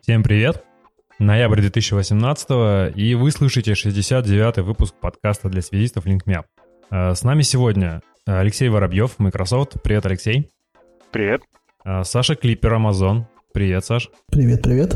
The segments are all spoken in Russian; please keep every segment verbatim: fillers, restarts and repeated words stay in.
Всем привет! Ноябрь две тысячи восемнадцатого, и вы слышите шестьдесят девятый выпуск подкаста для связистов LinkMe. С нами сегодня Алексей Воробьев, Microsoft. Привет, Алексей. Привет. Саша Клипер, Amazon. Привет, Саш. Привет, привет.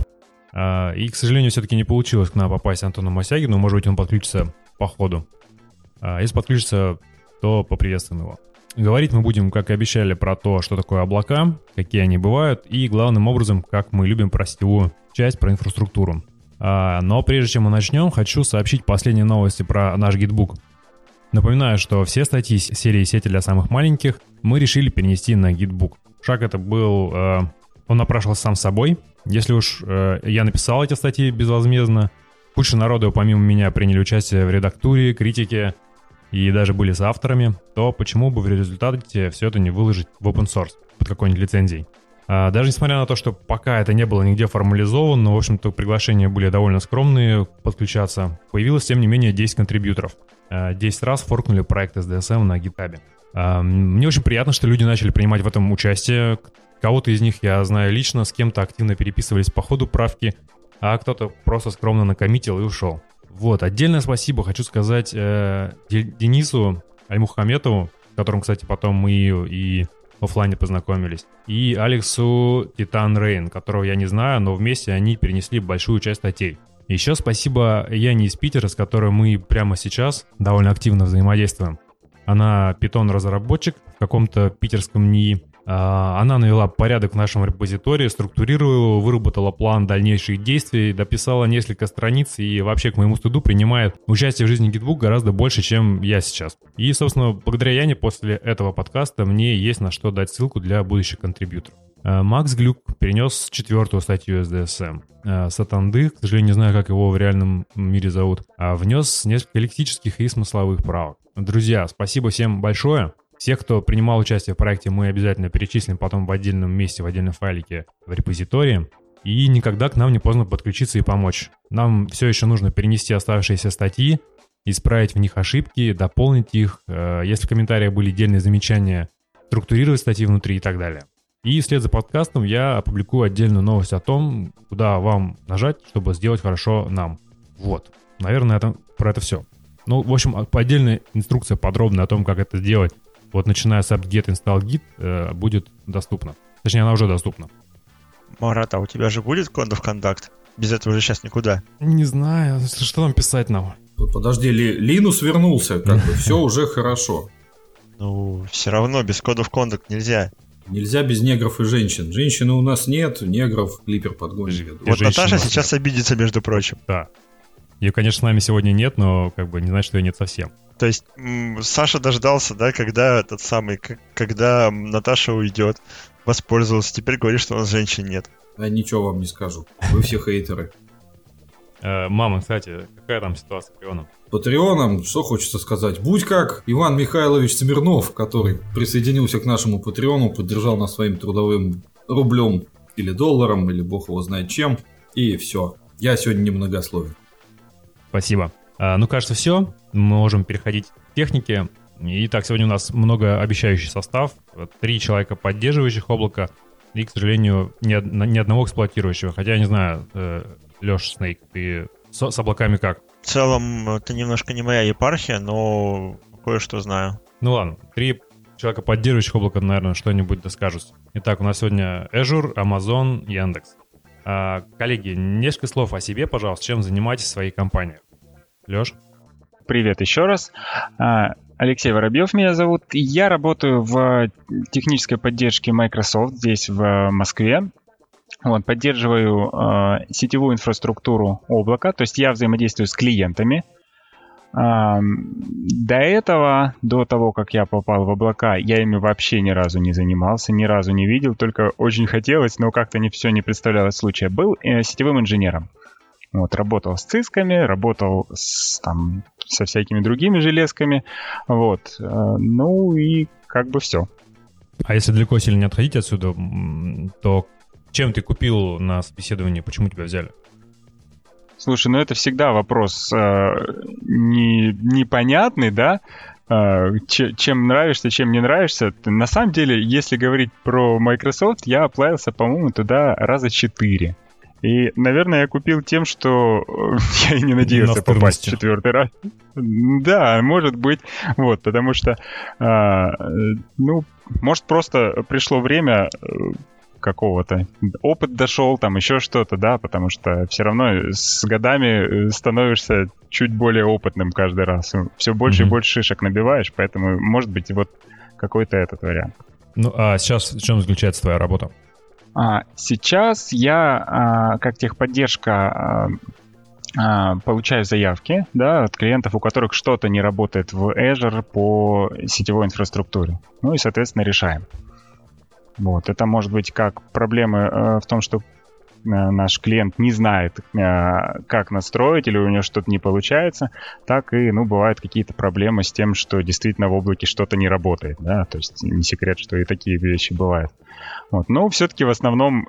И, к сожалению, все-таки не получилось к нам попасть Антону Мосягину. Может быть, он подключится по ходу. Если подключится, то поприветствуем его. Говорить мы будем, как и обещали, про то, что такое облака, какие они бывают, и главным образом, как мы любим про сетевую часть, про инфраструктуру. А, но прежде чем мы начнем, хочу сообщить последние новости про наш гитбук. Напоминаю, что все статьи серии «Сети для самых маленьких» мы решили перенести на гитбук. Шаг это был, э, он напрашивался сам собой. Если уж э, я написал эти статьи безвозмездно, куча народу помимо меня приняли участие в редактуре, критике, и даже были с авторами, то почему бы в результате все это не выложить в open source под какой-нибудь лицензией? А, даже несмотря на то, что пока это не было нигде формализовано, но, в общем-то, приглашения были довольно скромные подключаться, появилось, тем не менее, десять контрибьюторов. А, десять раз форкнули проект эс ди эс эм на GitHub. А, мне очень приятно, что люди начали принимать в этом участие. Кого-то из них я знаю лично, с кем-то активно переписывались по ходу правки, а кто-то просто скромно накоммитил и ушел. Вот, отдельное спасибо хочу сказать э, Денису Альмухаметову, с которым, кстати, потом мы и в офлайне познакомились, и Алексу Титан Рейн, которого я не знаю, но вместе они перенесли большую часть статей. Еще спасибо Яне из Питера, с которой мы прямо сейчас довольно активно взаимодействуем. Она питон-разработчик в каком-то питерском НИИ. Она навела порядок в нашем репозитории, структурировала его, выработала план дальнейших действий, дописала несколько страниц и вообще, к моему стыду, принимает участие в жизни GitBook гораздо больше, чем я сейчас. И, собственно, благодаря Яне после этого подкаста мне есть на что дать ссылку для будущих контрибьюторов. Макс Глюк перенес четвертую статью эс ди эс эм. Сатанды, к сожалению, не знаю, как его в реальном мире зовут, внес несколько лексических и смысловых правок. Друзья, спасибо всем большое. Всех, кто принимал участие в проекте, мы обязательно перечислим потом в отдельном месте, в отдельном файлике в репозитории. И никогда к нам не поздно подключиться и помочь. Нам все еще нужно перенести оставшиеся статьи, исправить в них ошибки, дополнить их. Если в комментариях были дельные замечания, структурировать статьи внутри и так далее. И вслед за подкастом я опубликую отдельную новость о том, куда вам нажать, чтобы сделать хорошо нам. Вот. Наверное, это, про это все. Ну, в общем, отдельная инструкция подробная о том, как это сделать, вот начиная с apt-get install git, э, будет доступна. Точнее, она уже доступна. Марат, а у тебя же будет Code of Conduct? Без этого же сейчас никуда. Не знаю, что там писать нам? Подожди, Ли, Линус вернулся, как бы, все уже хорошо. Ну, все равно без Code of Conduct нельзя. Нельзя без негров и женщин. Женщины у нас нет, негров Клипер подгонит. Вот Наташа сейчас обидится, между прочим. Да. Ее, конечно, с нами сегодня нет, но как бы не значит, что ее нет совсем. То есть м- Саша дождался, да, когда этот самый, к- когда Наташа уйдет, воспользовался, теперь говорит, что у нас женщин нет. А ничего вам не скажу. Вы все хейтеры. Э, мама, кстати, какая там ситуация с Патреоном? Патреоном, что хочется сказать? Будь как Иван Михайлович Смирнов, который присоединился к нашему Патреону, поддержал нас своим трудовым рублем или долларом, или бог его знает чем, и все. Я сегодня немногословен. Спасибо. А, ну, кажется, все. Мы можем переходить к технике. Итак, сегодня у нас многообещающий состав. Три человека, поддерживающих облако, и, к сожалению, ни, од- ни одного эксплуатирующего. Хотя, я не знаю, э, Леш Снейк, ты с, с облаками как? В целом, это немножко не моя епархия, но кое-что знаю. Ну ладно, три человека, поддерживающих облако, наверное, что-нибудь доскажут. Итак, у нас сегодня Azure, Amazon, Яндекс. А, коллеги, несколько слов о себе, пожалуйста, чем занимаетесь в своей компании. Леш? Привет еще раз. Алексей Воробьев меня зовут. Я работаю в технической поддержке Microsoft здесь в Москве. Вот, поддерживаю э, сетевую инфраструктуру облака, то есть я взаимодействую с клиентами. Э, до этого, до того, как я попал в облака, я ими вообще ни разу не занимался, ни разу не видел, только очень хотелось, но как-то не все не представлялось случая. Был э, сетевым инженером. Вот, работал с цисками, работал с, там, со всякими другими железками. Вот. Э, ну и как бы все. А если далеко сильно не отходить отсюда, то чем ты купил на собеседовании, почему тебя взяли? Слушай, ну это всегда вопрос э, не, непонятный, да? Э, че, чем нравишься, чем не нравишься. На самом деле, если говорить про Microsoft, я оплавился, по-моему, туда раза четыре. И, наверное, я купил тем, что я и не надеялся попасть в четвертый раз. Да, может быть. Вот, потому что, а, ну, может, просто пришло время какого-то. Опыт дошел, там еще что-то, да, потому что все равно с годами становишься чуть более опытным каждый раз. Все больше mm-hmm. и больше шишек набиваешь, поэтому, может быть, вот какой-то этот вариант. Ну, а сейчас в чем заключается твоя работа? А, сейчас я, а, как техподдержка, а, а, получаю заявки, да, от клиентов, у которых что-то не работает в Azure по сетевой инфраструктуре. Ну и, соответственно, решаем. Вот, это может быть как проблемы э, в том, что э, наш клиент не знает, э, как настроить, или у него что-то не получается, так и, ну, бывают какие-то проблемы с тем, что действительно в облаке что-то не работает, да, то есть не секрет, что и такие вещи бывают. Вот. Но все-таки в основном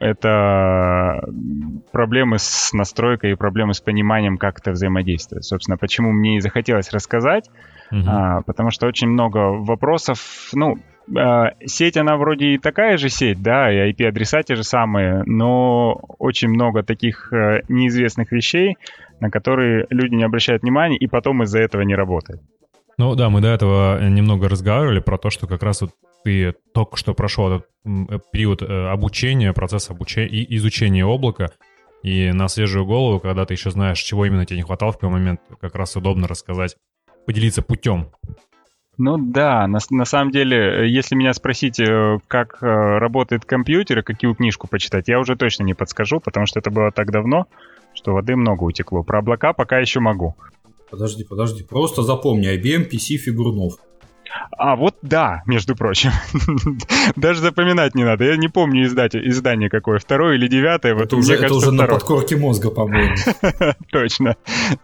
это проблемы с настройкой и проблемы с пониманием, как это взаимодействует. Собственно, почему мне и захотелось рассказать, mm-hmm. а, потому что очень много вопросов, ну, сеть, она вроде и такая же сеть, да, и ай пи-адреса те же самые, но очень много таких неизвестных вещей, на которые люди не обращают внимания, и потом из-за этого не работает. Ну да, мы до этого немного разговаривали про то, что как раз вот ты только что прошел этот период обучения, процесс обучения и изучения облака, и на свежую голову, когда ты еще знаешь, чего именно тебе не хватало в какой момент, как раз удобно рассказать, поделиться путем. Ну да, на, на самом деле, если меня спросить, как работает компьютер и какую книжку почитать, я уже точно не подскажу, потому что это было так давно, что воды много утекло. Про облака пока еще могу. Подожди, подожди, просто запомни, ай би эм пи си Фигурнов. А, вот да, между прочим. Даже запоминать не надо. Я не помню издание, издание какое, второе или девятое. Это уже, это уже на подкорке мозга, по-моему. Точно.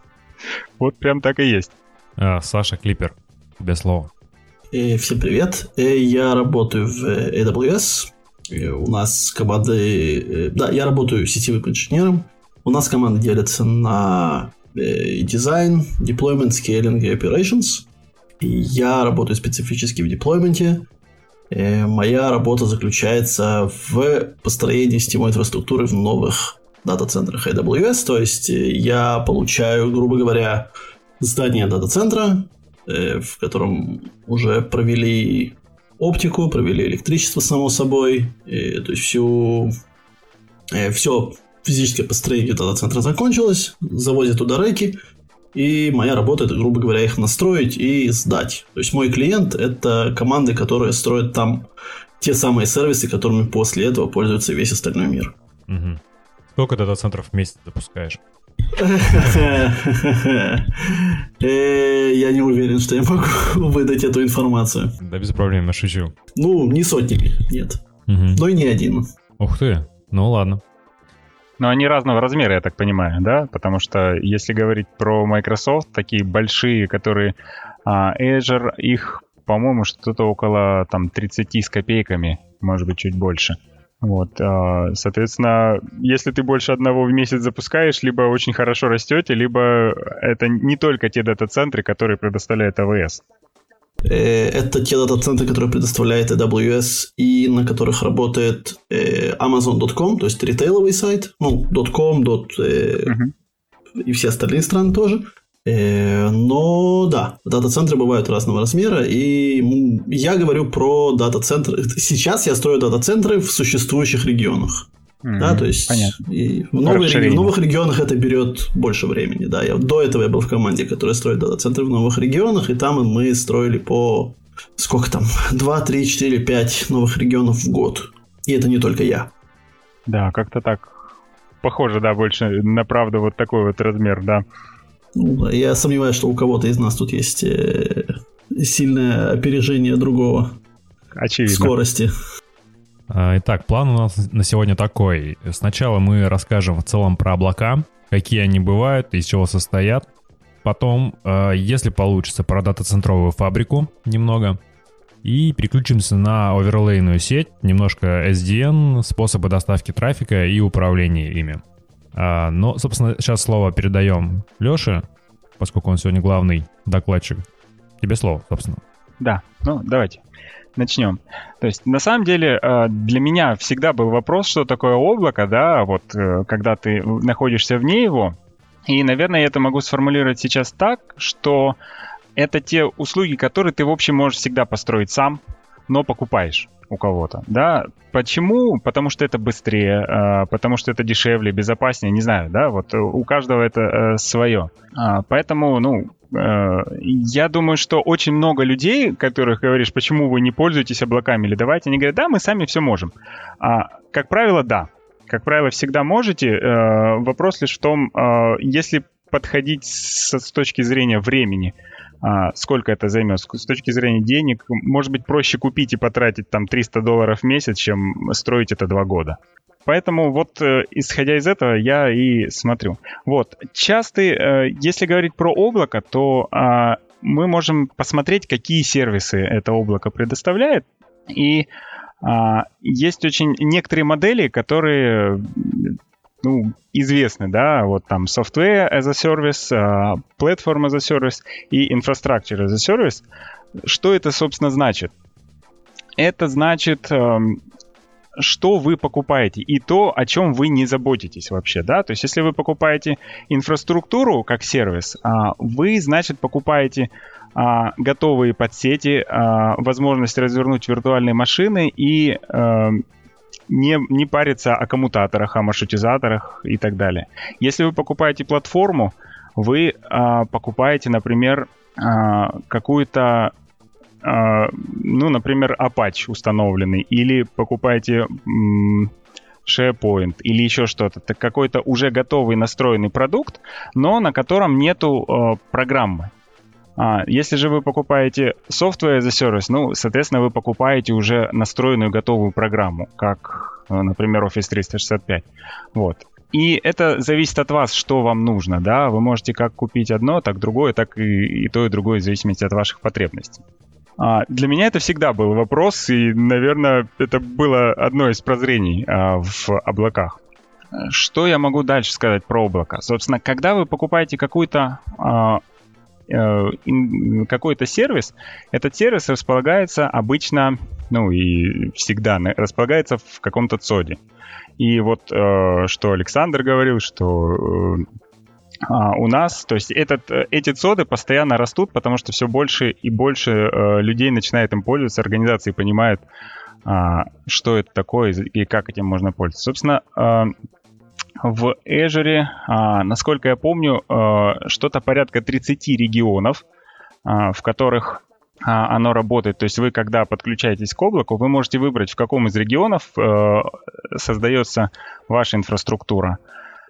Вот прям так и есть. Саша Клипер. Тебе слово. Всем привет. Я работаю в эй дабл ю эс. У нас команды... Да, я работаю сетевым инженером. У нас команды делятся на дизайн, deployment, scaling и operations. Я работаю специфически в деплойменте. Моя работа заключается в построении сетевой инфраструктуры в новых дата-центрах эй дабл ю эс. То есть я получаю, грубо говоря, здание дата-центра, в котором уже провели оптику, провели электричество, само собой. И, то есть всю, все физическое построение дата-центра закончилось, завозят туда реки, и моя работа — это, грубо говоря, их настроить и сдать. То есть мой клиент — это команды, которые строят там те самые сервисы, которыми после этого пользуется весь остальной мир. Угу. Сколько дата-центров в месяц запускаешь? Я не уверен, что я могу выдать эту информацию. Да без проблем, я шучу. Ну, не сотнями, нет. Но и не один. Ух ты, ну ладно. Но они разного размера, я так понимаю, да? Потому что если говорить про Microsoft, такие большие, которые Azure, их, по-моему, что-то около там тридцать с копейками, может быть, чуть больше. Вот, соответственно, если ты больше одного в месяц запускаешь, либо очень хорошо растете, либо это не только те дата-центры, которые предоставляет эй дабл ю эс. Это те дата-центры, которые предоставляет эй дабл ю эс и на которых работает амазон точка ком, то есть ритейловый сайт, ну, .com, dot, uh-huh. и все остальные страны тоже. Но да, дата-центры бывают разного размера, и я говорю про дата-центры. Сейчас я строю дата-центры в существующих регионах. Mm-hmm. Да, то есть и в, новые, в новых регионах это берет больше времени. Да. Я, до этого я был в команде, которая строит дата-центры в новых регионах, и там мы строили по сколько там? два, три, четыре, пять новых регионов в год. И это не только я. Да, как-то так. Похоже, да, больше на правду вот такой вот размер, да. Ну, я сомневаюсь, что у кого-то из нас тут есть э, сильное опережение другого. Очевидно. Скорости. Итак, план у нас на сегодня такой. Сначала мы расскажем в целом про облака, какие они бывают, из чего состоят. Потом, если получится, про дата-центровую фабрику немного. И переключимся на оверлейную сеть, немножко эс ди эн, способы доставки трафика и управления ими. Но, собственно, сейчас слово передаем Лёше, поскольку он сегодня главный докладчик. Тебе слово, собственно. Да, ну давайте. начнем. То есть, на самом деле, для меня всегда был вопрос, что такое облако, да, вот когда ты находишься вне его. И, наверное, я это могу сформулировать сейчас так, что это те услуги, которые ты, в общем, можешь всегда построить сам, но покупаешь у кого-то, да. Почему? Потому что это быстрее, потому что это дешевле, безопаснее, не знаю, да, вот у каждого это свое. Поэтому, ну, я думаю, что очень много людей, которых говоришь, почему вы не пользуетесь облаками или давайте, они говорят, да, мы сами все можем. Как правило, да. Как правило, всегда можете. Вопрос лишь в том, если подходить с, с точки зрения времени, сколько это займет, с точки зрения денег, может быть, проще купить и потратить там триста долларов в месяц, чем строить это два года. Поэтому вот, исходя из этого, я и смотрю. Вот, часто, если говорить про облако, то мы можем посмотреть, какие сервисы это облако предоставляет, и Uh, есть очень некоторые модели, которые, ну, известны, да, вот там Software as a Service, uh, Platform as a Service и Infrastructure as a Service. Что это, собственно, значит? Это значит, um, что вы покупаете и то, о чем вы не заботитесь вообще, да, то есть если вы покупаете инфраструктуру как сервис, uh, вы, значит, покупаете А, готовые подсети, а, возможность развернуть виртуальные машины и а, не, не париться о коммутаторах, о маршрутизаторах и так далее. Если вы покупаете платформу, вы а, покупаете, например, а, какую-то, а, ну, например, Apache установленный, или покупаете м, SharePoint или еще что-то. Это какой-то уже готовый настроенный продукт, но на котором нету а, программы. А, если же вы покупаете Software as a Service, ну, соответственно, вы покупаете уже настроенную готовую программу, как, например, Office триста шестьдесят пять. Вот. И это зависит от вас, что вам нужно, да. Вы можете как купить одно, так другое, так и, и то, и другое, в зависимости от ваших потребностей. А, для меня это всегда был вопрос, и, наверное, это было одно из прозрений а, в облаках. Что я могу дальше сказать про облако? Собственно, когда вы покупаете какую-то... А, какой-то сервис, этот сервис располагается обычно, ну и всегда располагается в каком-то цоде. И вот что Александр говорил, что у нас, то есть этот, эти цоды постоянно растут, потому что все больше и больше людей начинает им пользоваться, организации понимают, что это такое и как этим можно пользоваться. Собственно, в Azure, а, насколько я помню, а, что-то порядка тридцать регионов, а, в которых а, оно работает. То есть вы, когда подключаетесь к облаку, вы можете выбрать, в каком из регионов а, создается ваша инфраструктура.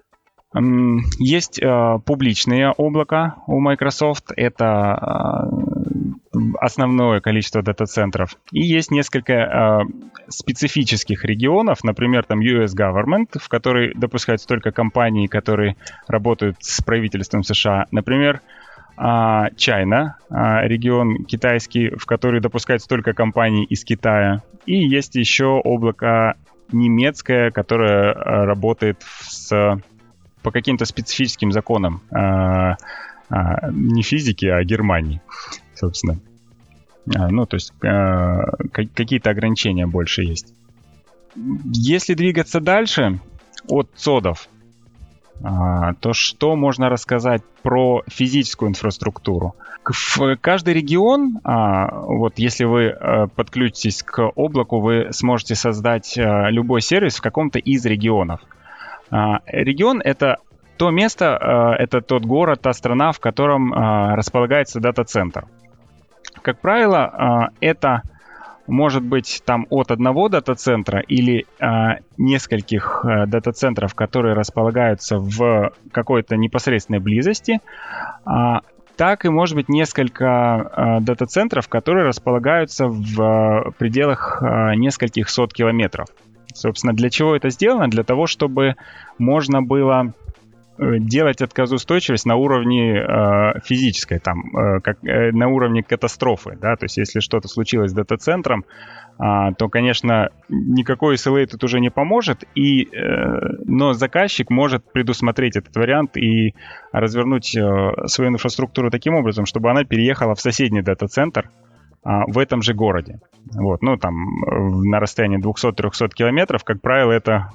Есть а, публичные облака у Microsoft, это а, основное количество дата-центров. И есть несколько а, специфических регионов, например, там ю эс Government, в который допускаются только компании, которые работают с правительством США. Например, а, China, а, регион китайский, в который допускаются только компании из Китая. И есть еще облако немецкое, которое а, работает с... по каким-то специфическим законам а, а, не физики, а Германии, собственно. А, ну, то есть а, какие-то ограничения больше есть. Если двигаться дальше от цодов, а, то что можно рассказать про физическую инфраструктуру? В каждый регион, а, вот если вы а, подключитесь к облаку, вы сможете создать а, любой сервис в каком-то из регионов. Uh, регион — это то место, uh, это тот город, та страна, в котором uh, располагается дата-центр. Как правило, uh, это может быть там от одного дата-центра или uh, нескольких uh, дата-центров, которые располагаются в какой-то непосредственной близости, uh, так и может быть несколько uh, дата-центров, которые располагаются в uh, пределах uh, нескольких сот километров. Собственно, для чего это сделано? Для того, чтобы можно было делать отказоустойчивость на уровне э, физической, там, э, как, э, на уровне катастрофы. Да? То есть, если что-то случилось с дата-центром, э, то, конечно, никакой эс эл эй тут уже не поможет, и, э, но заказчик может предусмотреть этот вариант и развернуть э, свою инфраструктуру таким образом, чтобы она переехала в соседний дата-центр, а, в этом же городе. Вот, ну, там, на расстоянии двести-триста километров, как правило, это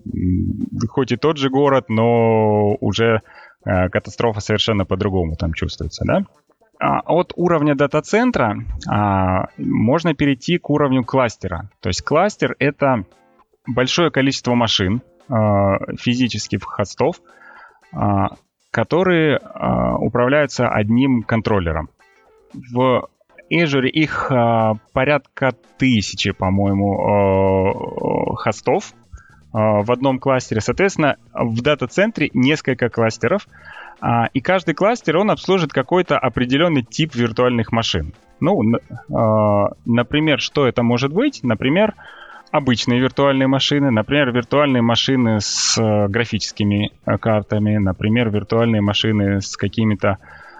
хоть и тот же город, но уже а, катастрофа совершенно по-другому там чувствуется, да? А от уровня дата-центра а, можно перейти к уровню кластера. То есть кластер — это большое количество машин, а, физических хостов, а, которые а, управляются одним контроллером. В Azure их а, порядка тысячи, по-моему, а, хостов а, в одном кластере. Соответственно, в дата-центре несколько кластеров, а, и каждый кластер, он обслуживает какой-то определенный тип виртуальных машин. Ну, а, например, что это может быть? Например, обычные виртуальные машины, например, виртуальные машины с а, графическими а, картами, например, виртуальные машины с какими-то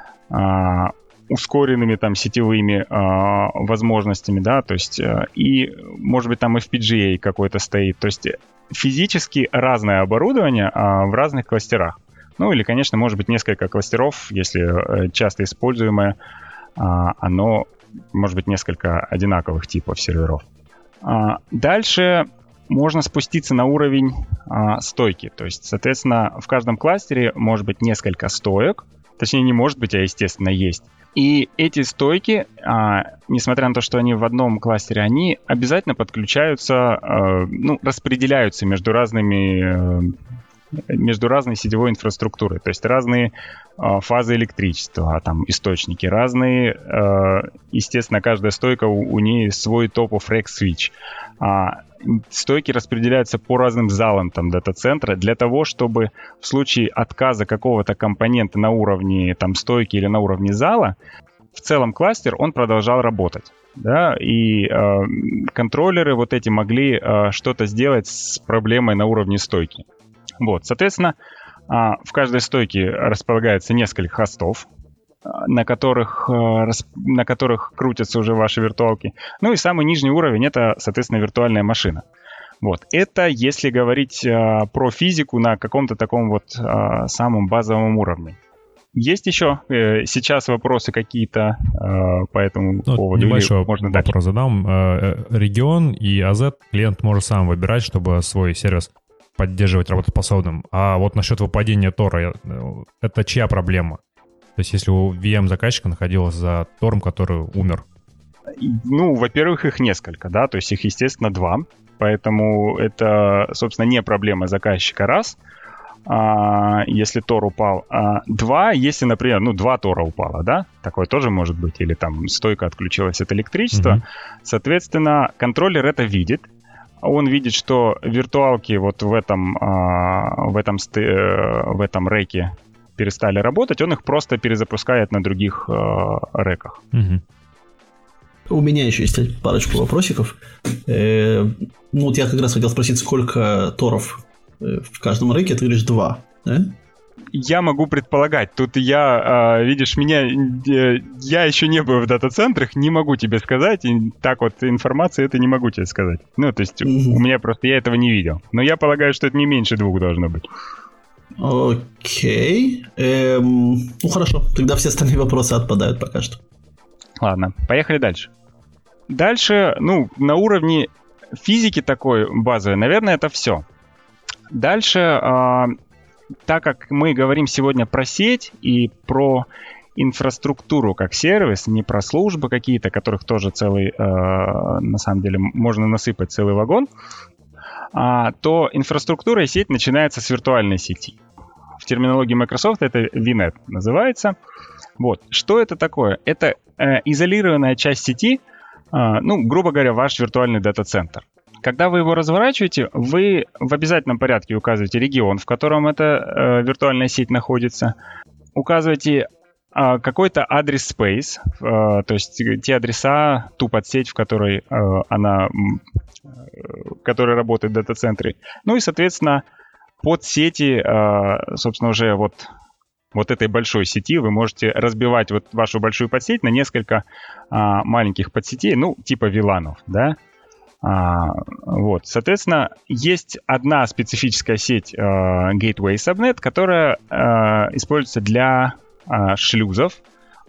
а, ускоренными там сетевыми а, возможностями, да, то есть а, и, может быть, там эф пи джи эй какой-то стоит, то есть физически разное оборудование а, в разных кластерах. Ну, или, конечно, может быть, несколько кластеров, если часто используемое, а, оно может быть несколько одинаковых типов серверов. А, дальше можно спуститься на уровень а, стойки, то есть, соответственно, в каждом кластере может быть несколько стоек, точнее, не может быть, а, естественно, есть. И эти стойки, а, несмотря на то, что они в одном кластере, они обязательно подключаются, а, ну, распределяются между разными, а, между разной сетевой инфраструктурой. То есть разные а, фазы электричества, там, источники, разные, а, естественно, каждая стойка, у, у нее свой top-of rack switch. А, стойки распределяются по разным залам там, дата-центра для того, чтобы в случае отказа какого-то компонента на уровне там, стойки или на уровне зала, в целом кластер, он продолжал работать. Да? И э, контроллеры вот эти могли э, что-то сделать с проблемой на уровне стойки. Вот, соответственно, э, в каждой стойке располагается несколько хостов, на которых, на которых крутятся уже ваши виртуалки. Ну и самый нижний уровень — это, соответственно, виртуальная машина. Вот. Это если говорить а, про физику на каком-то таком вот а, самом базовом уровне. Есть еще э, сейчас вопросы какие-то э, по этому ну, поводу? Небольшой можно вопрос задам. Э, регион и эй зет клиент может сам выбирать, чтобы свой сервис поддерживать работоспособным. А вот насчет выпадения Тора, это чья проблема? То есть если у ви эм-заказчика находилось за Тором, который умер? Ну, во-первых, их несколько, да, то есть их, естественно, два. Поэтому это, собственно, не проблема заказчика, раз, а, если Тор упал. А, два, если, например, ну, два Тора упало, да, такое тоже может быть, или там стойка отключилась от электричества. Mm-hmm. Соответственно, контроллер это видит. Он видит, что виртуалки вот в этом, а, в этом, в этом рэке перестали работать, он их просто перезапускает на других э, рэках. У меня еще есть парочку вопросиков. Э, ну, вот я как раз хотел спросить, сколько торов в каждом рэке? Ты говоришь два, да? Я могу предполагать. Тут я, э, видишь, меня... Э, я еще не был в дата-центрах, не могу тебе сказать. И так вот информации это не могу тебе сказать. Ну, то есть mm-hmm. у меня просто... Я этого не видел. Но я полагаю, что это не меньше двух должно быть. Окей. Эм, ну хорошо, тогда все остальные вопросы отпадают пока что. Ладно, поехали дальше. Дальше, ну, на уровне физики такой базовой, наверное, это все. Дальше, э, так как мы говорим сегодня про сеть и про инфраструктуру как сервис, не про службы какие-то, которых тоже целый, э, на самом деле, можно насыпать целый вагон, а, то инфраструктура и сеть начинается с виртуальной сети. В терминологии Microsoft это ви нет называется. Вот. Что это такое? Это э, изолированная часть сети, э, ну, грубо говоря, ваш виртуальный дата-центр. Когда вы его разворачиваете, вы в обязательном порядке указываете регион, в котором эта э, виртуальная сеть находится, указываете э, какой-то адрес space, э, то есть те адреса, ту подсеть, в которой э, она... которые работают в дата-центре. Ну и, соответственно, под сети, собственно, уже вот, вот этой большой сети вы можете разбивать вот вашу большую подсеть на несколько маленьких подсетей, ну, типа виланов, да. Вот, соответственно, есть одна специфическая сеть Gateway Subnet, которая используется для шлюзов,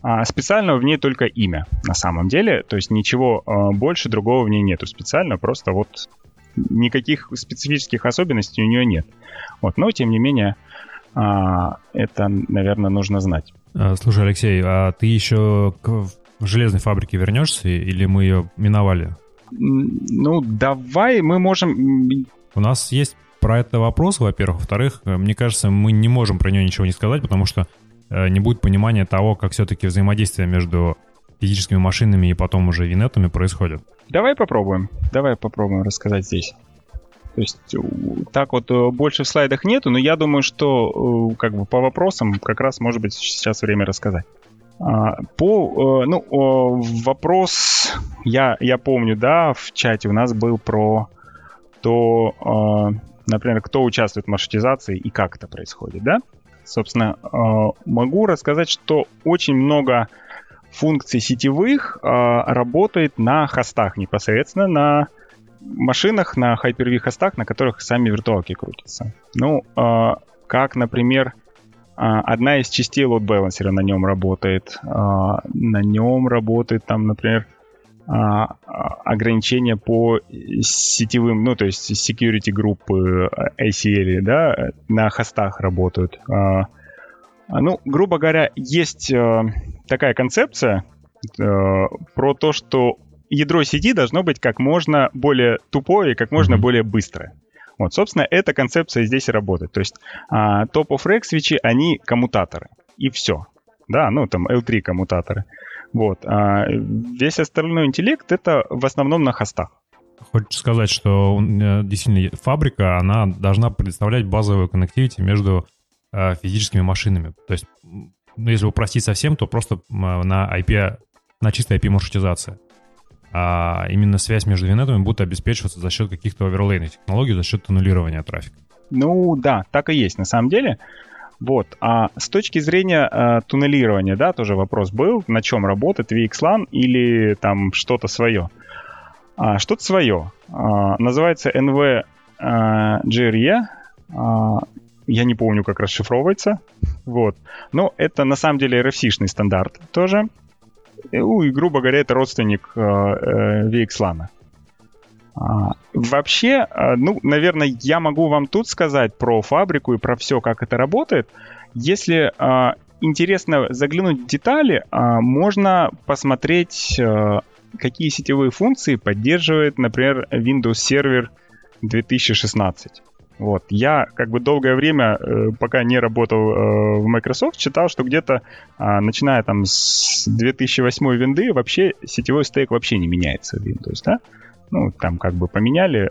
А специального в ней только имя, на самом деле. То есть ничего а, больше другого в ней нету специально, просто вот никаких специфических особенностей у нее нет. Вот, но, тем не менее, а, это, наверное, нужно знать. Слушай, Алексей, а ты еще к железной фабрике вернешься или мы ее миновали? Ну, давай мы можем... У нас есть про это вопрос, во-первых. Во-вторых, мне кажется, мы не можем про нее ничего не сказать, потому что не будет понимания того, как все-таки взаимодействие между физическими машинами и потом уже винетами происходит. Давай попробуем. Давай попробуем рассказать здесь. То есть так вот больше в слайдах нету, но я думаю, что как бы по вопросам как раз может быть сейчас время рассказать. По, ну, вопрос, я, я помню, да, в чате у нас был про то, например, кто участвует в маршрутизации и как это происходит, да? Собственно, могу рассказать, что очень много функций сетевых работает на хостах, непосредственно на машинах, на Hyper-V хостах, на которых сами виртуалки крутятся. Ну, как, например, одна из частей load balancer на нем работает. На нем работает там, например, ограничения по сетевым, ну, то есть security группы эй си эл, да, на хостах работают. Ну, грубо говоря, есть такая концепция про то, что ядро сети должно быть как можно более тупое и как можно mm-hmm. более быстрое. Вот, собственно, эта концепция здесь и работает. То есть а, top-of-rack свечи, они коммутаторы. И все. Да, ну там эл три коммутаторы. Вот. А весь остальной интеллект — это в основном на хостах. Хочешь сказать, что действительно фабрика, она должна предоставлять базовую коннективити между а, физическими машинами. То есть, ну, если упростить совсем, то просто на ай пи, на чистой ай пи-маршрутизации. А именно связь между винетами будет обеспечиваться за счет каких-то оверлейных технологий, за счет туннелирования трафика. Ну да, так и есть на самом деле. Вот. А с точки зрения э, туннелирования, да, тоже вопрос был, на чем работает ви экс лан или там что-то свое. А, что-то свое. А, называется эн ви джи ар и. А, я не помню, как расшифровывается. Вот. Но это на самом деле эр эф си-шный стандарт тоже. Ну, и, грубо говоря, это родственник э, ви экс лан. А, вообще, ну, наверное, я могу вам тут сказать про фабрику и про все, как это работает. Если а, интересно заглянуть в детали, а, можно посмотреть, а, какие сетевые функции поддерживает, например, Windows Server две тысячи шестнадцать. Вот. Я как бы долгое время, э, пока не работал э, в Microsoft, читал, что где-то, э, начиная там с две тысячи восьмой винды, вообще сетевой стейк вообще не меняется в Windows, да? Ну, там как бы поменяли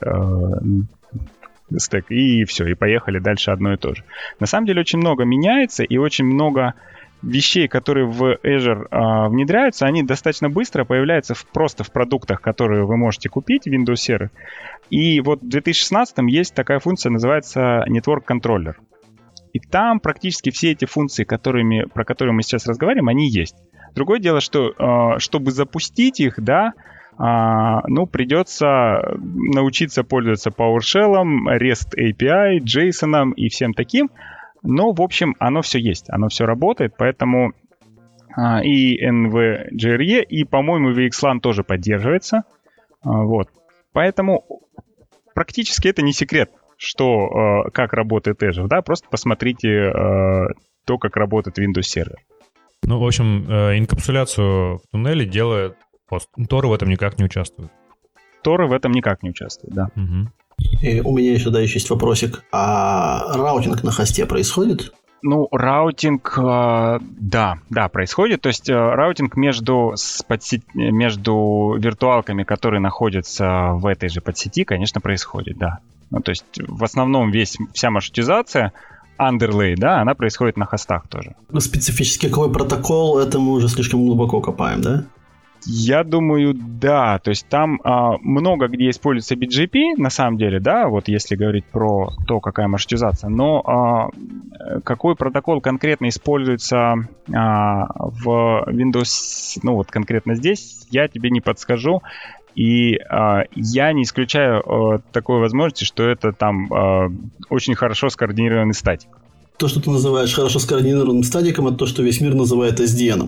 э, стек и все, и поехали дальше одно и то же. На самом деле очень много меняется, и очень много вещей, которые в Azure э, внедряются, они достаточно быстро появляются в, просто в продуктах, которые вы можете купить, Windows Server. И вот в две тысячи шестнадцатом есть такая функция, называется Network Controller. И там практически все эти функции, которыми, про которые мы сейчас разговариваем, они есть. Другое дело, что э, чтобы запустить их, да, э, ну, придется научиться пользоваться PowerShell, REST эй пи ай, JSON и всем таким. Но, в общем, оно все есть, оно все работает, поэтому а, и эн ви джи ар и, и, по-моему, ви экс лан тоже поддерживается. А, вот. Поэтому практически это не секрет, что, а, как работает Azure, да, просто посмотрите а, то, как работает Windows Server. Ну, в общем, инкапсуляцию в туннеле делает хост. Tor в этом никак не участвует. Tor в этом никак не участвует, да. Угу. И у меня еще, да, еще есть вопросик. А раутинг на хосте происходит? Ну, раутинг, э, да, да, происходит. То есть э, раутинг между, подсет... между виртуалками, которые находятся в этой же подсети, конечно, происходит, да. Ну, то есть в основном весь, вся маршрутизация, underlay, да, она происходит на хостах тоже. Специфически какой протокол, это мы уже слишком глубоко копаем, да? Я думаю, да. То есть там а, много где используется би джи пи, на самом деле, да, вот если говорить про то, какая маршрутизация. Но а, какой протокол конкретно используется а, в Windows, ну вот конкретно здесь, я тебе не подскажу. И а, я не исключаю а, такой возможности, что это там а, очень хорошо скоординированный статик. То, что ты называешь хорошо скоординированным статиком, это то, что весь мир называет эс ди эн.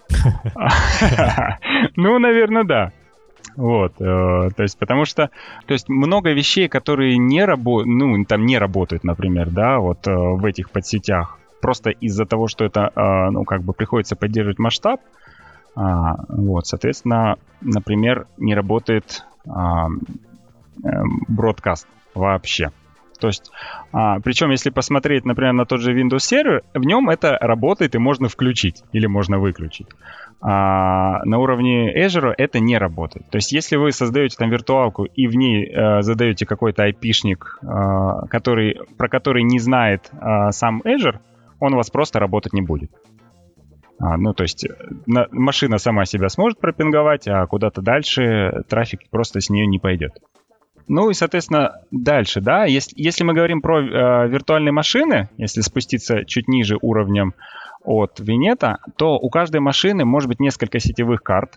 Ну, наверное, да. Вот, то есть, потому что, то есть, много вещей, которые не работают, ну, там не работают, например, да, вот в этих подсетях, просто из-за того, что это, ну, как бы приходится поддерживать масштаб, вот, соответственно, например, не работает бродкаст вообще. То есть, а, причем, если посмотреть, например, на тот же Windows Server, в нем это работает и можно включить или можно выключить. А на уровне Azure это не работает. То есть, если вы создаете там виртуалку и в ней э, задаете какой-то айпишник, э, который, про который не знает э, сам Azure, он у вас просто работать не будет. А, ну, то есть, на, машина сама себя сможет пропинговать, а куда-то дальше трафик просто с нее не пойдет. Ну и, соответственно, дальше, да, если, если мы говорим про э, виртуальные машины, если спуститься чуть ниже уровнем от Винета, то у каждой машины может быть несколько сетевых карт.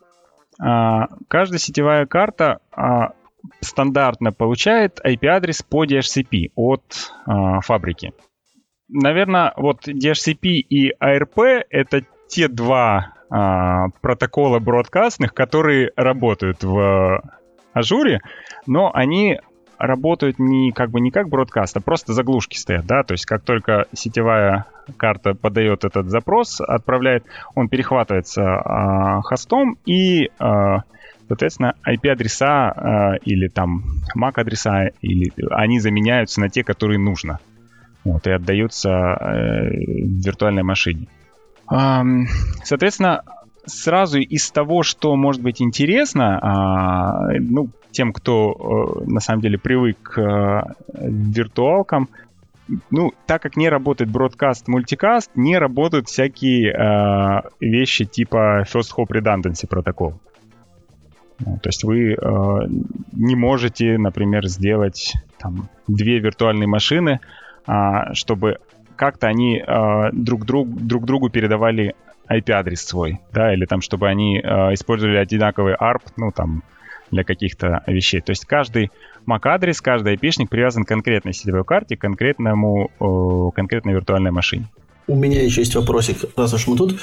Э, каждая сетевая карта э, стандартно получает ай пи-адрес по ди эйч си пи от э, фабрики. Наверное, вот ди эйч си пи и эй ар пи — это те два э, протокола бродкастных, которые работают в Ажуре, но они работают не как бы не как бродкаст, а просто заглушки стоят, да, то есть как только сетевая карта подает этот запрос, отправляет, он перехватывается э, хостом и, э, соответственно, ай пи-адреса э, или там мак-адреса, или, они заменяются на те, которые нужно, вот, и отдаются э, виртуальной машине. Эм, соответственно, сразу из того, что может быть интересно, а, ну, тем, кто а, на самом деле привык к а, виртуалкам, ну, так как не работает бродкаст, мультикаст, не работают всякие а, вещи типа First Hop Redundancy протокол. Ну, то есть вы а, не можете, например, сделать там две виртуальные машины, а, чтобы как-то они а, друг, друг, друг другу передавали ай пи-адрес свой, да, или там, чтобы они э, использовали одинаковый эй ар пи, ну, там, для каких-то вещей. То есть каждый мак-адрес, каждый айпишник привязан к конкретной сетевой карте, к конкретному, э, конкретной виртуальной машине. У меня еще есть вопросик, раз уж мы тут.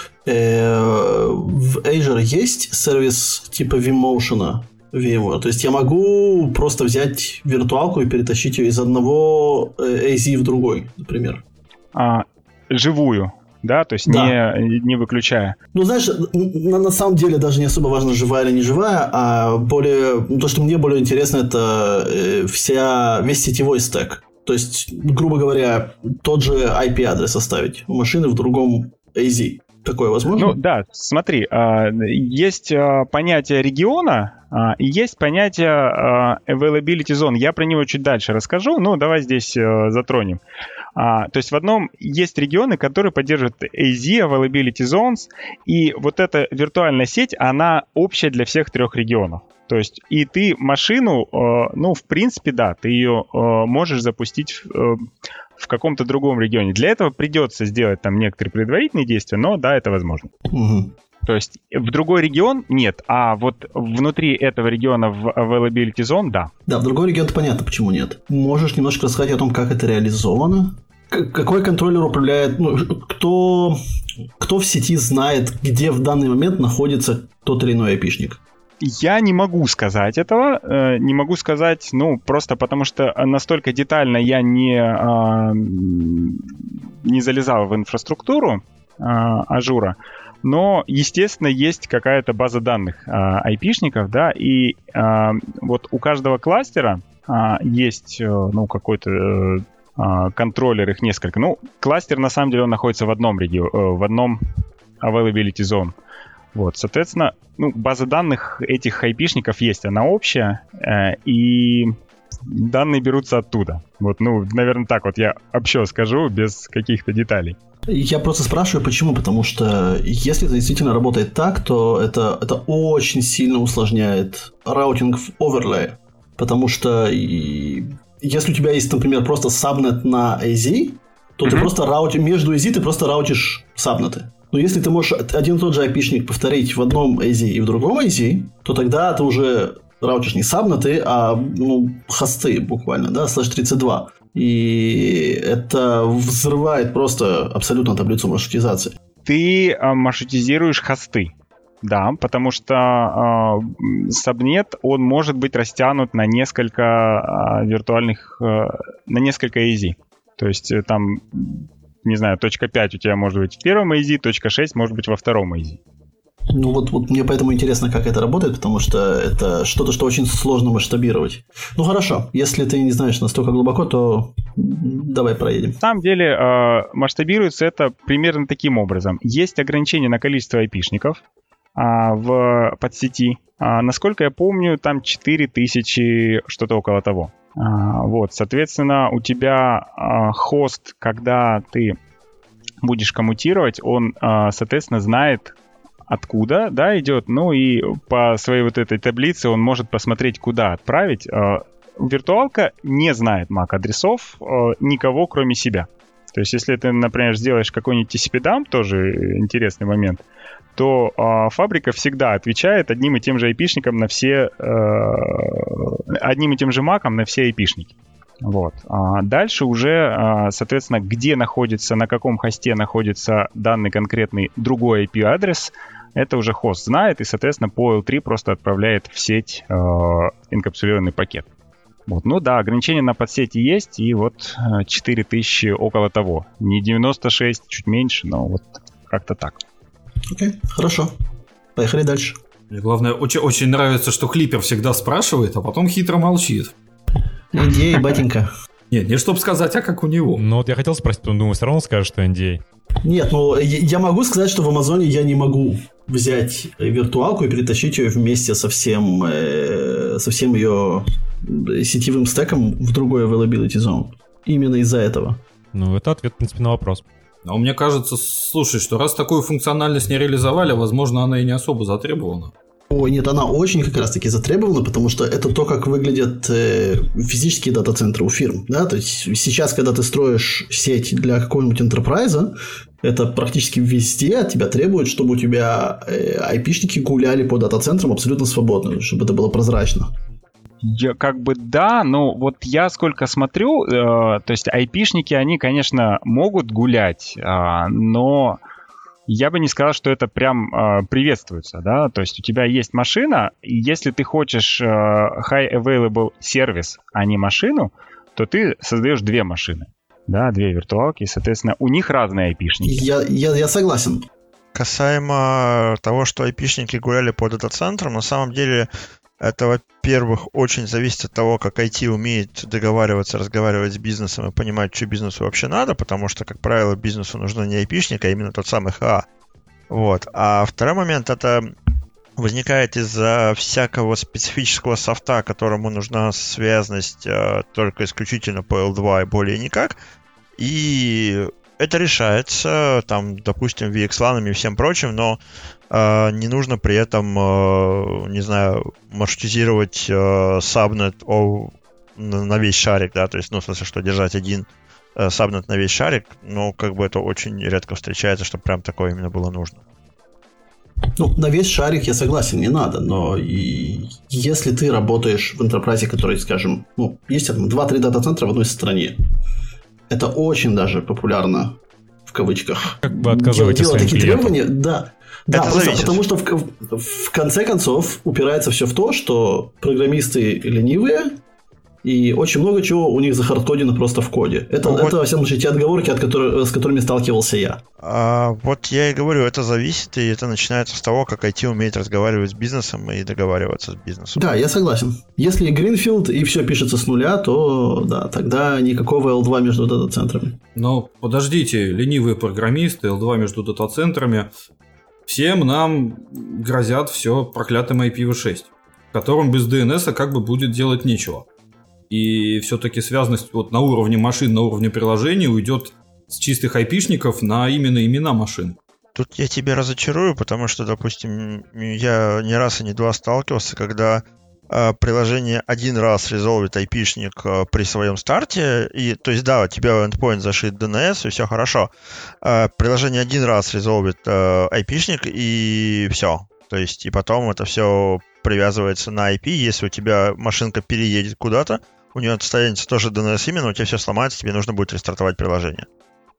Э, в Azure есть сервис типа vMotion, VMware? То есть я могу просто взять виртуалку и перетащить ее из одного эй зет в другой, например? А, живую. Да, то есть да. не, не выключая. Ну, знаешь, на, на самом деле даже не особо важно, живая или не живая, а более, ну, то, что мне более интересно, это э, вся, весь сетевой стек. То есть, грубо говоря, тот же ай пи-адрес оставить у машины в другом эй зет. Такое возможно? Ну, да, смотри, есть понятие региона и есть понятие availability zone. Я про него чуть дальше расскажу, но давай здесь затронем. А, то есть в одном есть регионы, которые поддерживают эй зет, Availability Zones, и вот эта виртуальная сеть, она общая для всех трех регионов. То есть и ты машину, э, ну, в принципе, да, ты ее э, можешь запустить в, э, в каком-то другом регионе. Для этого придется сделать там некоторые предварительные действия, но да, это возможно. Угу. То есть в другой регион нет, а вот внутри этого региона в Availability Zone, да. Да, в другой регион сказать, почему нет. Можешь немножко рассказать о том, как это реализовано? К- какой контроллер управляет... Ну, кто, кто в сети знает, где в данный момент находится тот или иной айпишник? Я не могу сказать этого, э, не могу сказать, ну, просто потому что настолько детально я не, э, не залезал в инфраструктуру э, Ажура. Но, естественно, есть какая-то база данных э, айпишников, да, и э, вот у каждого кластера э, есть, э, ну, какой-то э, контроллер, их несколько. Ну, кластер, на самом деле, он находится в одном регионе, э, в одном Availability Zone. Вот, соответственно, ну, база данных этих айпишников есть, она общая, э, и данные берутся оттуда. Вот, ну, наверное, так вот я общо скажу, без каких-то деталей. Я просто спрашиваю, почему, потому что если это действительно работает так, то это, это очень сильно усложняет раутинг в оверлее, потому что и, если у тебя есть, например, просто сабнет на эй зет, то mm-hmm. ты просто раутишь, между эй зет ты просто раутишь сабнеты. Но если ты можешь один и тот же айпишник повторить в одном эй зет и в другом эй зет, то тогда ты уже раутишь не сабнеты, а ну, хосты буквально, да, слэш тридцать два. И это взрывает просто абсолютно таблицу маршрутизации. ты э, маршрутизируешь хосты. Да, потому что э, сабнет, он может быть растянут на несколько э, виртуальных, э, на несколько эй зет. То есть э, там, не знаю, точка пять у тебя может быть в первом эй зет, точка шесть может быть во втором эй зет. Ну вот, вот мне поэтому интересно, как это работает, потому что это что-то, что очень сложно масштабировать. Ну хорошо, если ты не знаешь настолько глубоко, то давай проедем. На самом деле э, масштабируется это примерно таким образом. Есть ограничение на количество айпишников э, в подсети. Э, насколько я помню, там четыре тысячи, что-то около того. Э, вот, соответственно, у тебя э, хост, когда ты будешь коммутировать, он, э, соответственно, знает, откуда, да, идет, ну и по своей вот этой таблице он может посмотреть, куда отправить. Виртуалка не знает мак-адресов никого, кроме себя. То есть, если ты, например, сделаешь какой-нибудь ти си пи-дамп, тоже интересный момент, то фабрика всегда отвечает одним и тем же айпишником на все, одним и тем же маком на все айпишники. Вот. А дальше уже, соответственно, где находится, на каком хосте находится данный конкретный другой ай пи-адрес, это уже хост знает и, соответственно, по эл три просто отправляет в сеть э, инкапсулированный пакет. Вот. Ну да, ограничения на подсети есть, и вот четыре тысячи около того. Не девяносто шесть, чуть меньше, но вот как-то так. Окей, okay, хорошо. Поехали дальше. Мне главное, очень, очень нравится, что Клипер всегда спрашивает, а потом хитро молчит. эн ди эй, батенька. Нет, не чтобы сказать, а как у него. Ну вот я хотел спросить, но думаю, все равно скажешь, что эн ди эй. Нет, ну я могу сказать, что в Амазоне я не могу взять виртуалку и перетащить ее вместе со всем, э, со всем ее сетевым стеком в другой availability zone. Именно из-за этого. Ну, это ответ, в принципе, на вопрос. А мне кажется, слушай, что раз такую функциональность не реализовали, возможно, она и не особо затребована. Ой, нет, она очень как раз-таки затребована, потому что это то, как выглядят э, физические дата-центры у фирм. Да? То есть сейчас, когда ты строишь сеть для какого-нибудь энтерпрайза, это практически везде от тебя требует, чтобы у тебя э, айпишники гуляли по дата-центрам абсолютно свободно, чтобы это было прозрачно. Я, как бы да, но вот я сколько смотрю, э, то есть айпишники, они, конечно, могут гулять, э, но... Я бы не сказал, что это прям э, приветствуется, да, то есть у тебя есть машина, и если ты хочешь э, high available сервис, а не машину, то ты создаешь две машины, да, две виртуалки, и, соответственно, у них разные айпишники. Я, я, я согласен. Касаемо того, что айпишники гуляли по дата-центрам, на самом деле это, во-первых, очень зависит от того, как ай ти умеет договариваться, разговаривать с бизнесом и понимать, что бизнесу вообще надо, потому что, как правило, бизнесу нужно не айпишник, а именно тот самый эйч эй. Вот. А второй момент, это возникает из-за всякого специфического софта, которому нужна связность э, только исключительно по эл два и более никак. И это решается, там, допустим, ви экс лан и всем прочим, но э, не нужно при этом, э, не знаю, маршрутизировать э, сабнет о, на, на весь шарик, да, то есть, ну, в смысле, что держать один э, сабнет на весь шарик, ну, как бы это очень редко встречается, чтобы прям такое именно было нужно. Ну, на весь шарик я согласен, не надо, но и если ты работаешь в энтерпрайзе, который, скажем, ну, есть там два-три дата-центра в одной стране, это очень даже популярно, в кавычках. Как бы отказываете делать такие клиентам. требования, да. Да, это просто зависит. Потому что в, в конце концов упирается все в то, что программисты ленивые, и очень много чего у них захардкодено просто в коде. Это, Ну, это вот... во всяком случае, те отговорки, от которых, с которыми сталкивался я. А, вот я и говорю, это зависит, и это начинается с того, как ай ти умеет разговаривать с бизнесом и договариваться с бизнесом. Да, я согласен. Если Greenfield и все пишется с нуля, то да, тогда никакого эл два между дата-центрами. Но подождите, ленивые программисты, эл два между дата-центрами, всем нам грозят все проклятым ай пи ви шесть, которым без ди эн эс как бы будет делать нечего. И все-таки связанность вот на уровне машин, на уровне приложений уйдет с чистых айпишников на именно имена машин. Тут я тебя разочарую, потому что, допустим, я не раз и не два сталкивался, когда э, приложение один раз резолвит айпишник э, при своем старте, и, то есть, да, у тебя в endpoint зашит ди эн эс, и все хорошо. Э, приложение один раз резолвит э, айпишник, и все. То есть, и потом это все привязывается на ай пи. Если у тебя машинка переедет куда-то, у нее останется тоже ди эн эс имя, но у тебя все сломается, тебе нужно будет рестартовать приложение.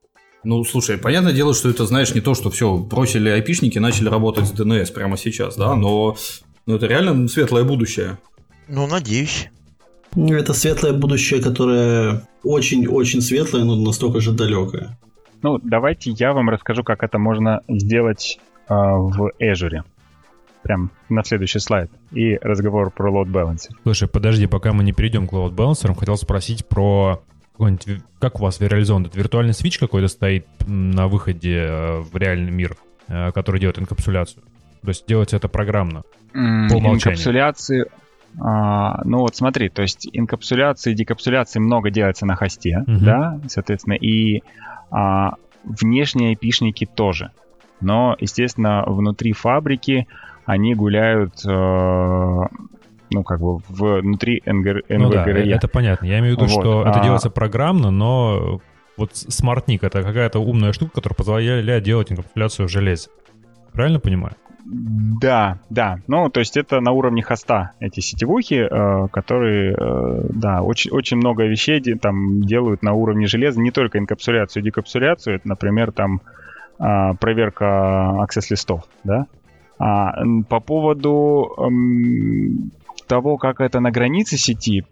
Ну, слушай, понятное дело, что это, знаешь, не то, что все, бросили айпишники, начали работать с ди эн эс прямо сейчас, да, но, но это реально светлое будущее. Ну, надеюсь. Это светлое будущее, которое очень-очень светлое, но настолько же далекое. Ну, давайте я вам расскажу, как это можно сделать э, в Azure. Прям на следующий слайд. И разговор про load balancer. Слушай, подожди, пока мы не перейдем к load balancer, хотел спросить про... Как у вас реализован этот виртуальный свитч какой-то стоит на выходе в реальный мир, который делает инкапсуляцию? То есть делается это программно, mm, по умолчанию. Инкапсуляции... А, ну вот смотри, то есть инкапсуляции, декапсуляции много делается на хосте, uh-huh. да, соответственно, и а, внешние айпишники тоже. Но, естественно, внутри фабрики они гуляют... А, ну, как бы внутри эн ви джи эй. Ну да, это понятно. Я имею в виду, вот. что а... это делается программно, но вот SmartNIC — это какая-то умная штука, которая позволяет делать инкапсуляцию в железе. Правильно понимаю? Да, да. Ну, то есть это на уровне хоста эти сетевухи, э, которые, э, да, очень, очень много вещей там делают на уровне железа. Не только инкапсуляцию, декапсуляцию. Это, например, там э, проверка аксесс-листов, да. А, по поводу... Эм, того, как это на границе сети,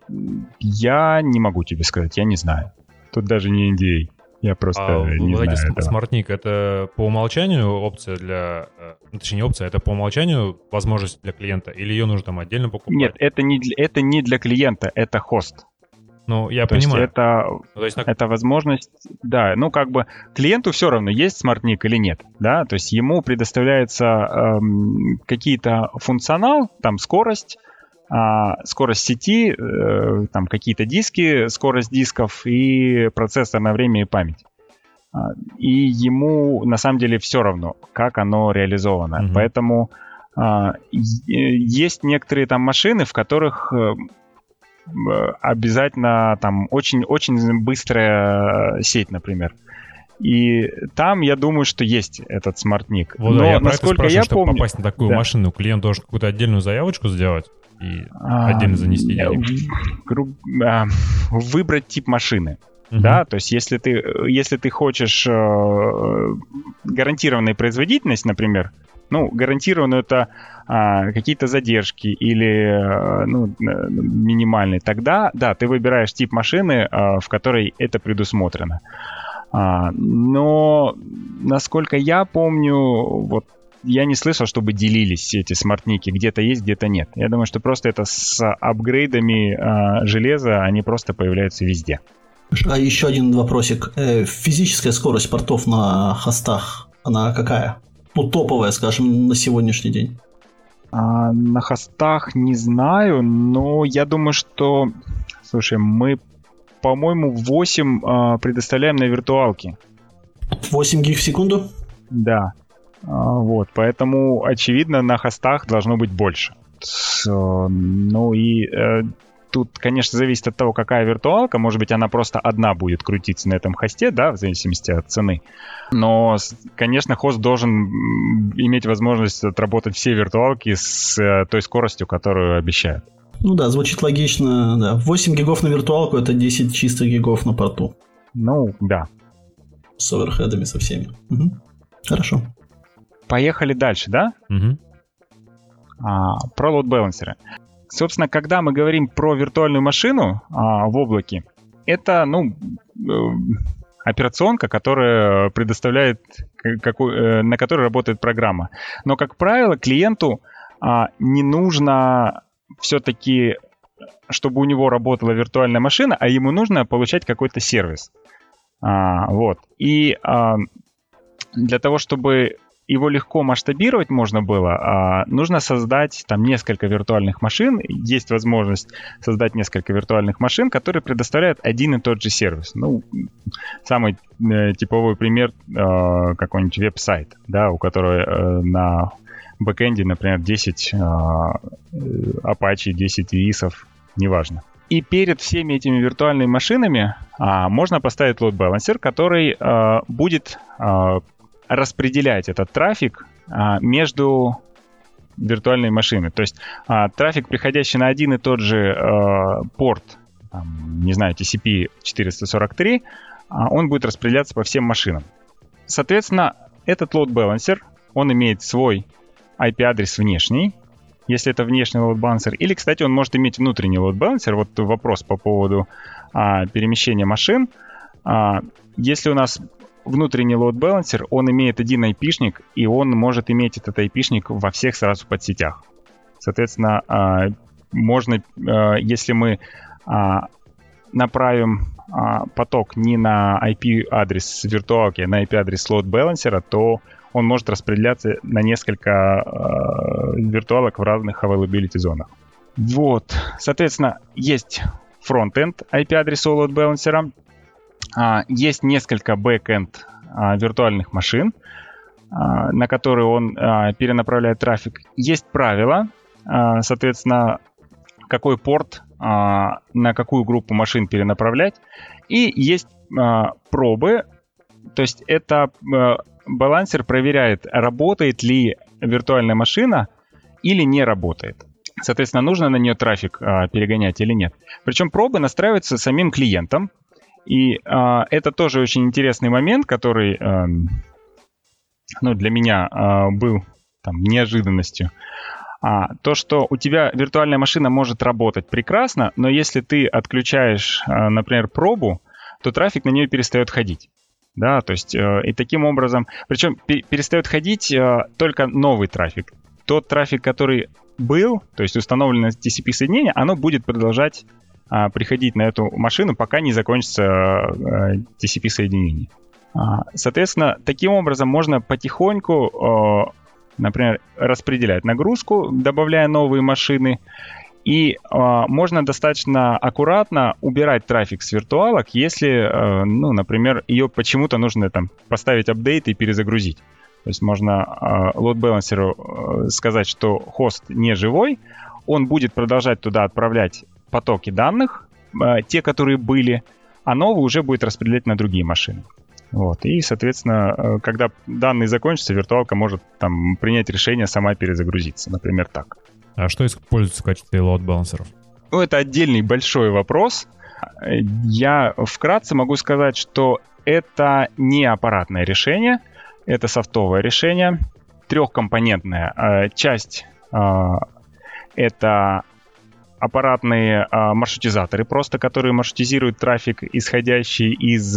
я не могу тебе сказать, я не знаю. Тут даже не эн ди эй. Я просто а, не знаю этого. SmartNIC — это по умолчанию опция для... Ну, точнее, не опция, это по умолчанию возможность для клиента? Или ее нужно там отдельно покупать? Нет, это не для, это не для клиента, это хост. Ну, я То понимаю. Есть это, То есть, так... это возможность... Да, ну как бы клиенту все равно, есть SmartNIC или нет. Да? То есть ему предоставляется эм, какие-то функционал, там скорость, скорость сети, там какие-то диски, скорость дисков и процессорное время и память. И ему на самом деле все равно, как оно реализовано. Mm-hmm. Поэтому есть некоторые там машины, в которых обязательно там очень-очень быстрая сеть, например. И там, я думаю, что есть этот SmartNIC. Вот, но да, я насколько я чтобы помню... попасть на такую да. машину, клиент должен какую-то отдельную заявочку сделать и а, отдельно занести денег. Выбрать тип машины. Uh-huh. Да, то есть если ты, если ты хочешь э, гарантированной производительность, например, ну, гарантированную это э, какие-то задержки или э, ну, минимальные, тогда, да, ты выбираешь тип машины, э, в которой это предусмотрено. А, но, насколько я помню, вот я не слышал, чтобы делились эти смартники. Где-то есть, где-то нет. Я думаю, что просто это с апгрейдами а, железа, они просто появляются везде. А еще один вопросик. Э, физическая скорость портов на хостах, она какая? Ну, топовая, скажем, на сегодняшний день. А, на хостах не знаю, но я думаю, что... Слушай, мы, по-моему, восемь а, предоставляем на виртуалке. восемь гиг в секунду? Да. Вот, поэтому, очевидно, на хостах должно быть больше. Ну и э, тут, конечно, зависит от того, какая виртуалка. Может быть, она просто одна будет крутиться на этом хосте, да, в зависимости от цены. Но, конечно, хост должен иметь возможность отработать все виртуалки с э, той скоростью, которую обещают. Ну да, звучит логично, да. восемь гигов на виртуалку — это десять чистых гигов на порту. Ну, да. С оверхедами со всеми. Угу. Хорошо. Поехали дальше, да? Угу. А, про лоуд-балансеры. Собственно, когда мы говорим про виртуальную машину а, в облаке, это, ну, э, операционка, которая предоставляет, какой, э, на которой работает программа. Но, как правило, клиенту а, не нужно все-таки, чтобы у него работала виртуальная машина, а ему нужно получать какой-то сервис. А, вот. И а, для того, чтобы его легко масштабировать можно было, а, нужно создать там несколько виртуальных машин. Есть возможность создать несколько виртуальных машин, которые предоставляют один и тот же сервис. Ну, самый э, типовой пример э, какой-нибудь веб-сайт, да, у которого э, на бэкэнде, например, десять э, Apache, десять и эс ов, неважно. И перед всеми этими виртуальными машинами а, можно поставить load balancer, который а, будет а, распределять этот трафик а, между виртуальными машинами. То есть а, трафик, приходящий на один и тот же а, порт, там, не знаю, ти си пи четыреста сорок три, а, он будет распределяться по всем машинам. соответственно, этот load balancer, он имеет свой ай пи-адрес внешний, если это внешний load balancer. Или, кстати, он может иметь внутренний load balancer. Вот вопрос по поводу а, перемещения машин. А, если у нас внутренний load balancer, он имеет один айпишник, и он может иметь этот айпишник во всех сразу подсетях. Соответственно, а, можно, а, если мы а, направим а, поток не на ай пи-адрес виртуалки, а на ай пи-адрес load balancer, то он может распределяться на несколько э, виртуалок в разных availability зонах. Вот. Соответственно, есть фронт-энд ай пи-адреса у load balancer, а, есть несколько бэк-энд а, виртуальных машин, а, на которые он а, перенаправляет трафик. Есть правила, а, соответственно, какой порт а, на какую группу машин перенаправлять. И есть а, пробы, то есть это... А, балансер проверяет, работает ли виртуальная машина или не работает. Соответственно, нужно на нее трафик а, перегонять или нет. Причем пробы настраиваются самим клиентом. И а, это тоже очень интересный момент, который а, ну, для меня а, был там, неожиданностью. А, то, что у тебя виртуальная машина может работать прекрасно, но если ты отключаешь, а, например, пробу, то трафик на нее перестает ходить. Да, то есть э, и таким образом, причем пе- перестает ходить э, только новый трафик. Тот трафик, который был, то есть установленное ти си пи-соединение, оно будет продолжать э, приходить на эту машину, пока не закончится э, ти си пи-соединение. А, соответственно, таким образом можно потихоньку, э, например, распределять нагрузку, добавляя новые машины. И э, можно достаточно аккуратно убирать трафик с виртуалок, если, э, ну, например, ее почему-то нужно там поставить апдейт и перезагрузить. То есть можно э, load balancer э, сказать, что хост не живой, он будет продолжать туда отправлять потоки данных, э, те, которые были, а новый уже будет распределять на другие машины. Вот. И, соответственно, э, когда данные закончатся, виртуалка может там принять решение сама перезагрузиться, например, так. А что используется в качестве лоуд-балансеров? Ну, это отдельный большой вопрос. Я вкратце могу сказать, что это не аппаратное решение, это софтовое решение, трехкомпонентная. Часть — это аппаратные маршрутизаторы, просто которые маршрутизируют трафик, исходящий из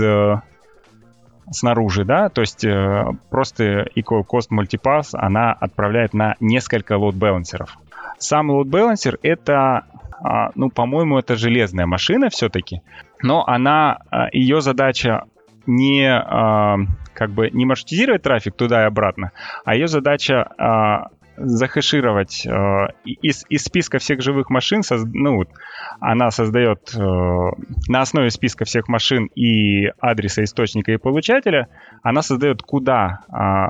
снаружи, да, то есть просто Eco Cost Multipass она отправляет на несколько лоуд-балансеров. Сам load balancer — это, ну, по-моему, это железная машина все-таки, но она, ее задача не, как бы, не маршрутизировать трафик туда и обратно, а ее задача захэшировать из, из списка всех живых машин, ну, она создает на основе списка всех машин и адреса источника и получателя, она создает куда,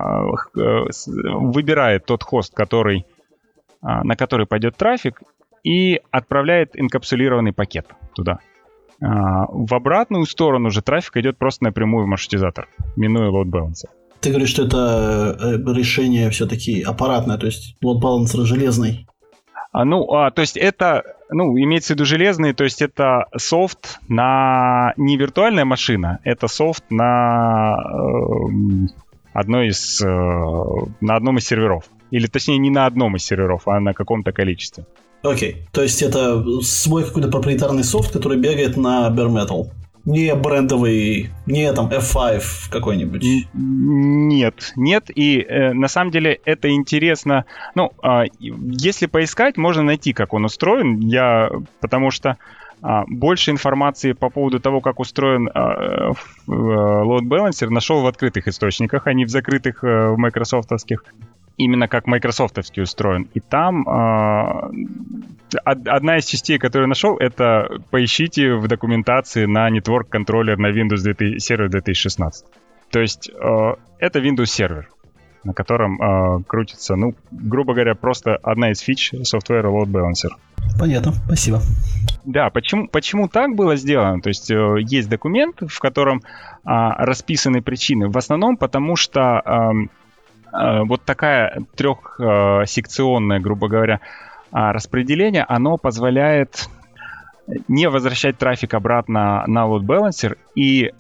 выбирает тот хост, который на который пойдет трафик, и отправляет инкапсулированный пакет туда. В обратную сторону же трафик идет просто напрямую в маршрутизатор, минуя load balancer. Ты говоришь, что это решение все-таки аппаратное, то есть load balancer железный? А, ну, а, то есть это, ну, имеется в виду железный, то есть это софт на не виртуальная машина, это софт на э, одной из, э, на одном из серверов. Или, точнее, не на одном из серверов, а на каком-то количестве. Окей. Okay. То есть это свой какой-то проприетарный софт, который бегает на bare metal. Не брендовый, не там эф пять какой-нибудь. Нет, нет. И э, на самом деле это интересно. Ну, э, если поискать, можно найти, как он устроен. Я, потому что э, больше информации по поводу того, как устроен э, load balancer, нашел в открытых источниках, а не в закрытых э, майкрософтовских. Именно как майкрософтовский устроен. И там э, одна из частей, которую я нашел, это поищите в документации на Network Controller на Windows Server две тысячи шестнадцать. То есть э, это Windows сервер, на котором э, крутится, ну, грубо говоря, просто одна из фич софтвера Load Balancer. Понятно, спасибо. Да, почему, почему так было сделано? То есть э, есть документ, в котором э, расписаны причины. В основном потому, что э, вот такая трехсекционная, грубо говоря, распределение, оно позволяет не возвращать трафик обратно на load balancer и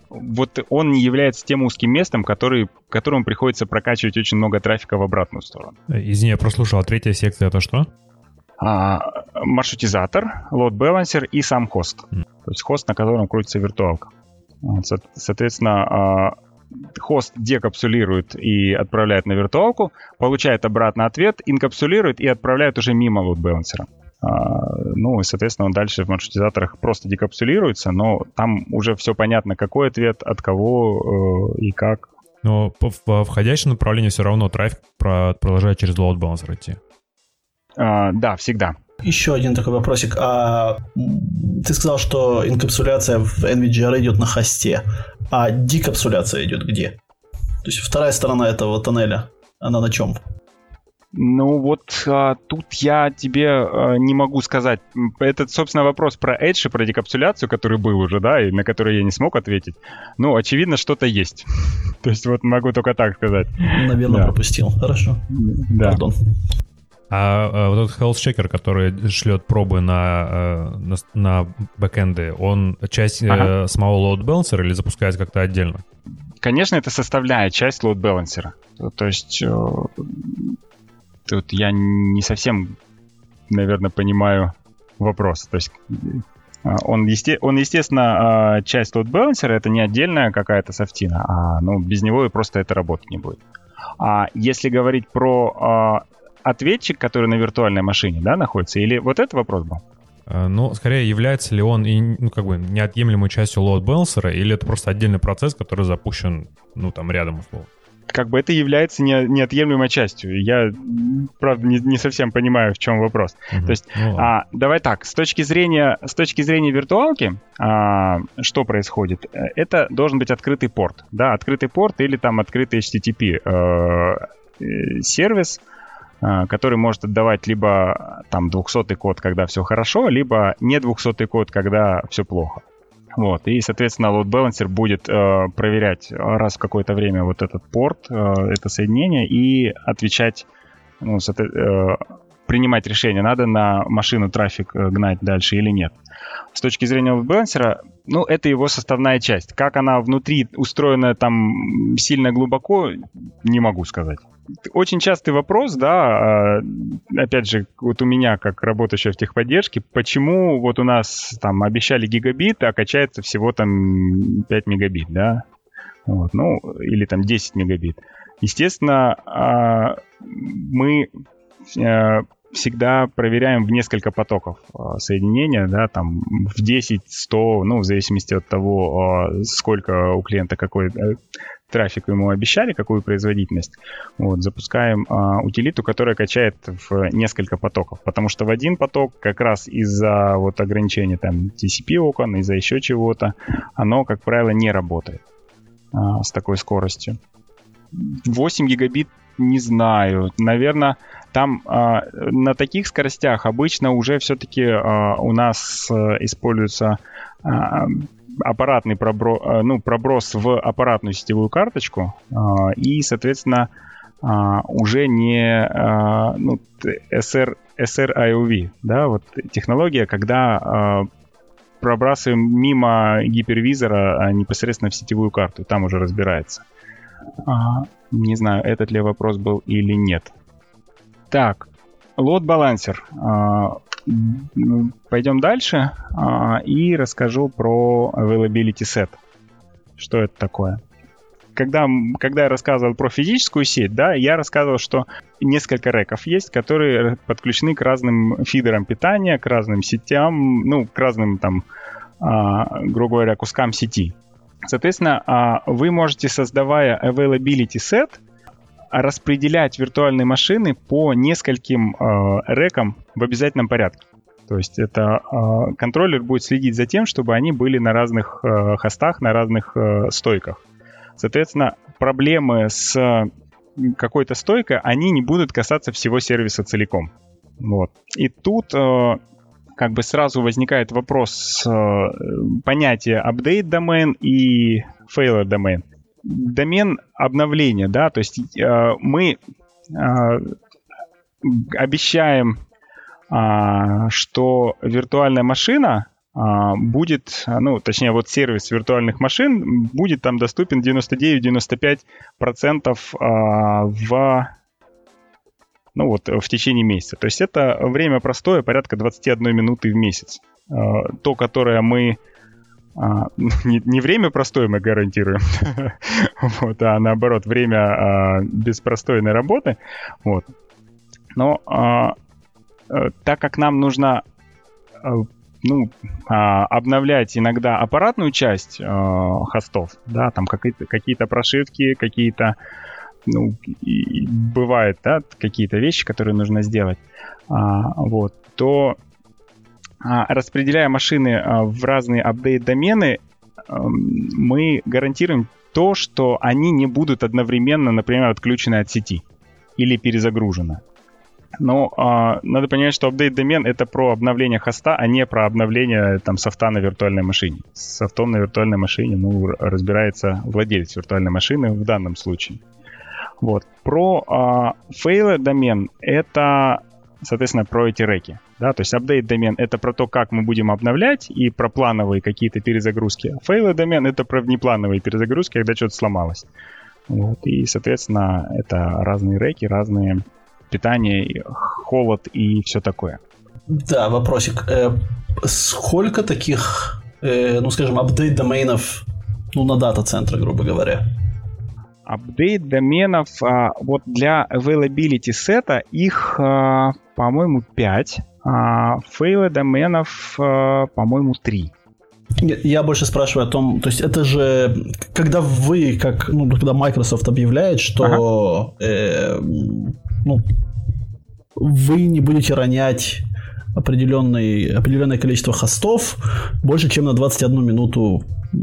вот он не является тем узким местом, который, которому приходится прокачивать очень много трафика в обратную сторону. Извини, я прослушал. А третья секция — это что? А, маршрутизатор, load balancer и сам хост. Mm. То есть хост, на котором крутится виртуалка. Вот, соответственно, хост декапсулирует и отправляет на виртуалку, получает обратно ответ, инкапсулирует и отправляет уже мимо load balancer. Ну и, соответственно, он дальше в маршрутизаторах просто декапсулируется, но там уже все понятно, какой ответ, от кого э, и как. Но в входящем направлении все равно трафик продолжает через load balancer идти. А, да, всегда. Еще один такой вопросик. А ты сказал, что инкапсуляция в эн ви джи ар идет на хосте, а декапсуляция идет где? То есть вторая сторона этого тоннеля, она на чем? Ну вот а, тут я тебе а, не могу сказать. Это, собственно, вопрос про Edge и про декапсуляцию, который был уже, да, и на который я не смог ответить. Ну, очевидно, что-то есть. То есть вот могу только так сказать. Наверное, да. Пропустил. Хорошо. Да. Пардон. А, а вот этот health checker, который шлет пробы на, на, на бэкэнды, он часть ага. э, самого load balancer или запускается как-то отдельно? Конечно, это составляет часть load balancer. То есть... Тут я не совсем, наверное, понимаю вопрос. То есть он, есте... он естественно, часть load balancer, это не отдельная какая-то софтина, а ну, без него и просто это работать не будет. А если говорить про а, ответчик, который на виртуальной машине, да, находится, или вот этот вопрос был? Ну, скорее, является ли он и, ну, как бы неотъемлемой частью load balancer, или это просто отдельный процесс, который запущен, ну, там, рядом, условно? Как бы это является не, неотъемлемой частью. Я, правда, не, не совсем понимаю, в чем вопрос. Uh-huh. То есть, oh. а, давай так, с точки зрения, с точки зрения виртуалки, а, что происходит? Это должен быть открытый порт. Да, открытый порт или там открытый эйч ти ти пи э, сервис, э, который может отдавать либо там двухсотый код, когда все хорошо, либо не двухсотый код, когда все плохо. Вот, и, соответственно, load balancer будет э, проверять раз в какое-то время вот этот порт, э, это соединение, и отвечать, ну, э, принимать решение, надо на машину трафик гнать дальше или нет. С точки зрения load balancer, ну, это его составная часть. Как она внутри устроена там сильно глубоко, не могу сказать. Очень частый вопрос, да, опять же, вот у меня, как работающего в техподдержке, почему вот у нас там обещали гигабит, а качается всего там пять мегабит, да, вот, ну, или там десять мегабит. Естественно, мы всегда проверяем в несколько потоков соединения, да, там в десять, сто, ну, в зависимости от того, сколько у клиента какой трафик ему обещали, какую производительность. Вот, запускаем а, утилиту, которая качает в несколько потоков, потому что в один поток как раз из-за вот ограничения там ти си пи окон, из-за еще чего-то, оно, как правило, не работает а, с такой скоростью. восемь гигабит не знаю. Наверное, там а, на таких скоростях обычно уже все-таки а, у нас а, используется а, аппаратный проброс, ну, проброс в аппаратную сетевую карточку а, и, соответственно, а, уже не а, ну, эс эр, эс эр ай о ви, да, вот технология, когда а, пробрасываем мимо гипервизора а непосредственно в сетевую карту, там уже разбирается. А, не знаю, этот ли вопрос был или нет. Так, load balancer. А, пойдем дальше а, и расскажу про availability set. Что это такое? Когда, когда я рассказывал про физическую сеть, да, я рассказывал, что несколько реков есть, которые подключены к разным фидерам питания, к разным сетям, ну, к разным там, а, грубо говоря, кускам сети. Соответственно, а, вы можете, создавая availability set, распределять виртуальные машины по нескольким э, рекам в обязательном порядке. То есть это э, контроллер будет следить за тем, чтобы они были на разных э, хостах, на разных э, стойках. Соответственно, проблемы с какой-то стойкой, они не будут касаться всего сервиса целиком. Вот. И тут э, как бы сразу возникает вопрос э, понятия update domain и failure domain. Домен обновления, да, то есть э, мы э, обещаем, э, что виртуальная машина, э, будет, ну, точнее, вот сервис виртуальных машин будет там доступен девяносто девять - девяносто пять процентов в, ну, вот, в течение месяца. То есть это время простое, порядка двадцать одна минуты в месяц. То, которое мы... Не, не время простое мы гарантируем, вот, а наоборот, время беспростойной работы. Вот. Но так как нам нужно... ну, а, обновлять иногда аппаратную часть а, хостов, да, там какие-то, какие-то прошивки, какие-то, ну, и, бывают, да, какие-то вещи, которые нужно сделать, а, вот, то а, распределяя машины а, в разные апдейт-домены, а, мы гарантируем то, что они не будут одновременно, например, отключены от сети или перезагружены. Но а, надо понимать, что апдейт-домен — это про обновление хоста, а не про обновление там, софта на виртуальной машине. С софтом на виртуальной машине ну, разбирается владелец виртуальной машины в данном случае. Вот. Про а, failure-домен — это, соответственно, про эти реки. Да? То есть апдейт-домен — это про то, как мы будем обновлять, и про плановые какие-то перезагрузки. А failure-домен — это про внеплановые перезагрузки, когда что-то сломалось. Вот. И, соответственно, это разные реки, разные... питание, холод и все такое. Да, вопросик. Э, сколько таких, э, ну, скажем, апдейт-доменов, ну, на дата-центре, грубо говоря? Апдейт-доменов, а, вот для availability сета их, а, по-моему, пять, а failure-доменов, а, по-моему, три. Я больше спрашиваю о том, то есть это же, когда вы, как, ну, когда Microsoft объявляет, что ага. э, ну, вы не будете ронять определенное, определенное количество хостов больше, чем на двадцать одну минуту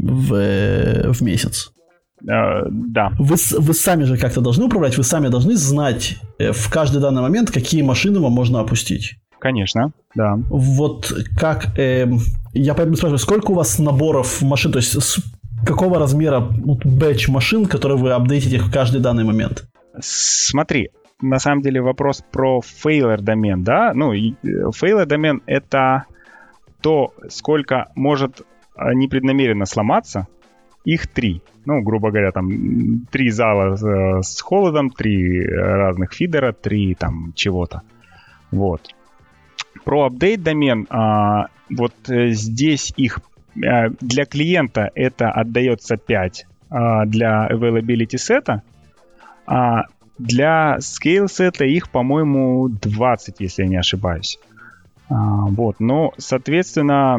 в, в месяц. Uh, да. Вы, вы сами же как-то должны управлять, вы сами должны знать в каждый данный момент, какие машины вам можно опустить. Конечно, да. Вот как... Э, я поэтому спрашиваю, сколько у вас наборов машин, то есть с какого размера вот, бэч машин, которые вы апдейтите в каждый данный момент? Смотри, на самом деле вопрос про failure домен, да? Ну, failure домен — это то, сколько может непреднамеренно сломаться. Их три. Ну, грубо говоря, там три зала с холодом, три разных фидера, три там чего-то. Вот. Про апдейт домен, а, вот здесь их а, для клиента это отдается пять а, для availability сета, а для scale сета их, по-моему, двадцать, если я не ошибаюсь. А, вот, но, соответственно,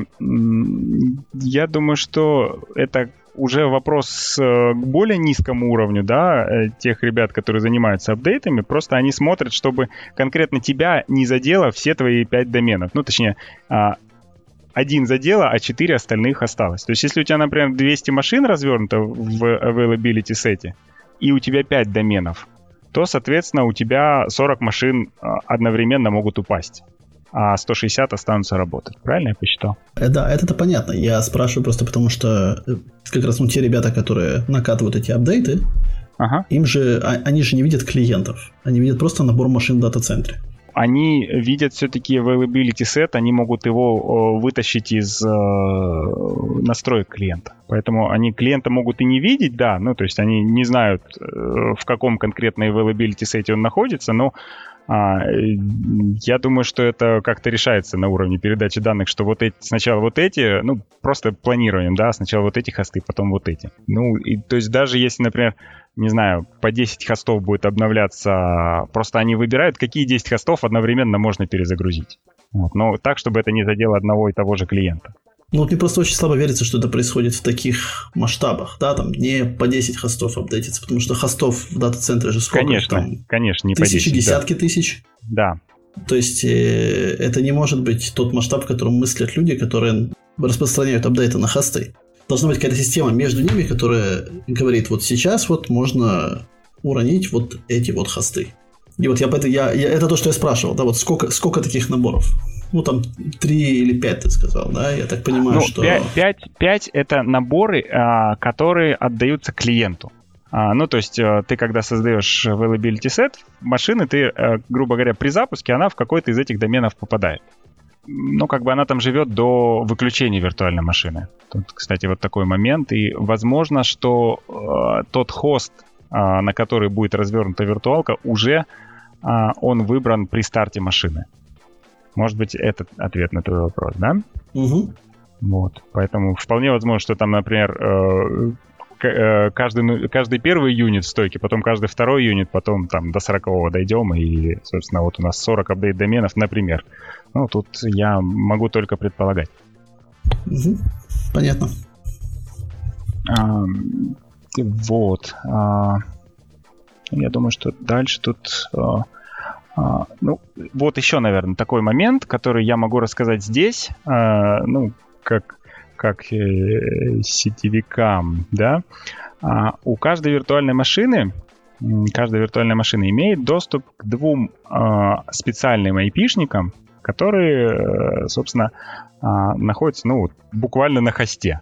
я думаю, что это уже вопрос к более низкому уровню, да, тех ребят, которые занимаются апдейтами, просто они смотрят, чтобы конкретно тебя не задело все твои пять доменов. Ну, точнее, один задело, а четыре остальных осталось. То есть, если у тебя, например, двести машин развернуто в availability сете, и у тебя пять доменов, то, соответственно, у тебя сорок машин одновременно могут упасть, а сто шестьдесят останутся работать. Правильно я посчитал? Да, это-то понятно. Я спрашиваю просто потому, что как раз ну, те ребята, которые накатывают эти апдейты, ага. им же, они же не видят клиентов. Они видят просто набор машин в дата-центре. Они видят все-таки availability set, они могут его вытащить из э, настроек клиента. Поэтому они клиента могут и не видеть, да, ну, то есть они не знают, э, в каком конкретно availability set он находится, но А, я думаю, что это как-то решается на уровне передачи данных, что вот эти, сначала вот эти, ну, просто планируем, да, сначала вот эти хосты, потом вот эти. Ну, и, то есть даже если, например, не знаю, по десять хостов будет обновляться, просто они выбирают, какие десять хостов одновременно можно перезагрузить. Вот, но так, чтобы это не задело одного и того же клиента. Ну, вот мне просто очень слабо верится, что это происходит в таких масштабах, да, там не по десять хостов апдейтится, потому что хостов в дата-центре же сколько? Конечно, там, конечно, не тысячи, по десять. десятки да. тысяч? Да. То есть э, это не может быть тот масштаб, в котором мыслят люди, которые распространяют апдейты на хосты. Должна быть какая-то система между ними, которая говорит, вот сейчас вот можно уронить вот эти вот хосты. И вот я, это, я, я, это то, что я спрашивал, да, вот сколько, сколько таких наборов? Ну, там, три или пять, ты сказал, да? Я так понимаю, ну, что... пять это наборы, а, которые отдаются клиенту. А, ну, то есть, а, ты, когда создаешь availability set машины, ты, а, грубо говоря, при запуске она в какой-то из этих доменов попадает. ну, как бы она там живет до выключения виртуальной машины. Тут, кстати, вот такой момент. И возможно, что э, тот хост, э, на который будет развернута виртуалка, уже э, он выбран при старте машины. Может быть, это ответ на твой вопрос, да? Угу. Вот. Поэтому вполне возможно, что там, например, э, к- э, каждый, каждый первый юнит в стойке, потом каждый второй юнит, потом там до сорокового дойдем, и, собственно, вот у нас сорок апдейт-доменов, например. Ну, тут я могу только предполагать. Угу. Понятно. А, вот. А, я думаю, что дальше тут... А, а, ну, вот еще, наверное, такой момент, который я могу рассказать здесь, а, ну, как, как э, сетевикам, да. А, у каждой виртуальной машины, каждая виртуальная машина имеет доступ к двум а, специальным айпишникам, которые, собственно, находятся, ну, буквально на хосте.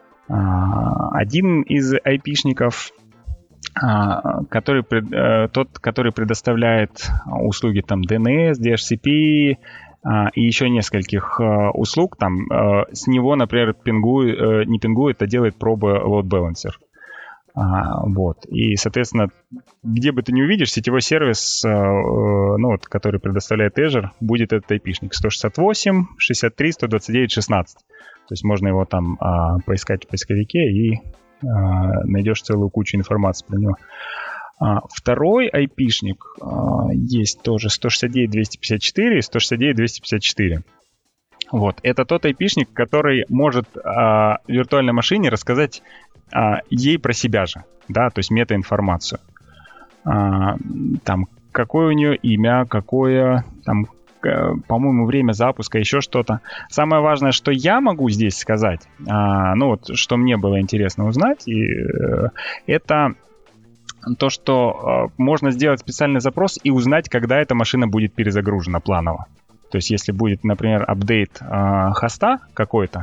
Один из айпишников, который, тот, который предоставляет услуги там ди эн эс, ди эйч си пи и еще нескольких услуг, там с него, например, пингует, не пингует, а делает пробы load balancer. А, вот. И, соответственно, где бы ты ни увидишь, сетевой сервис, э, ну, вот, который предоставляет Azure, будет этот айпишник сто шестьдесят восемь, шестьдесят три, сто двадцать девять, шестнадцать. То есть можно его там э, поискать в поисковике и э, найдешь целую кучу информации про него. А, второй айпишник э, есть тоже сто шестьдесят девять, двести пятьдесят четыре и сто шестьдесят девять, двести пятьдесят четыре. Вот. Это тот айпишник, который может э, виртуальной машине рассказать а, ей про себя же, да, то есть метаинформацию. А, там, какое у нее имя, какое, там, к, по-моему, время запуска, еще что-то. Самое важное, что я могу здесь сказать, а, ну вот, что мне было интересно узнать, и, э, это то, что э, можно сделать специальный запрос и узнать, когда эта машина будет перезагружена планово. То есть, если будет, например, апдейт э, хоста какой-то,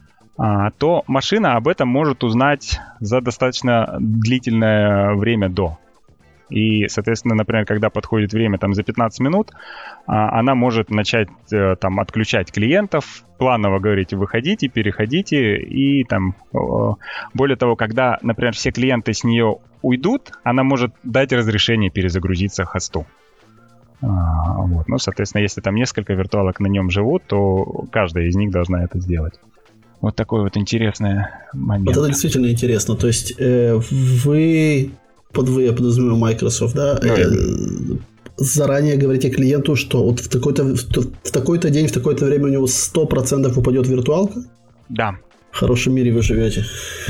то машина об этом может узнать за достаточно длительное время до. И, соответственно, например, когда подходит время там, за пятнадцать минут, она может начать там, отключать клиентов, планово говорить: выходите, переходите. И там, более того, когда, например, все клиенты с нее уйдут, она может дать разрешение перезагрузиться хосту. Вот. Ну, соответственно, если там несколько виртуалок на нем живут, то каждая из них должна это сделать. Вот такой вот интересный момент. Вот это действительно интересно. То есть э, вы, под вы, я подразумеваю Microsoft, да, э, заранее говорите клиенту, что вот в такой-то, в, в такой-то день, в такое-то время у него сто процентов упадет виртуалка? Да. В хорошем мире вы живете.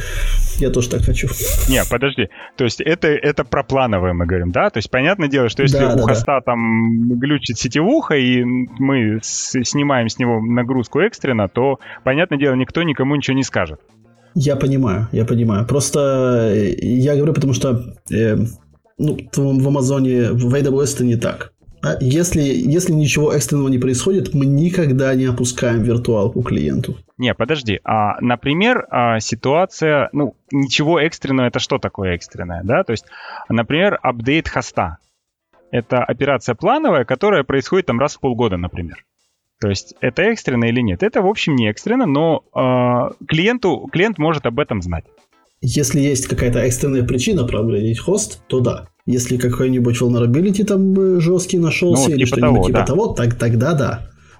Я тоже так хочу. Не, подожди. То есть это, это про плановое мы говорим, да? То есть понятное дело, что если да, у да, хоста да. там глючит сетевуха, и мы с- снимаем с него нагрузку экстренно, то, понятное дело, никто никому ничего не скажет. Я понимаю, я понимаю. Просто я говорю, потому что э, ну, в Амазоне, в эй дабл ю эс это не так. А если, если ничего экстренного не происходит, мы никогда не опускаем виртуалку клиенту. Не, подожди. А, например, а, ситуация, ну, ничего экстренного, это что такое экстренное, да? То есть, например, апдейт хоста. Это операция плановая, которая происходит там раз в полгода, например. То есть, это экстренно или нет? Это, в общем, не экстренно, но а, клиенту, клиент может об этом знать. Если есть какая-то экстренная причина проапгрейдить хост, то да. Если какой-нибудь vulnerability там жесткий нашелся, ну, или типа что-нибудь того, типа да. того, так, тогда да.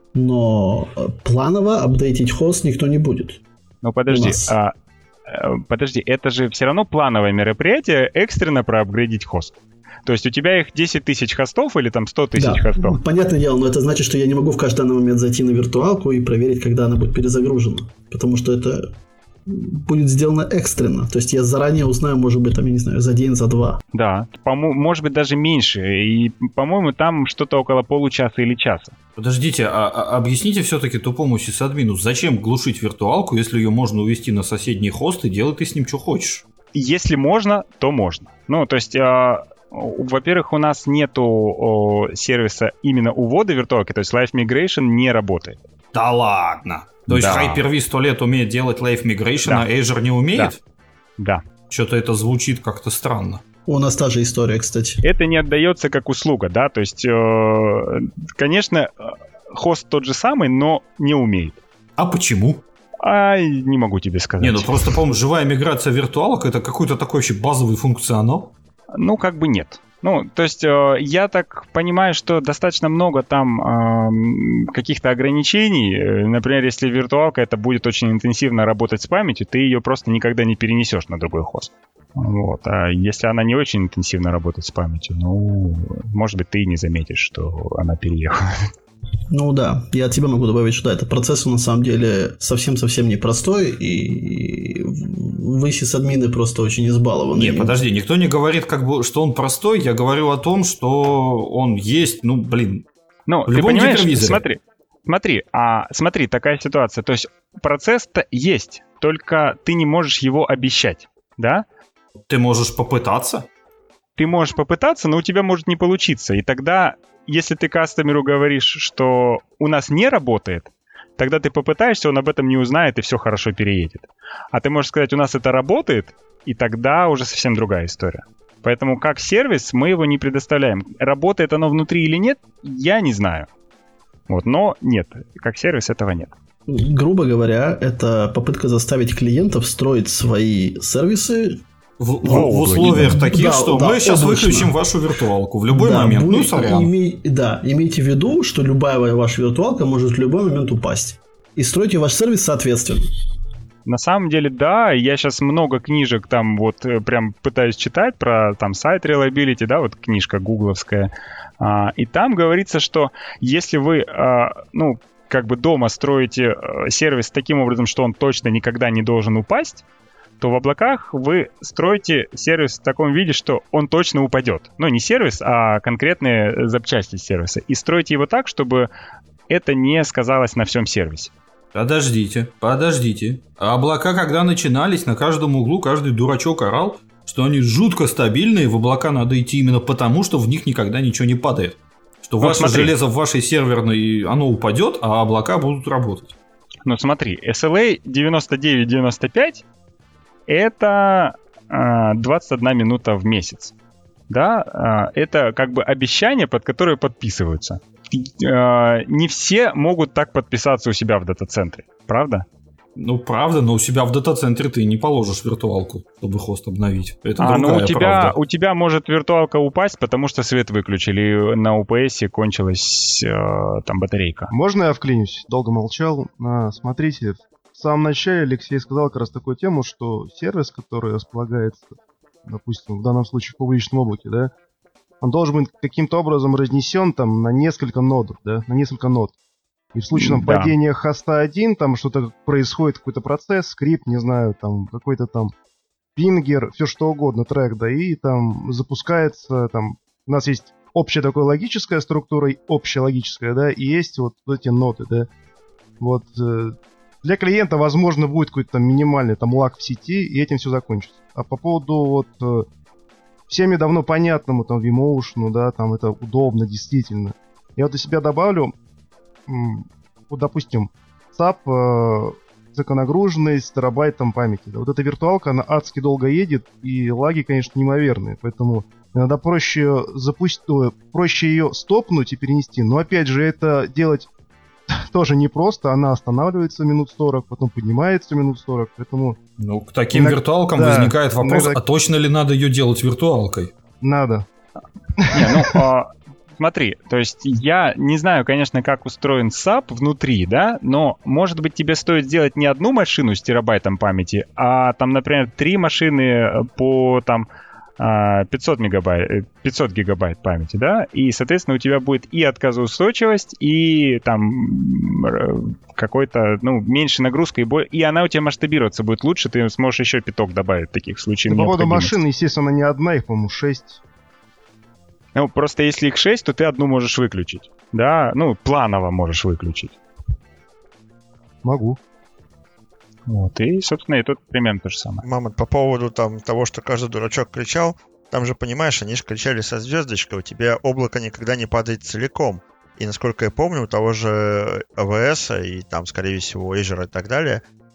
Но планово апдейтить хост никто не будет. Ну, подожди. А, а, подожди, это же все равно плановое мероприятие экстренно проапгрейдить хост. То есть у тебя их десять тысяч хостов или там сто тысяч да, хостов? Понятное дело, но это значит, что я не могу в каждый данный момент зайти на виртуалку и проверить, когда она будет перезагружена. Потому что это будет сделано экстренно. То есть я заранее узнаю, может быть, там, я не знаю, за день, за два. Да, по-моему, может быть, даже меньше. И, по-моему, там что-то около получаса или часа. Подождите, а, а объясните все-таки тупому сисадмину, зачем глушить виртуалку, если ее можно увести на соседний хост и делай ты с ним что хочешь? Если можно, то можно. Ну, то есть... А... Во-первых, у нас нету о, сервиса именно увода виртуалки, то есть Live Migration не работает. Да ладно? То есть да. Hyper-V сто лет умеет делать Live Migration, да. а Azure не умеет? Да. да. Что-то это звучит как-то странно. У нас та же история, кстати. Это не отдается как услуга, да, то есть, э, конечно, хост тот же самый, но не умеет. А почему? А не могу тебе сказать. Не, ну просто, по-моему, живая миграция виртуалок — это какой-то такой вообще базовый функционал. Ну, как бы нет. Ну, то есть э, я так понимаю, что достаточно много там э, каких-то ограничений. Например, если виртуалка это будет очень интенсивно работать с памятью, ты ее просто никогда не перенесешь на другой хост. Вот. А если она не очень интенсивно работает с памятью, ну, может быть, ты и не заметишь, что она переехала. Ну да, я от тебя могу добавить, что да, этот процесс на самом деле совсем-совсем непростой, и вы сисадмины просто очень избалованы. Не, подожди, никто не говорит, как бы, что он простой, я говорю о том, что он есть, ну, блин, ну, в любом ты понимаешь, гипервизоре. Смотри, смотри, а, смотри, такая ситуация, то есть процесс-то есть, только ты не можешь его обещать, да? Ты можешь попытаться? Ты можешь попытаться, но у тебя может не получиться, и тогда... Если ты кастомеру говоришь, что у нас не работает, тогда ты попытаешься, он об этом не узнает и все хорошо переедет. А ты можешь сказать, у нас это работает, и тогда уже совсем другая история. Поэтому как сервис мы его не предоставляем. Работает оно внутри или нет, я не знаю. Вот, но нет, как сервис этого нет. Грубо говоря, это попытка заставить клиентов строить свои сервисы В, в, в условиях таких, да, что да, мы сейчас облачно. выключим вашу виртуалку в любой да, момент. будет, Ну, сорян. Име, да, имейте в виду, что любая ваша виртуалка может в любой момент упасть. И стройте ваш сервис соответственно. На самом деле, да, я сейчас много книжек там вот прям пытаюсь читать про там сайт Reliability, да, вот книжка гугловская. А, и там говорится, что если вы, а, ну, как бы дома строите сервис таким образом, что он точно никогда не должен упасть, то в облаках вы строите сервис в таком виде, что он точно упадет. Ну, не сервис, а конкретные запчасти сервиса. И строите его так, чтобы это не сказалось на всем сервисе. Подождите, подождите. А облака, когда начинались, на каждом углу каждый дурачок орал, что они жутко стабильные, в облака надо идти именно потому, что в них никогда ничего не падает. Что ну, ваше смотри. железо в вашей серверной, оно упадет, а облака будут работать. Ну, смотри, эс эл эй девяносто девять девяносто пять это э, двадцать одна минута в месяц. Да, э, это как бы обещание, под которое подписываются. Э, не все могут так подписаться у себя в дата-центре, правда? Ну, правда, но у себя в дата-центре ты не положишь виртуалку, чтобы хост обновить. Это а, другая ну у тебя, правда. у тебя может виртуалка упасть, потому что свет выключили, и на ю пи эс кончилась э, там батарейка. Можно я вклинюсь? Долго молчал. А, смотрите, в самом начале Алексей сказал как раз такую тему, что сервис, который располагается, допустим, в данном случае в публичном облаке, да, он должен быть каким-то образом разнесен там на несколько нодов, да, на несколько нод. И в случае там, да. падения хоста один, там что-то происходит, какой-то процесс, скрипт, не знаю, там какой-то там пингер, все что угодно, трек, да, и там запускается, там, у нас есть общая такая логическая структура, общая логическая, да, и есть вот эти ноды, да. Вот э, для клиента, возможно, будет какой-то там минимальный там лаг в сети, и этим все закончится. А по поводу вот э, всеми давно понятному там vMotion, да, там это удобно, действительно. Я вот для себя добавлю, вот, допустим, сап э, законагруженный с терабайтом памяти. Да, вот эта виртуалка, она адски долго едет, и лаги, конечно, неимоверные. Поэтому иногда проще запустить, проще ее стопнуть и перенести. Но опять же, это делать тоже непросто. Она останавливается минут сорок, потом поднимается минут сорок. Поэтому... Ну, к таким иногда... виртуалкам да, возникает вопрос, иногда... а точно ли надо ее делать виртуалкой? Надо. Не, ну, а... Смотри, то есть я не знаю, конечно, как устроен сап внутри, да, но, может быть, тебе стоит сделать не одну машину с терабайтом памяти, а там, например, три машины по там пятьсот мегабайт, пятьсот гигабайт памяти, да, и, соответственно, у тебя будет и отказоустойчивость, и там какой-то, ну, меньше нагрузка, и, бо... и она у тебя масштабироваться будет лучше, ты сможешь еще пяток добавить таких случаев. По поводу машин, естественно, не одна, их, по-моему, шесть. Ну, просто если их шесть, то ты одну можешь выключить. Да, ну, планово можешь выключить. Могу. Вот, и, собственно, и тут примерно то же самое. Мамонт, по поводу там того, что каждый дурачок кричал, там же, понимаешь, они же кричали со звездочкой, у тебя облако никогда не падает целиком. И, насколько я помню, у того же эй ви эс и там, скорее всего, Azure и так далее,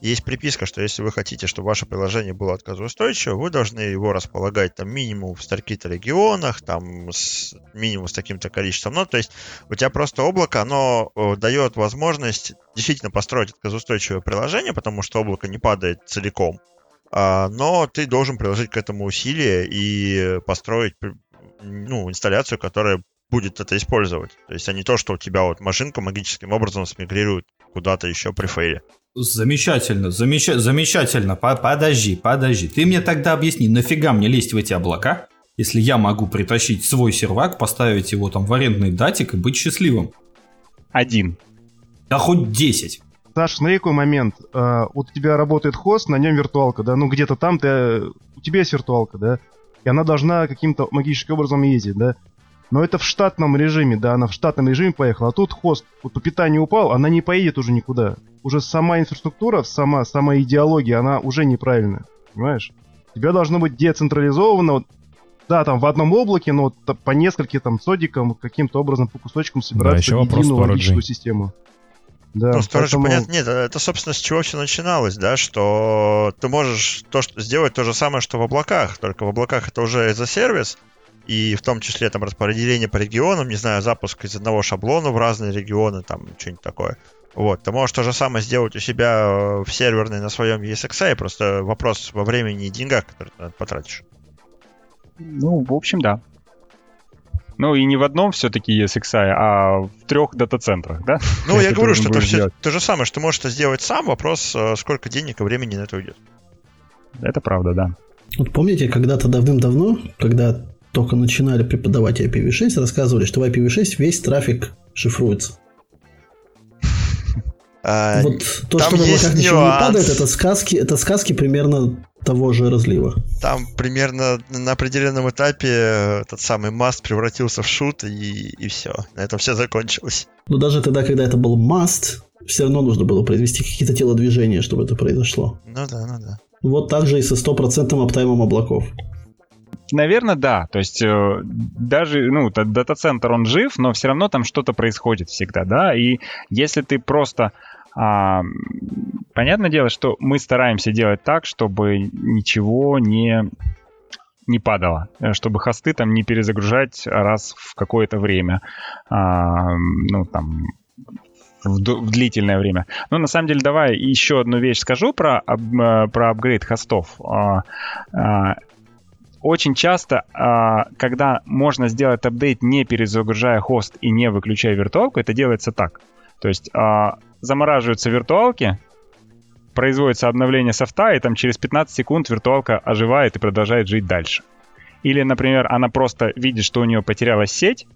есть приписка, что если вы хотите, чтобы ваше приложение было отказоустойчиво, вы должны его располагать там минимум в стольких-то регионах, там с, минимум с таким-то количеством нод. То есть у тебя просто облако, оно дает возможность действительно построить отказоустойчивое приложение, потому что облако не падает целиком, а, но ты должен приложить к этому усилия и построить ну, инсталляцию, которая будет это использовать. То есть, а не то, что у тебя вот машинка магическим образом смигрирует куда-то еще при фейле. Замечательно, замеча- замечательно. Подожди, подожди. Ты мне тогда объясни, нафига мне лезть в эти облака, если я могу притащить свой сервак, поставить его там в арендный датик и быть счастливым? Один. Да хоть десять. Саш, смотри, какой момент. А, вот у тебя работает хост, на нем виртуалка, да? Ну, где-то там ты, у тебя есть виртуалка, да? И она должна каким-то магическим образом ездить, да? Но это в штатном режиме, да, она в штатном режиме поехала. А тут хост вот по питанию упал, она не поедет уже никуда. Уже сама инфраструктура, сама, сама идеология, она уже неправильная, понимаешь? У тебя должно быть децентрализовано, вот, да, там в одном облаке, но вот, по нескольким там содикам, каким-то образом по кусочкам собираться да, в единую логическую систему. Да, ну, поэтому... понятно. Нет, это, собственно, с чего все начиналось, да, что ты можешь то, что, сделать то же самое, что в облаках, только в облаках это уже as a сервис, и в том числе там распределение по регионам, не знаю, запуск из одного шаблона в разные регионы, там что-нибудь такое. Вот, ты можешь то же самое сделать у себя в серверной на своем и эс икс ай, просто вопрос во времени и деньгах, которые ты потратишь. Ну, в общем, да. Ну, и не в одном все-таки и эс икс ай, а в трех дата-центрах, да? Ну, я говорю, что это все то же самое, что ты можешь это сделать сам, вопрос, сколько денег и времени на это уйдет. Это правда, да. Вот помните, когда-то давным-давно, когда только начинали преподавать ай пи ви шесть, рассказывали, что в ай пи ви шесть весь трафик шифруется. А, вот то, что в облаках ничего не падает, это сказки, это сказки примерно того же разлива. Там примерно на определенном этапе этот самый must превратился в шут, и, и все. На этом все закончилось. Но даже тогда, когда это был must, все равно нужно было произвести какие-то телодвижения, чтобы это произошло. Ну да, ну да. Вот так же и со стопроцентным аптаймом облаков. Наверное, да. То есть э, даже, ну, дата-центр, он жив, но все равно там что-то происходит всегда, да. И если ты просто... А, понятное дело, что мы стараемся делать так, чтобы ничего не, не падало, чтобы хосты там не перезагружать раз в какое-то время, а, ну, там... В, в длительное время. Но на самом деле давай еще одну вещь скажу про, про апгрейд хостов. Очень часто, когда можно сделать апдейт, не перезагружая хост и не выключая виртуалку, это делается так. То есть замораживаются виртуалки, производится обновление софта, и там через пятнадцать секунд виртуалка оживает и продолжает жить дальше. Или, например, она просто видит, что у нее потерялась сеть,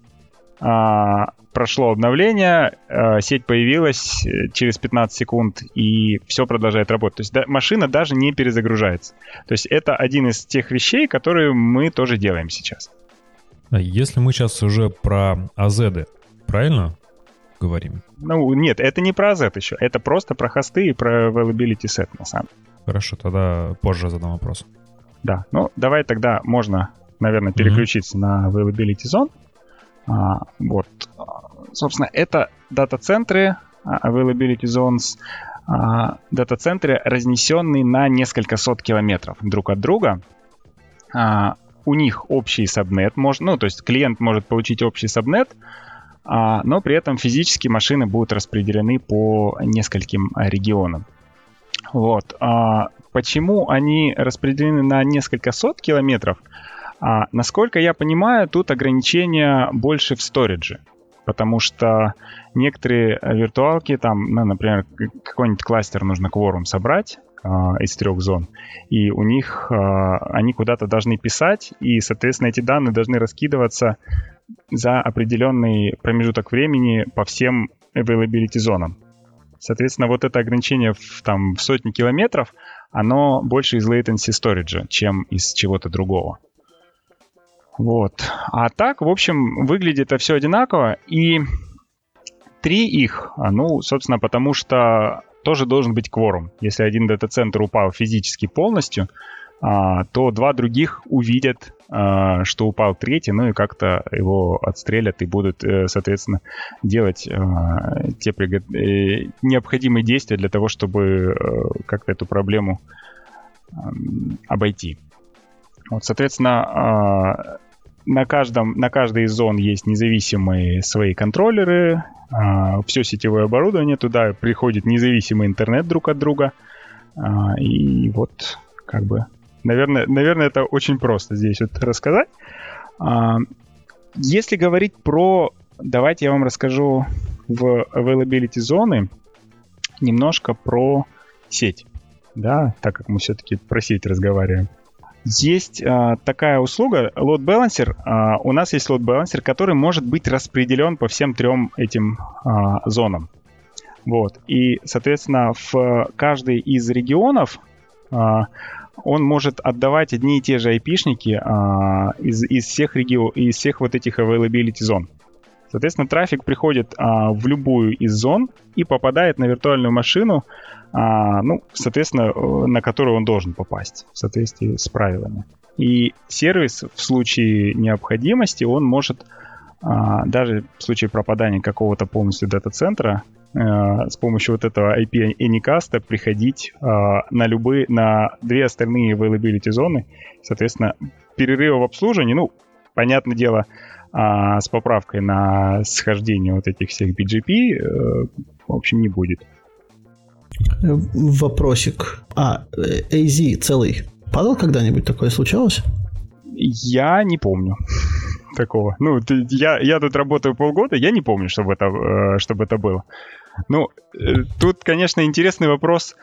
прошло обновление, сеть появилась через пятнадцать секунд, и все продолжает работать. То есть да, машина даже не перезагружается. То есть это один из тех вещей, которые мы тоже делаем сейчас. Если мы сейчас уже про АЗ, правильно говорим? Ну, нет, это не про эй зет еще. Это просто про хосты и про availability set, на самом деле. Хорошо, тогда позже задам вопрос. Да, ну давай тогда можно, наверное, переключиться mm-hmm. на availability zone. А, вот, собственно, это дата-центры, availability zones, а, дата-центры, разнесенные на несколько сот километров друг от друга. А, у них общий сабнет, может, ну, то есть клиент может получить общий сабнет, а, но при этом физически машины будут распределены по нескольким регионам. Вот. А, почему они распределены на несколько сот километров? А, насколько я понимаю, тут ограничения больше в сторидже, потому что некоторые виртуалки, там, ну, например, какой-нибудь кластер нужно кворум собрать а, из трех зон, и у них а, они куда-то должны писать, и, соответственно, эти данные должны раскидываться за определенный промежуток времени по всем availability зонам. Соответственно, вот это ограничение в, там, в сотни километров, оно больше из latency storage, чем из чего-то другого. Вот. А так, в общем, выглядит это все одинаково. И три их, ну, собственно, потому что тоже должен быть кворум. Если один дата-центр упал физически полностью, а, то два других увидят, а, что упал третий, ну и как-то его отстрелят и будут, соответственно, делать а, те пригод... необходимые действия для того, чтобы а, как-то эту проблему а, обойти. Вот, соответственно, а, на каждом, на каждой из зон есть независимые свои контроллеры, а, все сетевое оборудование, туда приходит независимый интернет друг от друга, а, и вот как бы... Наверное, наверное, это очень просто здесь вот рассказать. Если говорить про... Давайте я вам расскажу в availability зоны немножко про сеть. Да, так как мы все-таки про сеть разговариваем. Есть а, такая услуга, load balancer. А, у нас есть load balancer, который может быть распределен по всем трем этим а, зонам. Вот. И, соответственно, в каждой из регионов... А, он может отдавать одни и те же айпишники а, из, из, всех регион, из всех вот этих availability зон. Соответственно, трафик приходит а, в любую из зон и попадает на виртуальную машину, а, ну, соответственно, на которую он должен попасть в соответствии с правилами. И сервис в случае необходимости, он может, а, даже в случае пропадания какого-то полностью дата-центра, с помощью вот этого ай пи Anycast приходить э, на любые, на две остальные availability зоны. Соответственно, перерыва в обслуживании, ну, понятное дело, э, с поправкой на схождение вот этих всех би джи пи, э, в общем, не будет. Вопросик. А, эй зет целый падал когда-нибудь? Такое случалось? Я не помню такого. Ну, ты, я, я тут работаю полгода, я не помню, чтобы это, чтобы это было. Ну, тут, конечно, интересный вопрос.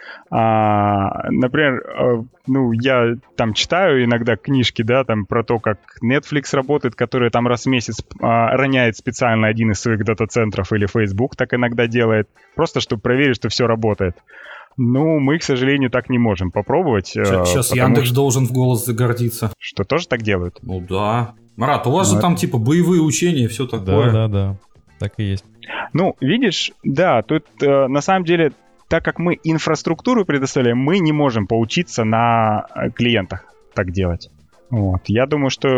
А, например, а, ну, я там читаю иногда книжки, да, там про то, как Netflix работает, который там раз в месяц а, роняет специально один из своих дата-центров, или Facebook так иногда делает, просто чтобы проверить, что все работает. Ну, мы, к сожалению, так не можем попробовать. Сейчас Яндекс что... должен в голос загордиться. Что, тоже так делают? Ну да. Марат, у вас ну, же там типа боевые учения и все такое. Да, да, да. Так и есть. Ну, видишь, да, тут э, на самом деле, так как мы инфраструктуру предоставляем, мы не можем поучиться на клиентах так делать. Вот. Я думаю, что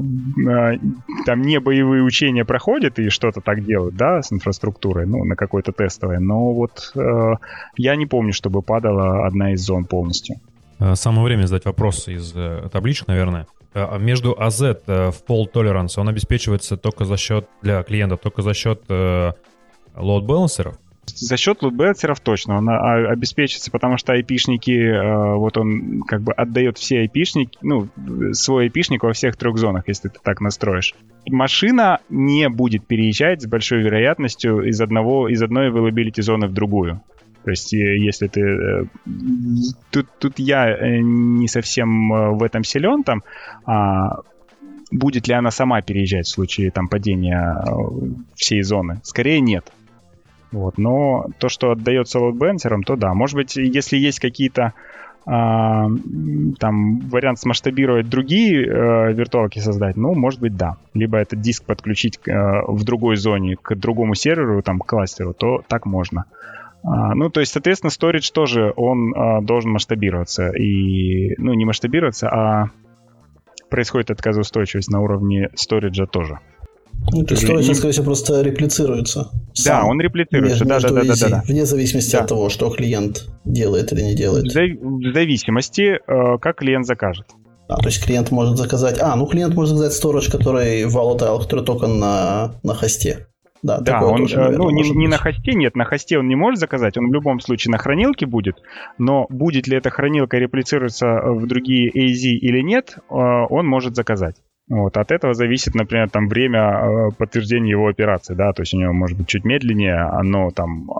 э, там не боевые учения проходят и что-то так делают, да, с инфраструктурой, ну, на какой-то тестовой. Но вот э, я не помню, чтобы падала одна из зон полностью. Самое время задать вопрос из э, табличек, наверное. Между эй зет в fault tolerance он обеспечивается только за счет, для клиентов, только за счет э, load balancer'ов? За счет load balancer'ов точно. Он обеспечится, потому что айпишники, э, вот он как бы отдает все айпишники, ну, свой айпишник во всех трех зонах, если ты так настроишь. Машина не будет переезжать с большой вероятностью из, одного, из одной availability зоны в другую. То есть, если ты... Тут, тут я не совсем в этом силен, там, а будет ли она сама переезжать в случае там, падения всей зоны? Скорее нет. Вот. Но то, что отдается load-balancer'ам, то да. Может быть, если есть какие-то а, там вариант смасштабировать другие а, виртуалки создать, ну, может быть, да. Либо этот диск подключить а, в другой зоне к другому серверу, там, к кластеру, то так можно. А, ну, то есть, соответственно, storage тоже, он а, должен масштабироваться. И, ну, не масштабироваться, а происходит отказоустойчивость на уровне сториджа тоже. Ну, то есть storage, скорее всего, просто реплицируется. Да, он реплицируется, да-да-да. Вне зависимости да. от того, что клиент делает или не делает. В зависимости, как клиент закажет. А, то есть клиент может заказать... А, ну, клиент может заказать storage, который volatile, который только на, на хосте. Да, да он, тоже, наверное, ну, не, не на хосте, нет, на хосте он не может заказать, он в любом случае на хранилке будет, но будет ли эта хранилка реплицироваться в другие эй зет или нет, он может заказать. Вот, от этого зависит, например, там время подтверждения его операции, да, то есть у него может быть чуть медленнее, оно там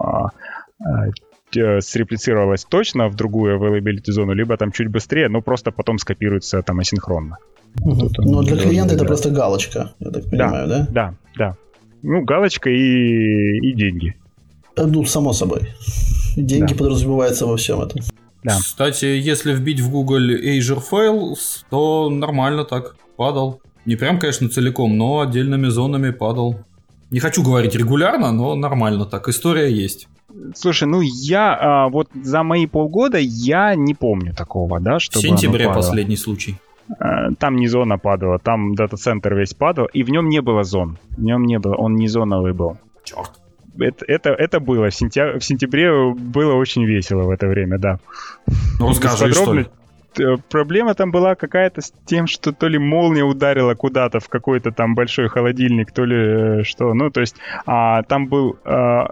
среплицировалось точно в другую availability зону, либо там чуть быстрее, но просто потом скопируется там асинхронно. Угу. Но для клиента это просто галочка, я так понимаю, да? Да, да, да. Ну, галочка и, и деньги. Ну, само собой. Деньги да. подразумеваются во всем этом. Да. Кстати, если вбить в Google Azure Files, то нормально так падал. Не прям, конечно, целиком, но отдельными зонами падал. Не хочу говорить регулярно, но нормально так. История есть. Слушай, ну я а, вот за мои полгода я не помню такого, да, В чтобы сентябре оно падало. последний случай. А, Там не зона падала, там дата-центр весь падал, и в нем не было зон. В нем не было, он не зоновый был. Черт. Это, это, это было. В, сентя... в сентябре было очень весело в это время, да. Ну, расскажи, что ли. Т- Проблема там была какая-то с тем, что то ли молния ударила куда-то в какой-то там большой холодильник, то ли э, что. Ну, то есть а, там был а,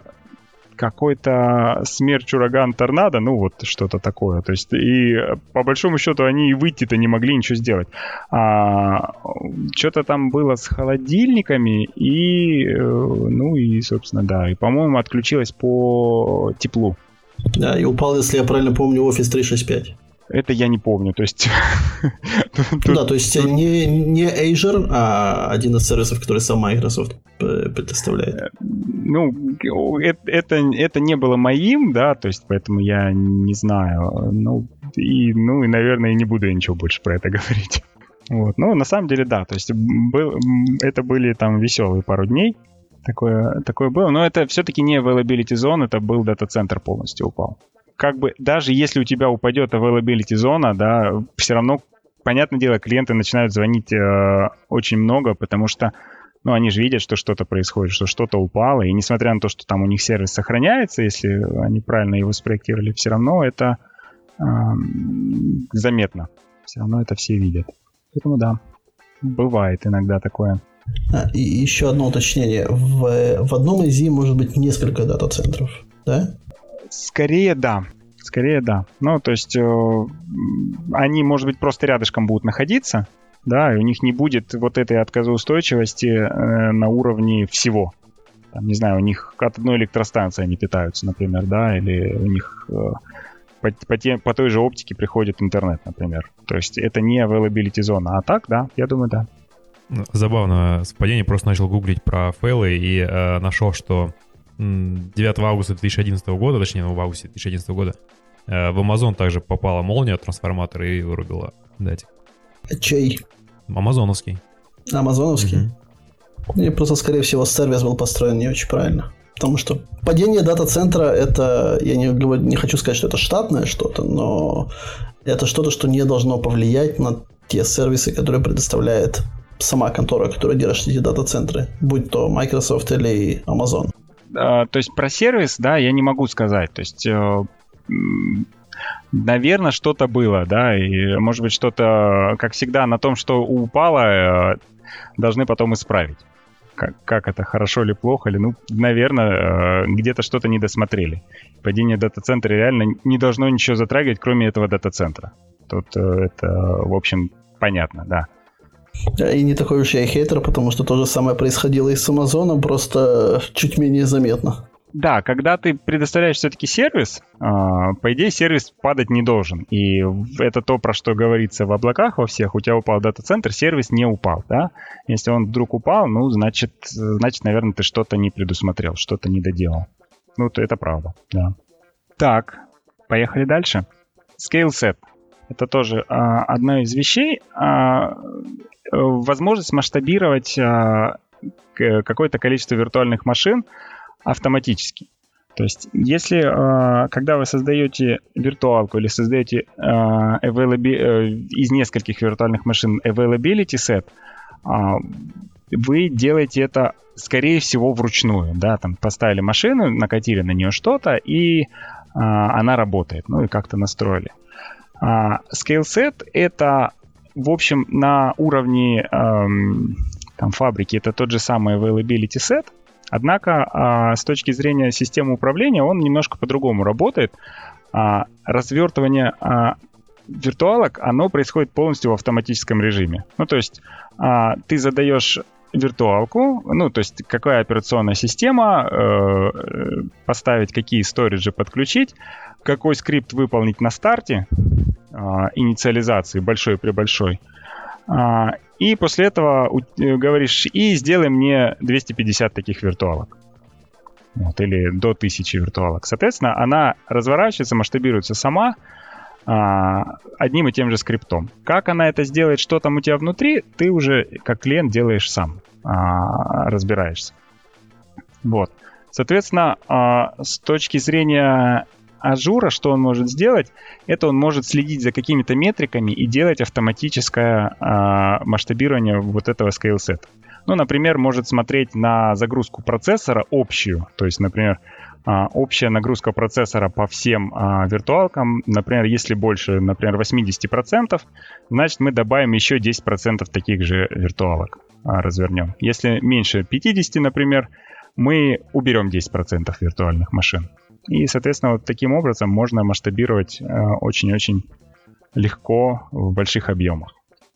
какой-то смерч, ураган, торнадо, ну, вот что-то такое. То есть и э, по большому счету они и выйти-то не могли ничего сделать. А, что-то там было с холодильниками и, э, ну, и, собственно, да. И, по-моему, отключилось по теплу. Да, и упал, если я правильно помню, Office триста шестьдесят пять. Это я не помню, то есть... Ну да, то есть не, не Azure, а один из сервисов, который сам Microsoft п- предоставляет. Ну, это, это, это не было моим, да, то есть поэтому я не знаю. Ну, и, ну, и, наверное, не буду я ничего больше про это говорить. Вот. Ну, на самом деле, да, то есть был, это были там веселые пару дней. Такое, такое было, но это все-таки не availability zone, это был дата-центр полностью упал. Как бы даже если у тебя упадет availability зона, да, все равно, понятное дело, клиенты начинают звонить э, очень много, потому что, ну, они же видят, что что-то происходит, что что-то упало, и несмотря на то, что там у них сервис сохраняется, если они правильно его спроектировали, все равно это э, заметно, все равно это все видят. Поэтому да, бывает иногда такое. А, и еще одно уточнение. В, в одном из них может быть несколько дата-центров, да? Скорее да. Скорее да. Ну, то есть э, они, может быть, просто рядышком будут находиться, да, и у них не будет вот этой отказоустойчивости э, на уровне всего. Там, не знаю, у них от одной электростанции они питаются, например, да, или у них э, по, по, те, по той же оптике приходит интернет, например. То есть это не availability зона. А так, да, я думаю, да. Забавно совпадение, просто начал гуглить про фейлы и э, нашел, что девятого августа две тысячи одиннадцатого года, точнее, в августе две тысячи одиннадцатого года, э, в Amazon также попала молния от трансформатора и вырубила датик. Чей? Амазоновский. Амазоновский? Mm-hmm. И просто, скорее всего, сервис был построен не очень правильно. Потому что падение дата-центра, это, я не, говорю, не хочу сказать, что это штатное что-то, но это что-то, что не должно повлиять на те сервисы, которые предоставляет сама контора, которая держит эти дата-центры, будь то Microsoft или Amazon. Uh, то есть про сервис, да, я не могу сказать. То есть, uh, наверное, что-то было, да, и, может быть, что-то, как всегда, на том, что упало, uh, должны потом исправить. Как, как это, хорошо или плохо, или, ну, наверное, uh, где-то что-то не досмотрели. Падение дата-центра реально не должно ничего затрагивать, кроме этого дата-центра. Тут uh, это, в общем, понятно, да. И не такой уж я и хейтер, потому что то же самое происходило и с Амазоном, просто чуть менее заметно. Да, когда ты предоставляешь все-таки сервис, по идее сервис падать не должен. И это то, про что говорится в облаках во всех. У тебя упал дата-центр, сервис не упал, да? Если он вдруг упал, ну, значит, значит, наверное, ты что-то не предусмотрел, что-то не доделал. Ну, то это правда, да. Так, поехали дальше. ScaleSet. Это тоже а, одна из вещей. А, возможность масштабировать а, какое-то количество виртуальных машин автоматически. То есть, если, а, когда вы создаете виртуалку или создаете а, availabi- из нескольких виртуальных машин availability set, а, вы делаете это, скорее всего, вручную. Да? Там поставили машину, накатили на нее что-то, и а, она работает. Ну и как-то настроили. А, ScaleSet — это, в общем, на уровне эм, там, фабрики это тот же самый availability set, однако а, с точки зрения системы управления он немножко по-другому работает. А, развертывание а, виртуалок, оно происходит полностью в автоматическом режиме. Ну, то есть а, ты задаешь виртуалку, ну, то есть какая операционная система, э, поставить, какие сториджи подключить, какой скрипт выполнить на старте, э, инициализации большой при большой, э, и после этого э, говоришь, и сделай мне двести пятьдесят таких виртуалок. Вот, или до тысячи виртуалок. Соответственно, она разворачивается, масштабируется сама, одним и тем же скриптом. Как она это сделает, что там у тебя внутри, ты уже как клиент делаешь сам, разбираешься. Вот. Соответственно, э, с точки зрения Ажура, что он может сделать, это он может следить за какими-то метриками и делать автоматическое э, масштабирование вот этого скейлсета. Ну, например, может смотреть на загрузку процессора общую, то есть, например, э, общая нагрузка процессора по всем э, виртуалкам, например, если больше, например, восемьдесят процентов, значит, мы добавим еще десять процентов таких же виртуалок, э, развернем. Если меньше пятьдесят, например, мы уберем десять процентов виртуальных машин. И, соответственно, вот таким образом можно масштабировать э, очень-очень легко в больших объемах.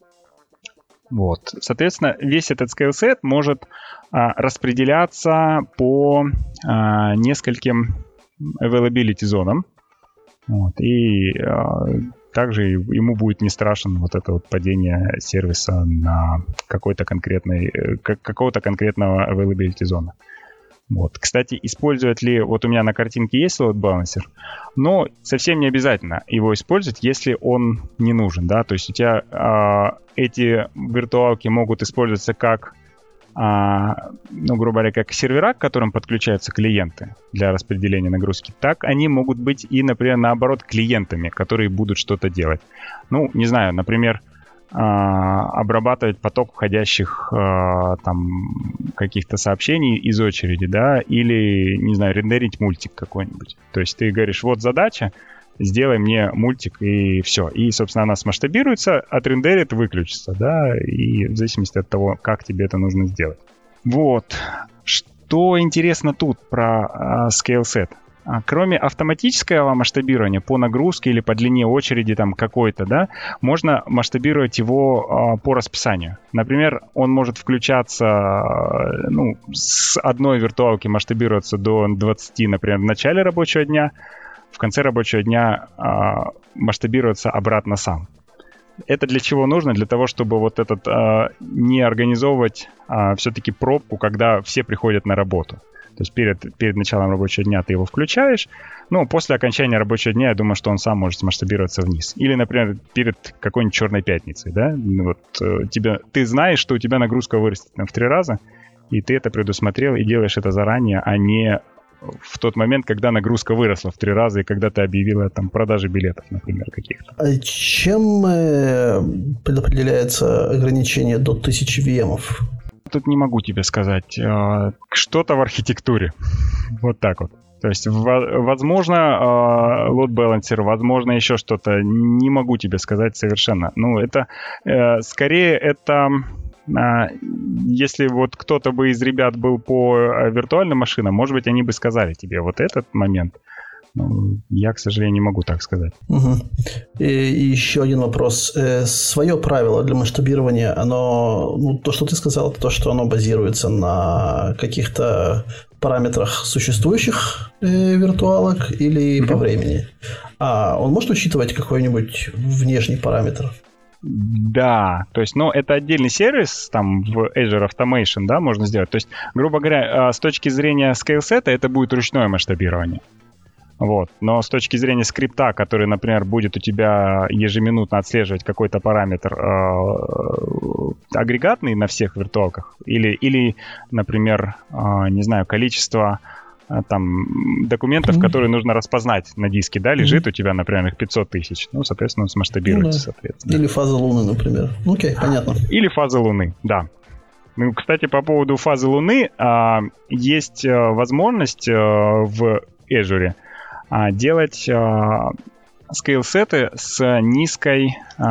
Вот. Соответственно, весь этот скейлсет может э, распределяться по э, нескольким availability зонам. Вот. И э, также ему будет не страшен вот это вот падение сервиса на какой-то конкретной, э, какого-то конкретного availability зоны. Вот. Кстати, использовать ли... Вот у меня на картинке есть load balancer, но совсем не обязательно его использовать, если он не нужен, да. То есть у тебя э, эти виртуалки могут использоваться как, э, ну, грубо говоря, как сервера, к которым подключаются клиенты для распределения нагрузки, так они могут быть и, например, наоборот, клиентами, которые будут что-то делать. Ну, не знаю, например, обрабатывать поток входящих там каких-то сообщений из очереди, да, или, не знаю, рендерить мультик какой-нибудь. То есть ты говоришь, вот задача, сделай мне мультик, и все. И, собственно, она смасштабируется, отрендерит, выключится, да, и в зависимости от того, как тебе это нужно сделать. Вот. Что интересно тут про скейлсет? Кроме автоматического масштабирования по нагрузке или по длине очереди там какой-то, да, можно масштабировать его э, по расписанию. Например, он может включаться, э, ну, с одной виртуалки масштабироваться до двадцати, например, в начале рабочего дня, в конце рабочего дня э, масштабироваться обратно сам. Это для чего нужно? Для того, чтобы вот этот э, не организовывать э, все-таки пробку, когда все приходят на работу. То есть перед, перед началом рабочего дня ты его включаешь, но после окончания рабочего дня я думаю, что он сам может масштабироваться вниз. Или, например, перед какой-нибудь черной пятницей, да, вот э, тебя, ты знаешь, что у тебя нагрузка вырастет там, в три раза, и ты это предусмотрел и делаешь это заранее, а не в тот момент, когда нагрузка выросла в три раза и когда ты объявила там продажи билетов, например, каких-то. А чем э, предопределяется ограничение до тысячи ви эм-ов? Тут не могу тебе сказать. Что-то в архитектуре. Вот так вот. То есть, возможно, load balancer, возможно, еще что-то. Не могу тебе сказать совершенно. Ну, это скорее это... Если вот кто-то бы из ребят был по виртуальным машинам, может быть, они бы сказали тебе вот этот момент. Ну, я, к сожалению, не могу так сказать. Угу. И, и еще один вопрос. Э, свое правило для масштабирования, оно, ну, то, что ты сказал, это то, что оно базируется на каких-то параметрах существующих э, виртуалок или mm-hmm. по времени. А он может учитывать какой-нибудь внешний параметр? Да, то есть, ну, это отдельный сервис, там, в Azure Automation, да, можно сделать. То есть, грубо говоря, с точки зрения скейлсета, это будет ручное масштабирование. Вот. Но с точки зрения скрипта, который, например, будет у тебя ежеминутно отслеживать какой-то параметр э, агрегатный на всех виртуалках, или, или например, э, не знаю, количество э, там, документов, mm-hmm. которые нужно распознать на диске, да, лежит mm-hmm. у тебя, например, их пятьсот тысяч, ну, соответственно, он смасштабируется, ну, да. соответственно. Или фаза Луны, например. Окей, понятно. Или фаза Луны, да. Ну, кстати, по поводу фазы Луны, э, есть э, возможность э, в Azure делать э, скейлсеты с низкой, э,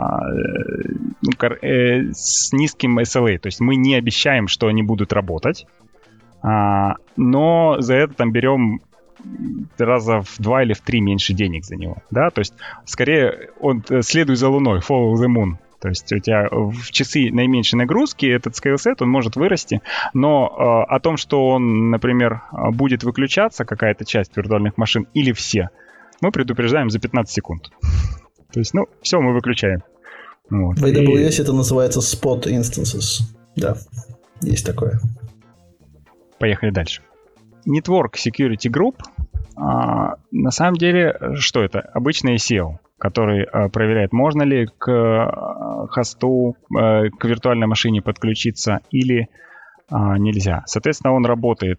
э, с низким эс эл эй. То есть мы не обещаем, что они будут работать, э, но за это там берем раза в два или в три меньше денег за него. Да? То есть скорее он следуй за Луной, follow the moon. То есть у тебя в часы наименьшей нагрузки этот скейлсет, он может вырасти, но э, о том, что он, например, будет выключаться, какая-то часть виртуальных машин, или все, мы предупреждаем за пятнадцать секунд. То есть, ну, все, мы выключаем. Вот. В эй дабл ю эс И... это называется spot instances. Да, есть такое. Поехали дальше. Network Security Group. А, на самом деле, что это? Обычный эй си эл, который а, проверяет, можно ли к а, хосту, а, к виртуальной машине подключиться или а, нельзя. Соответственно, он работает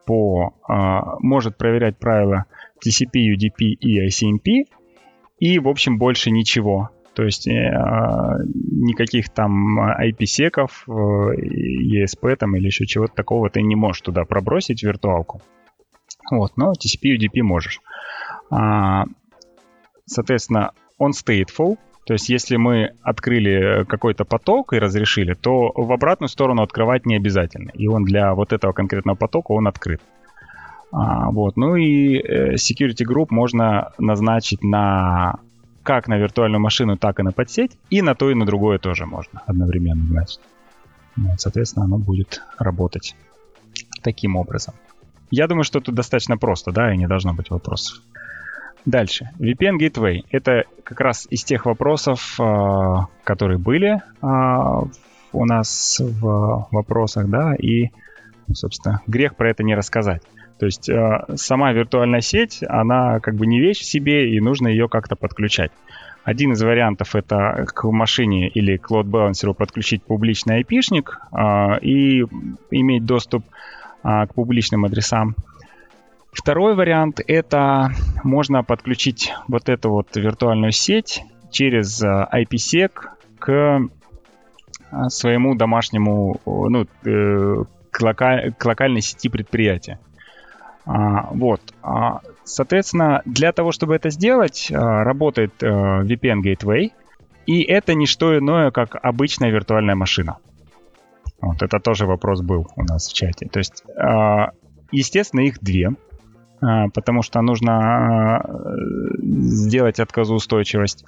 по, а, может проверять правила ти си пи, ю ди пи и ай си эм пи, и, в общем, больше ничего. То есть а, никаких там ай пи-секов, и эс пи там или еще чего-то такого ты не можешь туда пробросить в виртуалку. Вот, но ти си пи, ю ди пи можешь. А, соответственно, он stateful. То есть, если мы открыли какой-то поток и разрешили, то в обратную сторону открывать не обязательно. И он для вот этого конкретного потока, он открыт. А, вот. Ну и security group можно назначить на как на виртуальную машину, так и на подсеть. И на то, и на другое тоже можно одновременно значить. Вот, соответственно, оно будет работать таким образом. Я думаю, что тут достаточно просто, да, и не должно быть вопросов. Дальше. ви пи эн Gateway. Это как раз из тех вопросов, которые были у нас в вопросах, да, и, собственно, грех про это не рассказать. То есть сама виртуальная сеть, она как бы не вещь в себе, и нужно ее как-то подключать. Один из вариантов — это к машине или к лоуд-балансеру подключить публичный айпишник и иметь доступ к публичным адресам. Второй вариант — это можно подключить вот эту вот виртуальную сеть через ай пи-сек к своему домашнему, ну, к, локаль, к локальной сети предприятия. Вот. Соответственно, для того, чтобы это сделать, работает ви пи эн Gateway, и это не что иное, как обычная виртуальная машина. Вот это тоже вопрос был у нас в чате. То есть, естественно, их две. Потому что нужно сделать отказоустойчивость.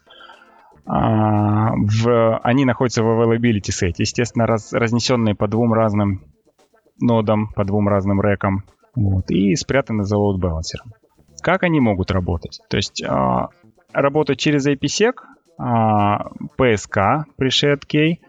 В, они находятся в availability set, естественно, раз, разнесенные по двум разным нодам, по двум разным рэкам, вот, и спрятаны за load балансером. Как они могут работать? То есть работать через ай пи-сек, пи эс кей, Pre-Shared Key,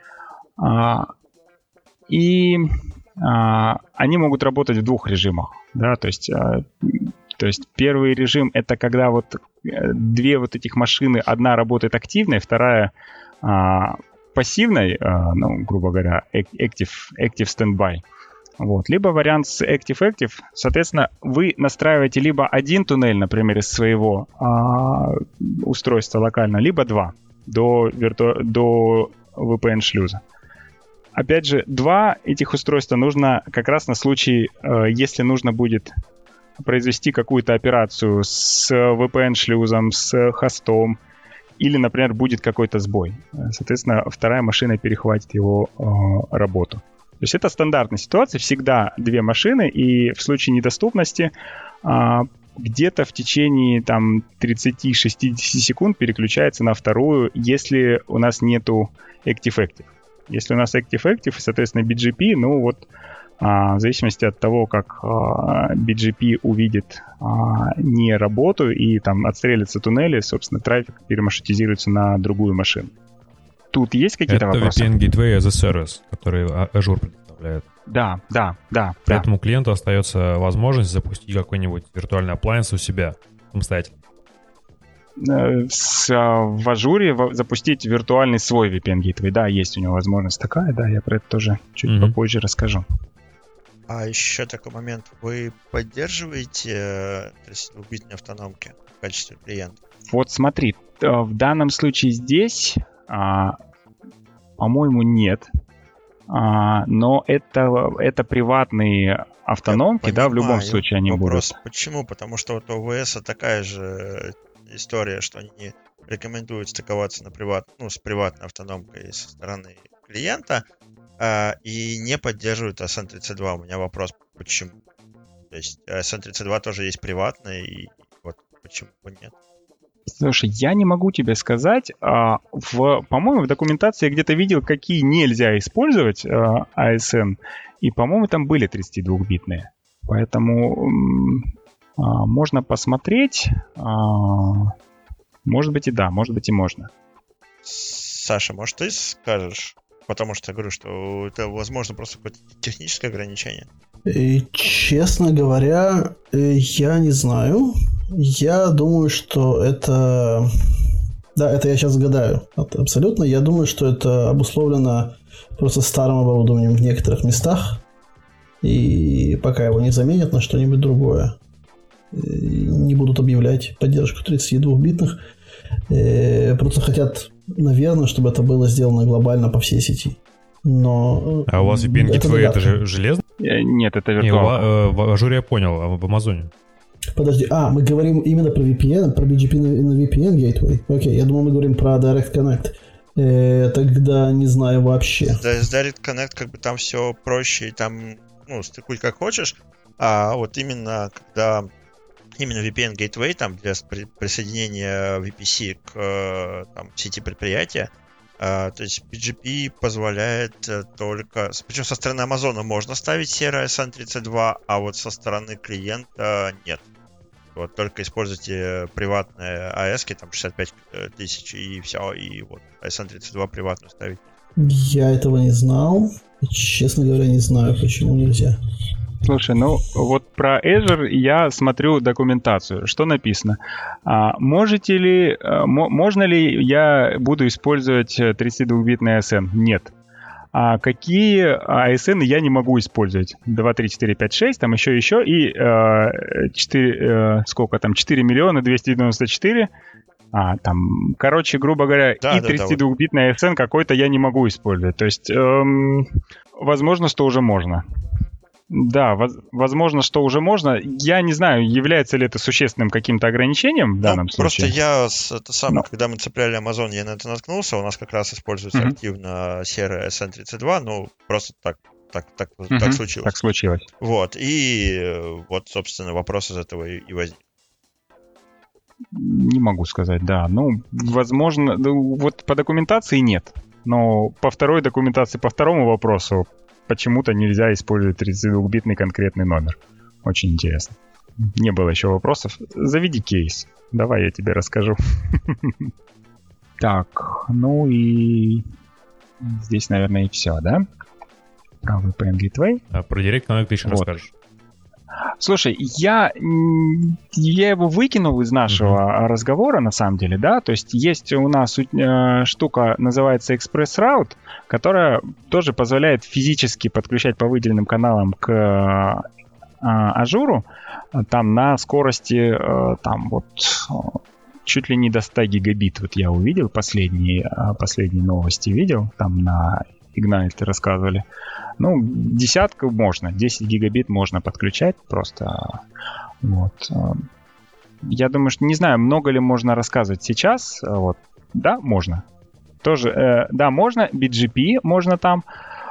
и они могут работать в двух режимах. Да, то есть, э, то есть первый режим — это когда вот две вот этих машины, одна работает активной, вторая э, пассивной, э, ну, грубо говоря, active, active standby. Вот. Либо вариант с active-active, соответственно, вы настраиваете либо один туннель, например, из своего э, устройства локально, либо два до, вирту... до ви пи эн-шлюза. Опять же, два этих устройства нужно как раз на случай, если нужно будет произвести какую-то операцию с ви пи эн-шлюзом, с хостом, или, например, будет какой-то сбой. Соответственно, вторая машина перехватит его э, работу. То есть это стандартная ситуация, всегда две машины, и в случае недоступности э, где-то в течение там, тридцать-шестьдесят секунд переключается на вторую, если у нас нету active-active. Если у нас active-active, соответственно, би джи пи, ну вот а, в зависимости от того, как а, би джи пи увидит а, не работу и там отстрелятся туннели, собственно, трафик перемаршрутизируется на другую машину. Тут есть какие-то Это вопросы? Это ви пи эн Gateway as a Service, который Azure предоставляет. Да, да, да. Поэтому да. клиенту остается возможность запустить какой-нибудь виртуальный appliance у себя самостоятельно. С, в Ажуре запустить виртуальный свой ви пи эн Gateway. Да, есть у него возможность такая, да, я про это тоже чуть mm-hmm. попозже расскажу. А еще такой момент. Вы поддерживаете тридцатидвухбитные автономки в качестве клиента? Вот смотри, в данном случае здесь, а, по-моему, нет. А, но это, это приватные автономки, да, в любом случае они вопрос, будут. Почему? Потому что вот у ОВС такая же история, что они не рекомендуют стыковаться на приват, ну, с приватной автономкой со стороны клиента э, и не поддерживают эс эн тридцать два. У меня вопрос, почему? То есть эс эн тридцать два тоже есть приватная, и вот почему нет? Слушай, я не могу тебе сказать. А, в, по-моему, в документации я где-то видел, какие нельзя использовать а, эй эс эн, и, по-моему, там были тридцатидвухбитные. Поэтому... Uh, можно посмотреть. Uh, может быть и да, может быть и можно. Саша, может ты скажешь? Потому что я говорю, что это, возможно, просто какое-то техническое ограничение. И, честно говоря, я не знаю. Я думаю, что это... Да, это я сейчас гадаю. Абсолютно. Я думаю, что это обусловлено просто старым оборудованием в некоторых местах. И пока его не заменят на что-нибудь другое, не будут объявлять поддержку тридцатидвухбитных. Просто хотят, наверное, чтобы это было сделано глобально по всей сети. Но а у вас ви пи эн Gateway это же железно? Нет, это Не, виртуал. в, в Ажуре я понял, а в Амазоне? Подожди, а, мы говорим именно про ви пи эн, про би джи пи на, на ви пи эн Gateway? Окей, я думал, мы говорим про Direct Connect. Э, тогда не знаю вообще. С Direct Connect как бы там все проще, и там, ну, стыкуй как хочешь, а вот именно когда именно ви пи эн Gateway там для присоединения ви пи си к там, сети предприятия, Uh, то есть пи джи пи позволяет uh, только... Причем со стороны Амазона можно ставить серый эс эн тридцать два, а вот со стороны клиента нет. Вот только используйте приватные эй эс-ки, там шестьдесят пять тысяч и все, и вот эс эн тридцать два приватную ставить. Я этого не знал. Честно говоря, не знаю, почему нельзя. Слушай, ну вот про Azure я смотрю документацию. Что написано? А, можете ли, а, мо, можно ли я буду использовать тридцатидвухбитный эс эн? Нет. А какие эй эс эн я не могу использовать? два, три, четыре, пять, шесть, там еще, еще, и э, четыре, э, сколько там, четыре миллиона двести девяносто четыре. А, там, короче, грубо говоря, да, и да, тридцатидвухбитный да, вот. эс эн какой-то я не могу использовать. То есть, эм, возможно, что уже можно. Да, возможно, что уже можно. Я не знаю, является ли это существенным каким-то ограничением в данном ну, случае. Просто я, это самое, Но. когда мы цепляли Amazon, я на это наткнулся. У нас как раз используется mm-hmm. активно серый эс эн тридцать два, ну, просто так, так, так, mm-hmm. так случилось. Так случилось. Вот, и вот, собственно, вопрос из этого и, и возник. Не могу сказать, да. Ну, возможно, вот по документации нет. Но по второй документации, по второму вопросу, почему-то нельзя использовать тридцатидвухбитный конкретный номер. Очень интересно. Не было еще вопросов. Заведи кейс. Давай я тебе расскажу. Так, ну и здесь, наверное, и все, да? Про ви пи эн Gateway. А про Direct Connect ты еще вот расскажешь. Слушай, я, я его выкинул из нашего mm-hmm. разговора, на самом деле, да, то есть есть у нас э, штука, называется ExpressRoute, которая тоже позволяет физически подключать по выделенным каналам к э, Ажуру, там на скорости, э, там вот чуть ли не до ста гигабит, вот я увидел, последние, последние новости видел, там на Ignite рассказывали. Ну, десятку можно, десять гигабит можно подключать просто. Вот. Я думаю, что не знаю, много ли можно рассказывать сейчас. Вот. Да, можно. Тоже, э, да, можно. би джи пи можно там.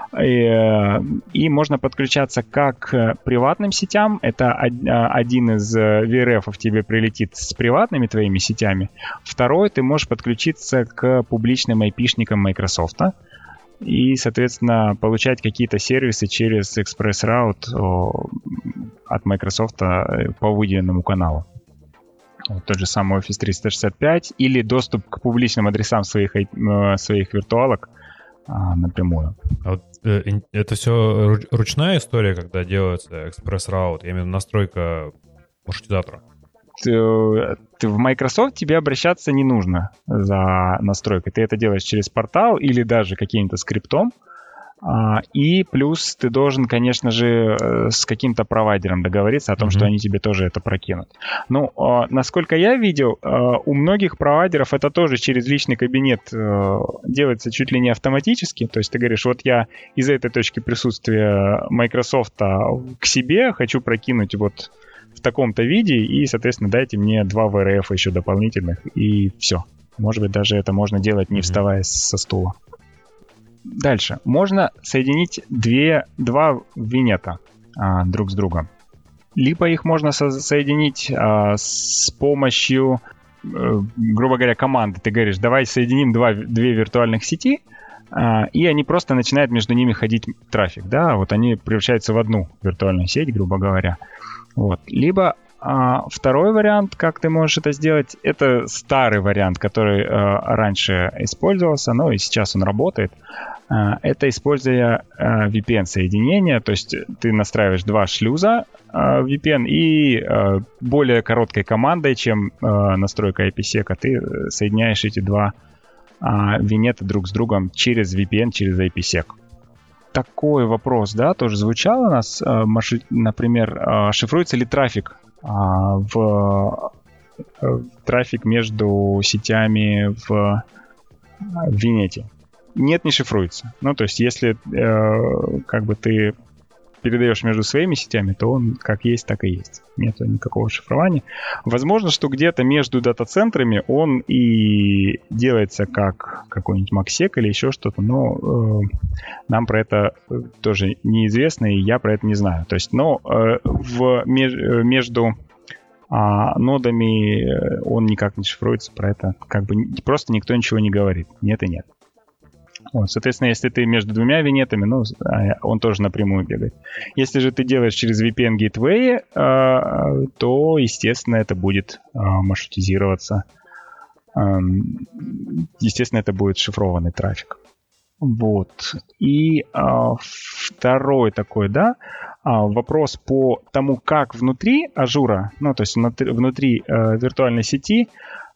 И, и можно подключаться как к приватным сетям. Это один из ви эр эф тебе прилетит с приватными твоими сетями. Второй, ты можешь подключиться к публичным ай пи-шникам Microsoft. И, соответственно, получать какие-то сервисы через ExpressRoute от Microsoft по выделенному каналу. Вот тот же самый Office триста шестьдесят пять или доступ к публичным адресам своих, своих виртуалок а, напрямую. А вот, э, это все ручная история, когда делается ExpressRoute, я имею в виду настройка маршрутизатора? Ты, ты в Microsoft тебе обращаться не нужно за настройкой. Ты это делаешь через портал или даже каким-то скриптом. А, и плюс ты должен, конечно же, с каким-то провайдером договориться о том, mm-hmm. что они тебе тоже это прокинут. Ну, а, насколько я видел, а, у многих провайдеров это тоже через личный кабинет а, делается чуть ли не автоматически. То есть ты говоришь, вот я из этой точки присутствия Microsoft к себе хочу прокинуть вот в таком-то виде, и, соответственно, дайте мне два ви эр эф еще дополнительных, и все. Может быть, даже это можно делать, не вставая со стула. Дальше. Можно соединить две, два винета а, друг с другом. Либо их можно со- соединить а, с помощью, а, грубо говоря, команды. Ты говоришь, давай соединим два, две виртуальных сети, а, и они просто начинают между ними ходить трафик. Да? Вот они превращаются в одну виртуальную сеть, грубо говоря. Вот. Либо а, второй вариант, как ты можешь это сделать, это старый вариант, который а, раньше использовался, но и сейчас он работает. А, это используя а, ви пи эн-соединение, то есть ты настраиваешь два шлюза а, в ви пи эн и а, более короткой командой, чем а, настройка ай пи-сека, ты соединяешь эти два а, винета друг с другом через ви пи эн, через ай пи-сек. такой вопрос, да, тоже звучал у нас, например, шифруется ли трафик в трафик между сетями в Винете? Нет, не шифруется. Ну, то есть, если как бы ты передаешь между своими сетями, то он как есть, так и есть. Нет никакого шифрования. Возможно, что где-то между дата-центрами он и делается как какой-нибудь максек или еще что-то, но э, нам про это тоже неизвестно, и я про это не знаю. То есть, но э, в, меж, между э, нодами он никак не шифруется, про это как бы просто никто ничего не говорит. Нет и нет. Вот, соответственно, если ты между двумя винетами, ну, он тоже напрямую бегает. Если же ты делаешь через ви пи эн Gateway, то, естественно, это будет маршрутизироваться. Естественно, это будет шифрованный трафик. Вот. И второй такой, да, вопрос по тому, как внутри ажура, ну, то есть внутри, внутри виртуальной сети,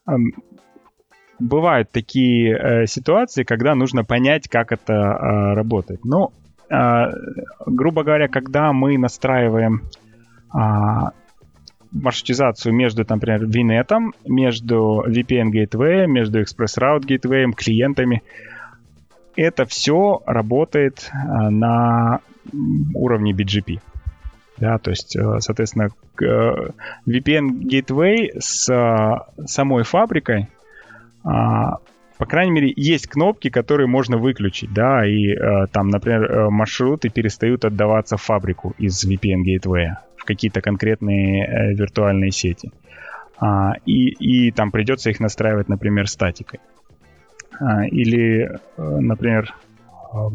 бывают такие э, ситуации, когда нужно понять, как это э, работает. Ну, э, грубо говоря, когда мы настраиваем э, маршрутизацию между, там, например, Винетом, между ви пи эн Gateway, между Express Route Gateway, клиентами, это все работает э, на уровне би джи пи. Да, то есть, э, соответственно, э, ви пи эн Gateway с э, самой фабрикой, А, по крайней мере, есть кнопки, которые можно выключить, да, и а, там, например, маршруты перестают отдаваться в фабрику из ви пи эн Gateway в какие-то конкретные а, виртуальные сети. А, и, и там придется их настраивать, например, статикой. А, или, а, например, а,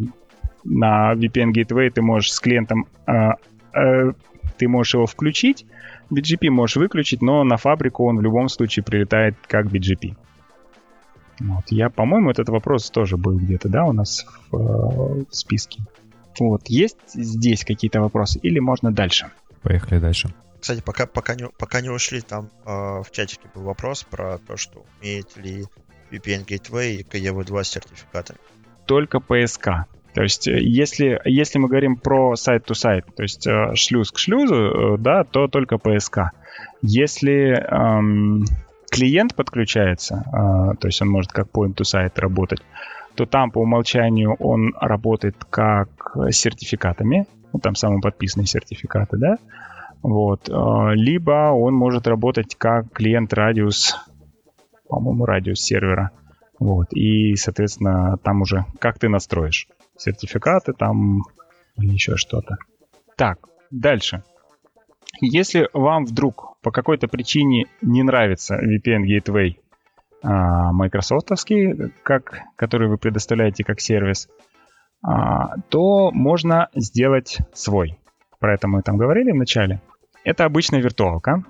на ви пи эн Gateway ты можешь с клиентом, а, а, ты можешь его включить, би джи пи можешь выключить, но на фабрику он в любом случае прилетает как би джи пи. Вот. Я, по-моему, этот вопрос тоже был где-то, да, у нас в, в списке. Вот. Есть здесь какие-то вопросы или можно дальше? Поехали дальше. Кстати, пока, пока, не, пока не ушли, там э, в чатике был вопрос про то, что умеет ли ви пи эн Gateway и кей и ви два с сертификатами. Только пи эс кей. То есть, если, если мы говорим про сайт-то-сайт, то есть шлюз к шлюзу, да, то только пи эс кей. Если... Эм, клиент подключается, то есть он может как point-to-site работать, то там по умолчанию он работает как с сертификатами, ну, там самоподписанные сертификаты, да, вот, либо он может работать как клиент радиус, по-моему, радиус сервера, вот, и, соответственно, там уже как ты настроишь сертификаты там или еще что-то. Так, дальше. Если вам вдруг по какой-то причине не нравится ви пи эн Gateway а, майкрософтовский, как, который вы предоставляете как сервис, а, то можно сделать свой. Про это мы там говорили в начале. Это обычная виртуалка.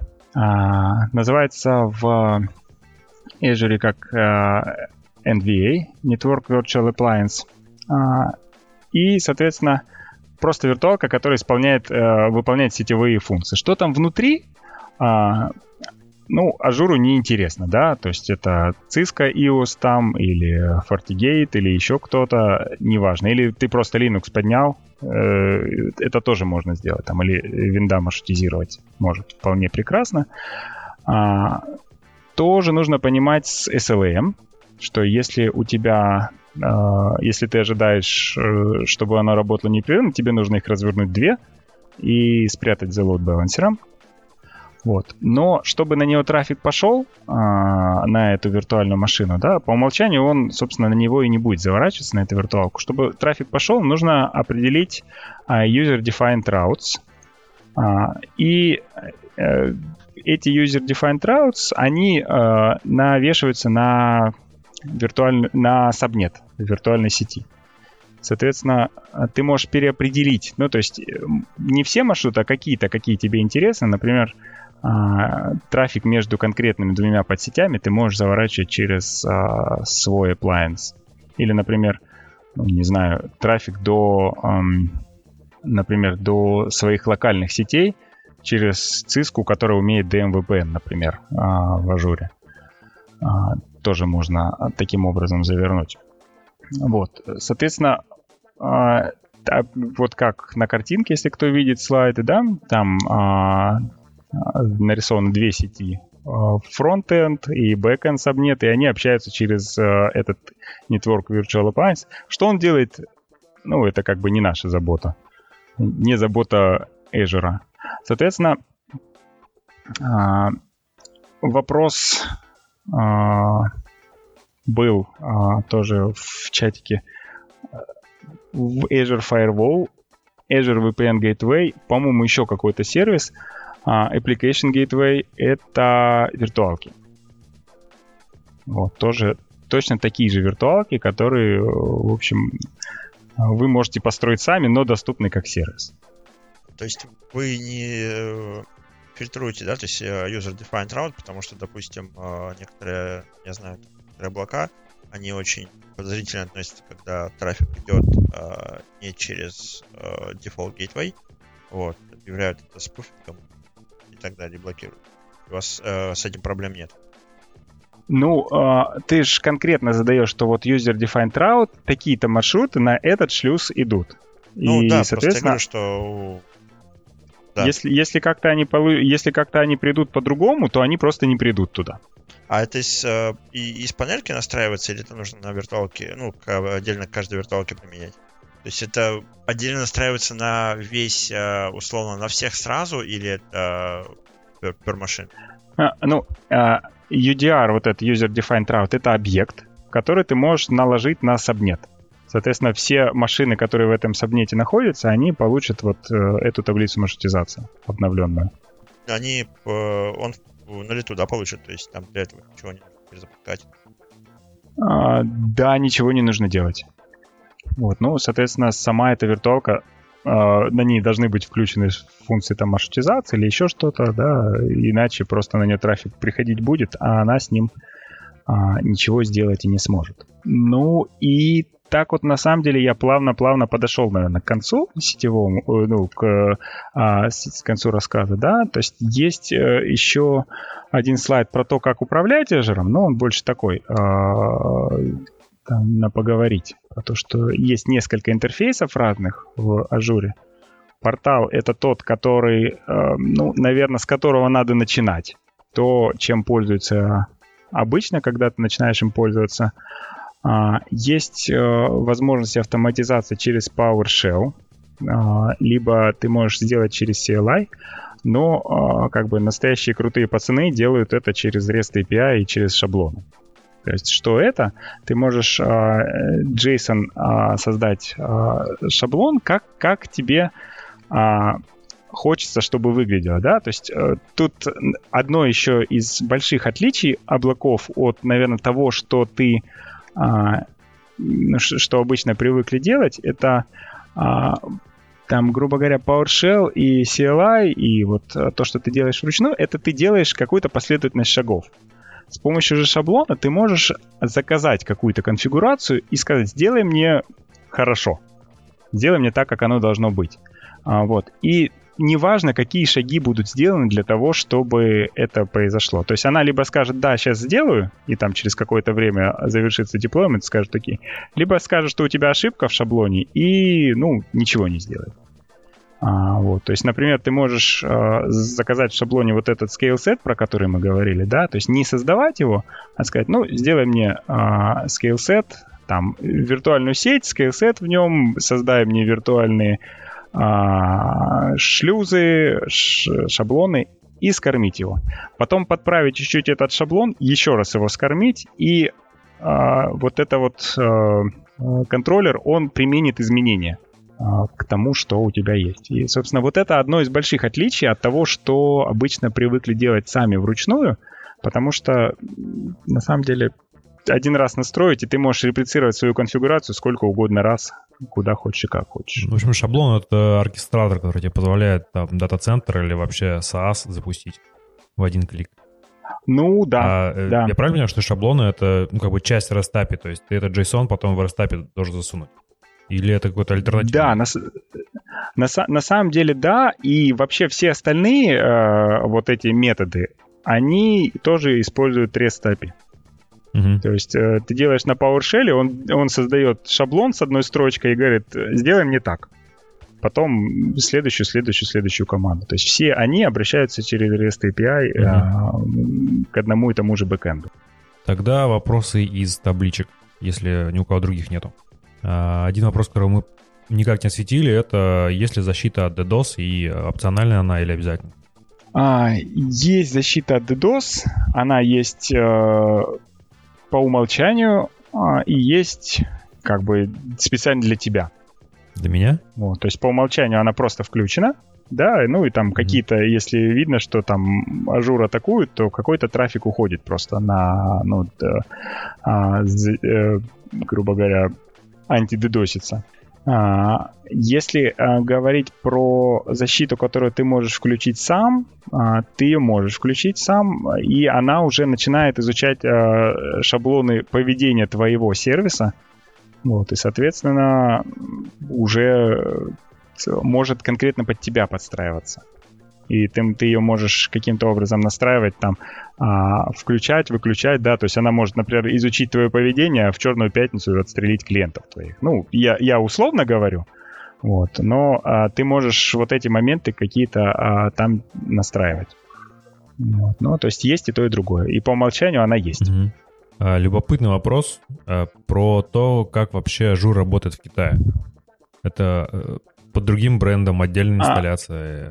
А, называется в Azure как а, эн ви эй, Network Virtual Appliance. А, и, соответственно, просто виртуалка, которая исполняет, э, выполняет сетевые функции. Что там внутри? А, ну, ажуру неинтересно, да, то есть это Cisco ай о эс там, или FortiGate, или еще кто-то, неважно. Или ты просто Linux поднял, э, это тоже можно сделать, там, или винда маршрутизировать может вполне прекрасно. А, тоже нужно понимать с эс эл эй, что если у тебя... Если ты ожидаешь, чтобы она работала непрерывно, тебе нужно их развернуть две и спрятать за лоуд-балансером. Вот. Но чтобы на нее трафик пошел, на эту виртуальную машину, да, по умолчанию он, собственно, на него и не будет заворачиваться, на эту виртуалку. Чтобы трафик пошел, нужно определить user-defined routes. И эти user-defined routes, они навешиваются на... Виртуаль... на сабнет в виртуальной сети. Соответственно, ты можешь переопределить, ну, то есть не все маршруты, а какие-то, какие тебе интересны. Например, трафик между конкретными двумя подсетями ты можешь заворачивать через свой appliance. Или, например, ну, не знаю, трафик до, например, до своих локальных сетей через Cisco, которая умеет ди эм ви пи эн, например, в ажуре. Тоже можно таким образом завернуть. Вот. Соответственно, а, вот как на картинке, если кто видит слайды, да, там а, нарисованы две сети. Фронтенд и бэкенд сабнет, и они общаются через uh, этот Network Virtual Appliance. Что он делает? Ну, это как бы не наша забота. Не забота Azure. Соответственно, uh, вопрос uh, был uh, тоже в чатике. В Azure Firewall, Azure ви пи эн Gateway, по-моему, еще какой-то сервис, Uh, Application Gateway — это виртуалки. Вот, тоже точно такие же виртуалки, которые, в общем, вы можете построить сами, но доступны как сервис. То есть вы не фильтруете, да, то есть user-defined route, потому что, допустим, некоторые, я знаю, некоторые облака, они очень подозрительно относятся, когда трафик идет не через default gateway, вот, объявляют это спуфингом и так далее, блокируют. У вас э, с этим проблем нет. Ну, э, ты же конкретно задаешь, что вот user-defined route, такие-то маршруты на этот шлюз идут. Ну и, да, соответственно, просто я говорю, что... Да. Если, если, как-то они полу... если как-то они придут по-другому, то они просто не придут туда. А это из, э, из панельки настраивается, или это нужно на виртуалке, ну, отдельно к каждой виртуалке применять? То есть это отдельно настраивается на весь, условно, на всех сразу, или это per, per machine? А, ну, ю ди ар, вот этот User Defined Route, это объект, который ты можешь наложить на сабнет. Соответственно, все машины, которые в этом сабнете находятся, они получат вот эту таблицу маршрутизации обновленную. Они, он на лету, да, получат? То есть там для этого ничего не нужно перезапускать? А, да, ничего не нужно делать. Вот, ну, соответственно, сама эта виртуалка, э, на ней должны быть включены функции там маршрутизации или еще что-то, да, иначе просто на нее трафик приходить будет, а она с ним э, ничего сделать и не сможет. Ну, и так вот, на самом деле, я плавно-плавно подошел, наверное, к концу сетевому, ну, к, э, к концу рассказа, да, то есть есть э, еще один слайд про то, как управлять Azure, но он больше такой... Э, Там, на поговорить. Про то, что есть несколько интерфейсов разных в Ажуре. Портал — это тот, который, э, ну, наверное, с которого надо начинать. То, чем пользуются обычно, когда ты начинаешь им пользоваться. А, есть э, возможность автоматизации через PowerShell. А, либо ты можешь сделать через си эл ай. Но а, как бы настоящие крутые пацаны делают это через REST эй пи ай и через шаблоны. То есть, что это? Ты можешь uh, JSON uh, создать uh, шаблон, как, как тебе uh, хочется, чтобы выглядело, да? То есть, uh, тут одно еще из больших отличий облаков от, наверное, того, что ты, uh, что обычно привыкли делать, это uh, там, грубо говоря, PowerShell и си эл ай, и вот uh, то, что ты делаешь вручную, это ты делаешь какую-то последовательность шагов. С помощью же шаблона ты можешь заказать какую-то конфигурацию и сказать: сделай мне хорошо, сделай мне так, как оно должно быть. А, вот. И неважно, какие шаги будут сделаны для того, чтобы это произошло. То есть она либо скажет: да, сейчас сделаю, и там через какое-то время завершится деплоймент, скажет окей, либо скажет, что у тебя ошибка в шаблоне, и, ну, ничего не сделает. А, вот, то есть, например, ты можешь а, заказать в шаблоне вот этот scale set, про который мы говорили, да, то есть не создавать его, а сказать: ну, сделай мне а, scale set, там, виртуальную сеть, scale set в нем, создай мне виртуальные а, шлюзы, ш, шаблоны и скормить его. Потом подправить чуть-чуть этот шаблон, еще раз его скормить, и а, вот это вот а, контроллер, он применит изменения к тому, что у тебя есть. И, собственно, вот это одно из больших отличий от того, что обычно привыкли делать сами вручную, потому что, на самом деле, один раз настроить, и ты можешь реплицировать свою конфигурацию сколько угодно раз, куда хочешь и как хочешь. В общем, шаблон — это оркестратор, который тебе позволяет там дата-центр или вообще саас запустить в один клик. Ну, да, а, да. Я правильно понимаю, что шаблоны — это, ну, как бы часть REST-эй пи ай, то есть ты этот JSON потом в REST-эй пи ай должен засунуть? Или это какой-то альтернатива? Да, на, на, на самом деле да, и вообще все остальные э, вот эти методы, они тоже используют REST эй пи ай. Uh-huh. То есть э, ты делаешь на PowerShell, он, он создает шаблон с одной строчкой и говорит: сделай мне так. потом следующую, следующую, следующую команду. То есть все они обращаются через REST эй пи ай mm-hmm. а, к одному и тому же бэкэнду. Тогда вопросы из табличек, если ни у кого других нету. Один вопрос, который мы никак не осветили, это есть ли защита от DDoS и опциональная она или обязательно? А, есть защита от DDoS, она есть э, по умолчанию э, и есть как бы специально для тебя. Для меня? Вот, то есть по умолчанию она просто включена, да, ну и там mm-hmm. какие-то, если видно, что там ажур атакуют, то какой-то трафик уходит просто на, ну, да, а, з, э, грубо говоря, антидедоситься. А, если а, говорить про защиту, которую ты можешь включить сам, а, ты ее можешь включить сам, и она уже начинает изучать а, шаблоны поведения твоего сервиса. Вот, и, соответственно, уже может конкретно под тебя подстраиваться. И ты, ты ее можешь каким-то образом настраивать, там, а, включать, выключать, да, то есть она может, например, изучить твое поведение, а в черную пятницу отстрелить клиентов твоих. Ну, я, я условно говорю, вот, но а, ты можешь вот эти моменты какие-то а, там настраивать. Вот, ну, то есть есть и то, и другое. И по умолчанию она есть. Mm-hmm. Любопытный вопрос про то, как вообще ажур работает в Китае. Это под другим брендом, отдельная инсталляция?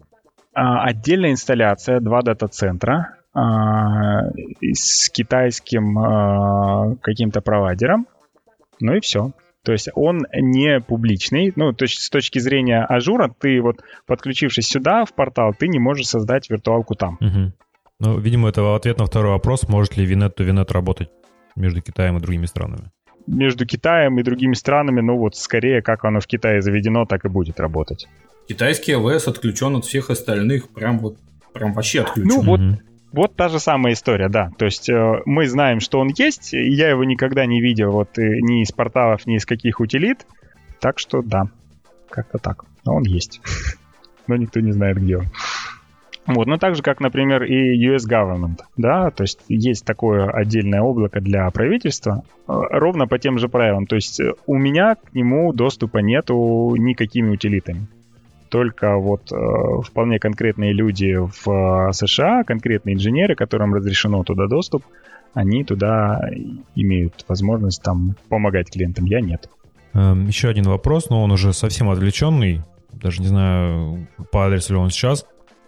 А, отдельная инсталляция, два дата-центра а, с китайским а, каким-то провайдером. Ну и все. То есть он не публичный. Ну, то есть с точки зрения ажура, ты вот подключившись сюда в портал, ты не можешь создать виртуалку там. Угу. Ну, видимо, это ответ на второй вопрос. Может ли VNet to VNet работать между Китаем и другими странами? Между Китаем и другими странами, ну вот скорее, как оно в Китае заведено, так и будет работать. Китайский эй ви эс отключен от всех остальных, прям вот, прям вообще отключен. Ну вот, mm-hmm. вот та же самая история, да. То есть э, мы знаем, что он есть, и я его никогда не видел вот э, ни из порталов, ни из каких утилит, так что да, как-то так. Он есть, но никто не знает, где он. Вот, ну так же, как, например, и ю эс Government, да, то есть есть такое отдельное облако для правительства, ровно по тем же правилам, то есть у меня к нему доступа нету никакими утилитами, только вот э, вполне конкретные люди в США, конкретные инженеры, которым разрешено туда доступ, они туда имеют возможность там помогать клиентам, я нет. Эм, еще один вопрос, но он уже совсем отвлеченный, даже не знаю, по адресу ли он сейчас.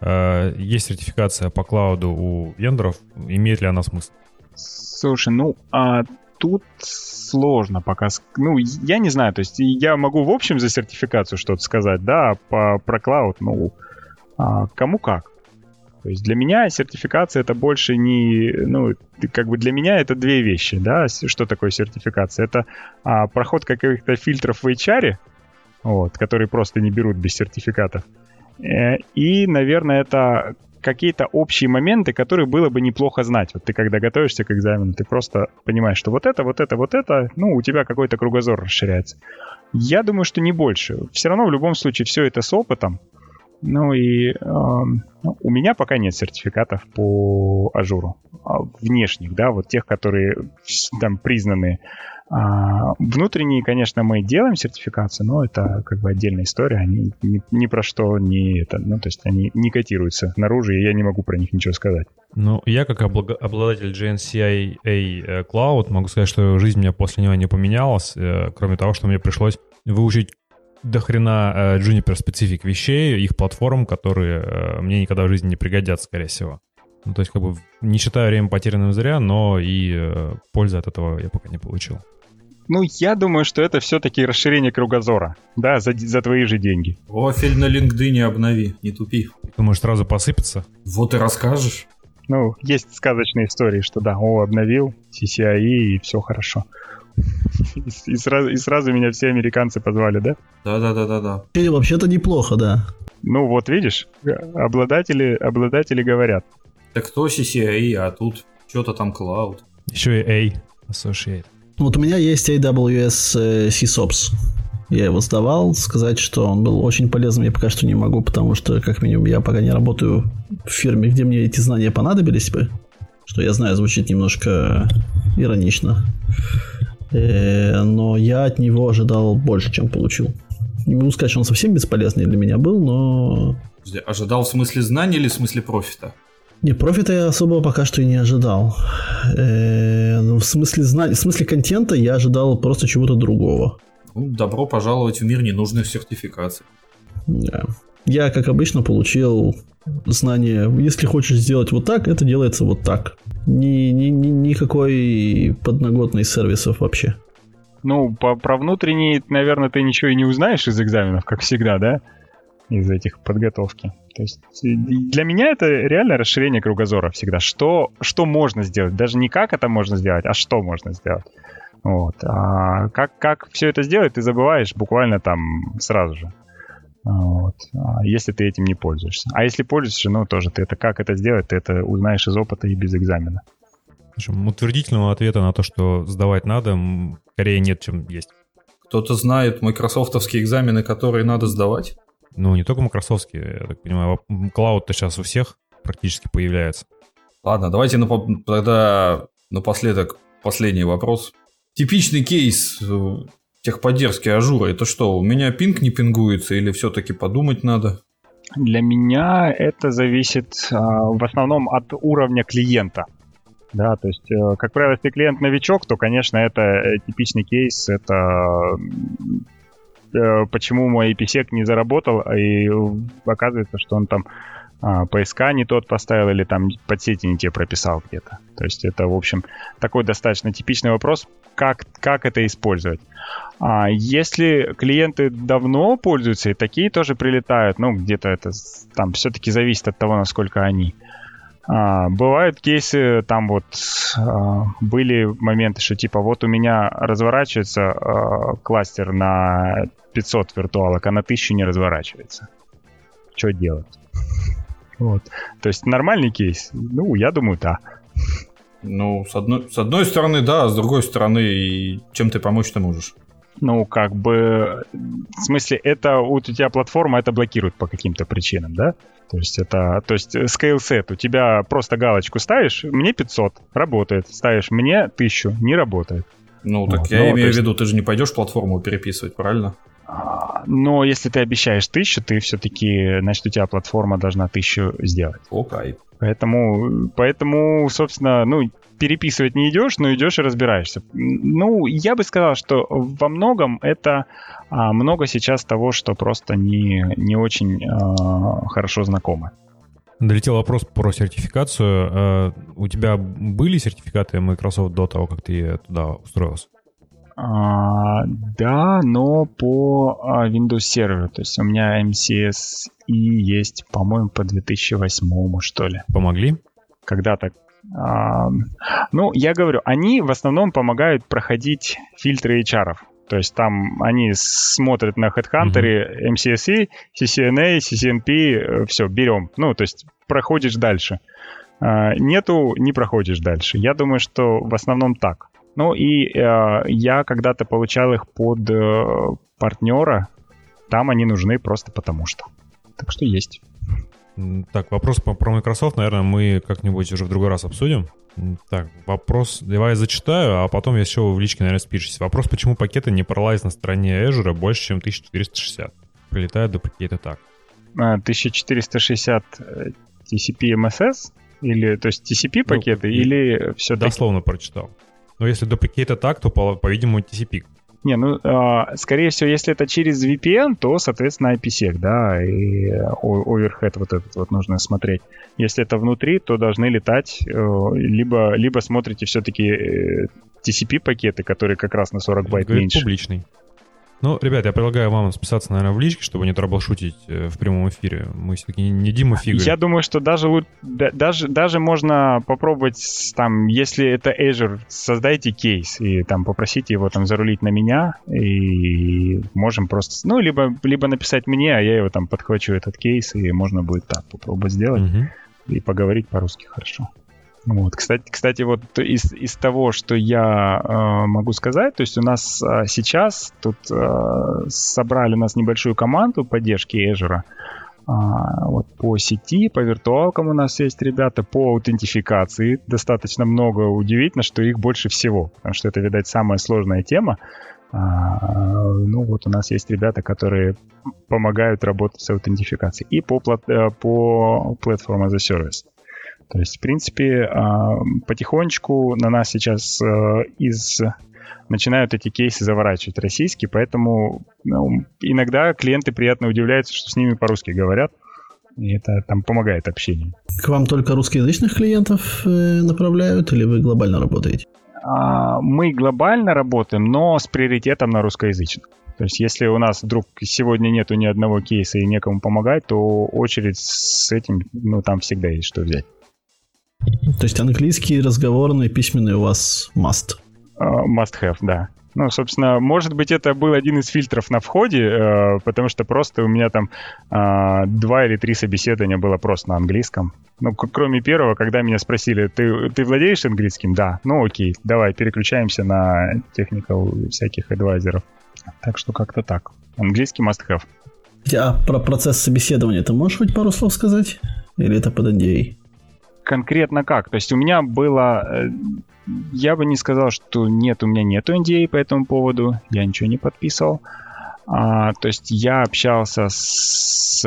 Есть сертификация по клауду у вендоров. Имеет ли она смысл? Слушай, ну, а тут сложно пока. Ну, я не знаю, то есть я могу в общем за сертификацию что-то сказать, да, по, про клауд, ну, а кому как. То есть для меня сертификация это больше не, ну, как бы для меня это две вещи, да, что такое сертификация? Это а, проход каких-то фильтров в эйч ар, вот, которые просто не берут без сертификатов. И, наверное, это какие-то общие моменты, которые было бы неплохо знать. Вот ты, когда готовишься к экзамену, ты просто понимаешь, что вот это, вот это, вот это, ну, у тебя какой-то кругозор расширяется. Я думаю, что не больше. Все равно, в любом случае, все это с опытом. Ну и э, ну, у меня пока нет сертификатов по ажуру. Внешних, да, вот тех, которые там признаны. А внутренние, конечно, мы делаем сертификацию, но это как бы отдельная история, они ни, ни про что не это, ну, то есть они не котируются наружу, и я не могу про них ничего сказать. Ну, я как обладатель джи эн си эй эй Cloud могу сказать, что жизнь у меня после него не поменялась, кроме того, что мне пришлось выучить до хрена Juniper-специфик вещей, их платформ, которые мне никогда в жизни не пригодятся, скорее всего. Ну, то есть, как бы, не считаю время потерянным зря, но и э, пользы от этого я пока не получил. Ну, я думаю, что это все-таки расширение кругозора, да, за, за твои же деньги. Профиль на LinkedIn обнови, не тупи. Думаешь, сразу посыпется? Вот и расскажешь. Ну, есть сказочные истории, что да, о, обновил си си ай и, и все хорошо. И сразу, и сразу меня все американцы позвали, да? Да-да-да-да-да. Или вообще-то неплохо, да. Ну, вот видишь, обладатели, обладатели говорят. Так кто си си ай, а тут что-то там Cloud. Еще и A, Associate. Вот у меня есть эй дабл ю эс SysOps. Я его сдавал. Сказать, что он был очень полезным, я пока что не могу, потому что, как минимум, я пока не работаю в фирме, где мне эти знания понадобились бы. Что я знаю, звучит немножко иронично. Но я от него ожидал больше, чем получил. Не могу сказать, что он совсем бесполезный для меня был, но... Ожидал в смысле знаний или в смысле профита? Не, профита я особо пока что и не ожидал. Э, ну, в смысле знаний, в смысле контента я ожидал просто чего-то другого. Ну, добро пожаловать в мир ненужных сертификаций. Да. Я, как обычно, получил знание, если хочешь сделать вот так, это делается вот так. Ни, ни, ни, никакой подноготной сервисов вообще. Ну, по, про внутренние, наверное, ты ничего и не узнаешь из экзаменов, как всегда, да? Из этих подготовки. То есть для меня это реально расширение кругозора всегда. Что, что можно сделать? Даже не как это можно сделать, а что можно сделать. Вот. А как, как все это сделать, ты забываешь буквально там сразу же. Вот. Если ты этим не пользуешься. А если пользуешься, ну тоже ты это как это сделать, ты это узнаешь из опыта и без экзамена. В общем, утвердительного ответа на то, что сдавать надо, скорее нет, чем есть. Кто-то знает майкрософтовские экзамены, которые надо сдавать? Ну, не только майкрософтские, я так понимаю. Клауд-то сейчас у всех практически появляется. Ладно, давайте напо- тогда напоследок последний вопрос. Типичный кейс техподдержки ажура, это что, у меня пинг не пингуется или все-таки подумать надо? Для меня это зависит а, в основном от уровня клиента. Да, то есть, э, как правило, если клиент новичок, то, конечно, это э, типичный кейс, это э, почему мой писек не заработал, и оказывается, что он там э, поиска не тот поставил или там подсети не те прописал где-то. То есть это, в общем, такой достаточно типичный вопрос, как, как это использовать. А если клиенты давно пользуются, и такие тоже прилетают, ну, где-то это там все-таки зависит от того, насколько они. А, бывают кейсы, там вот а, были моменты, что типа вот у меня разворачивается а, кластер на пятьсот виртуалок, а на тысячу не разворачивается. Что делать? Вот. То есть нормальный кейс? Ну, я думаю, да. Ну, с одной, с одной стороны, да, а с другой стороны, чем ты помочь ты можешь? Ну, как бы, в смысле, это у тебя платформа это блокирует по каким-то причинам, да? То есть это, то есть scale set, у тебя просто галочку ставишь, мне пятьсот, работает, ставишь мне тысячу, не работает. Ну, так вот. я ну, имею есть... в виду, ты же не пойдешь платформу переписывать, правильно? Но если ты обещаешь тысячу, ты все-таки, значит, у тебя платформа должна тысячу сделать. Окей. Поэтому, поэтому, собственно, ну, переписывать не идешь, но идешь и разбираешься. Ну, я бы сказал, что во многом это а, много сейчас того, что просто не, не очень а, хорошо знакомо. Долетел вопрос про сертификацию. А, у тебя были сертификаты Microsoft до того, как ты туда устроился? А, да, но по а, Windows Server. То есть у меня эм си эс и есть, по-моему, по две тысячи восьмому, что ли. Помогли? Когда-то. А, ну, я говорю, они в основном помогают проходить фильтры эйч ар. То есть там они смотрят на HeadHunter, mm-hmm. эм си эс и, си си эн эй, си си эн пи, все, берем. Ну, то есть проходишь дальше. А, нету, не проходишь дальше. Я думаю, что в основном так. Ну и э, я когда-то получал их под э, партнера. Там они нужны просто потому что. Так что есть. Так, вопрос по, про Microsoft, наверное, мы как-нибудь уже в другой раз обсудим. Так, вопрос, давай я зачитаю, а потом я еще в личке, наверное, спишусь. Вопрос, почему пакеты не паралайз на стороне Azure больше, чем тысяча четыреста шестьдесят? Прилетают до пакета так. тысяча четыреста шестьдесят ти си пи эм эс эс? Или, то есть ти си пи пакеты, ну, или все-таки... Дословно прочитал. Но если до пакета так, то, по- по-видимому, ти си пи. Не, ну, э, скорее всего, если это через ви пи эн, то, соответственно, ай пи сек, да, и оверхед вот этот вот нужно смотреть. Если это внутри, то должны летать, э, либо, либо смотрите все-таки э, ти си пи-пакеты, которые как раз на сорок байт Говорит, меньше. Публичный. Ну, ребят, я предлагаю вам списаться, наверное, в личке, чтобы не траблшутить в прямом эфире. Мы все-таки не Дима Фига. Я думаю, что даже, даже, даже можно попробовать, там, если это Azure, создайте кейс и там попросите его там зарулить на меня, и можем просто... Ну, либо, либо написать мне, а я его там подхвачу, этот кейс, и можно будет так попробовать сделать угу. и поговорить по-русски хорошо. Вот, кстати, кстати, вот из, из того, что я э, могу сказать, то есть у нас э, сейчас тут э, собрали у нас небольшую команду поддержки Azure. Э, вот по сети, по виртуалкам у нас есть ребята, по аутентификации достаточно много. Удивительно, что их больше всего, потому что это, видать, самая сложная тема. А, ну, вот у нас есть ребята, которые помогают работать с аутентификацией. И по, по Platform as a Service. То есть, в принципе, потихонечку на нас сейчас из... начинают эти кейсы заворачивать российские, поэтому ну, иногда клиенты приятно удивляются, что с ними по-русски говорят, и это там помогает общению. К вам только русскоязычных клиентов направляют, или вы глобально работаете? Мы глобально работаем, но с приоритетом на русскоязычных. То есть, если у нас вдруг сегодня нету ни одного кейса и некому помогать, то очередь с этим, ну, там всегда есть что взять. То есть, английский, разговорный, письменный у вас must? Uh, must have, да. Ну, собственно, может быть, это был один из фильтров на входе, э, потому что просто у меня там э, два или три собеседования было просто на английском. Ну, к- кроме первого, когда меня спросили, ты, ты владеешь английским? Да. Ну, окей, давай, переключаемся на technical всяких адвайзеров. Так что как-то так. Английский must have. А про процесс собеседования ты можешь хоть пару слов сказать? Или это под эн ди эй? Конкретно как? То есть у меня было... Я бы не сказал, что нет, у меня нету эн ди эй по этому поводу. Я ничего не подписывал. А, то есть я общался с,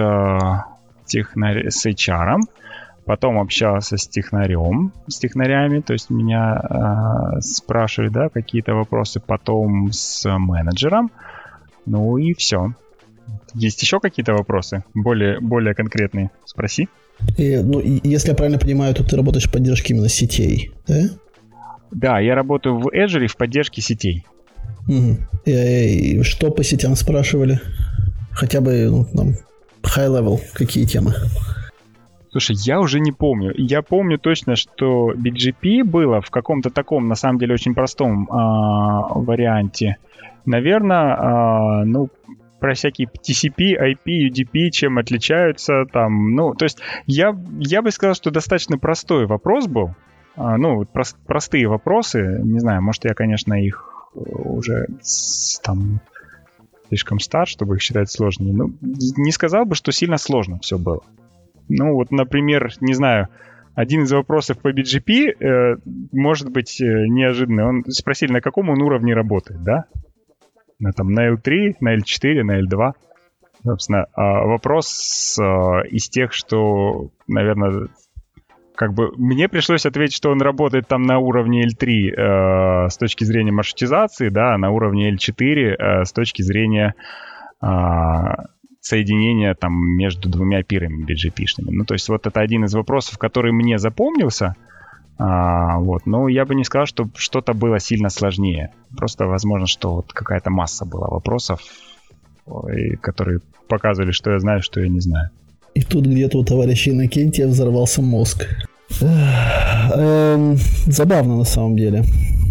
технари... с эйч ар, потом общался с технарем, с технарями. То есть меня а, спрашивали, да, какие-то вопросы. Потом с менеджером. Ну и все. Есть еще какие-то вопросы? Более, более конкретные? Спроси. И, ну, и, если я правильно понимаю, то ты работаешь в поддержке именно сетей, да? Да, я работаю в Azure в поддержке сетей. Угу. И, и что по сетям спрашивали? Хотя бы ну, там, high level, какие темы? Слушай, я уже не помню. Я помню точно, что би джи пи было в каком-то таком, на самом деле, очень простом а, варианте. Наверное, а, ну, про всякие ти си пи, ай пи, ю ди пи, чем отличаются там. Ну, то есть я, я бы сказал, что достаточно простой вопрос был. А, ну, прост, простые вопросы. Не знаю, может, я, конечно, их уже там слишком стар, чтобы их считать сложными. Ну, не сказал бы, что сильно сложно все было. Ну, вот, например, не знаю, один из вопросов по би джи пи э, может быть э, неожиданный. Он спросили, на каком он уровне работает, да? На, там, на эл три, на эл четыре, на эл два. Собственно, э, вопрос э, из тех, что, наверное, как бы мне пришлось ответить, что он работает там на уровне эл три э, с точки зрения маршрутизации, да, а на уровне эл четыре э, с точки зрения э, соединения там между двумя пирами би джи пи-шными. Ну, то есть вот это один из вопросов, который мне запомнился. А, вот. Но я бы не сказал, что что-то было сильно сложнее. Просто, возможно, что вот какая-то масса была вопросов, которые показывали, что я знаю, что я не знаю. И тут где-то у товарища Иннокентия взорвался мозг. Эм, забавно на самом деле.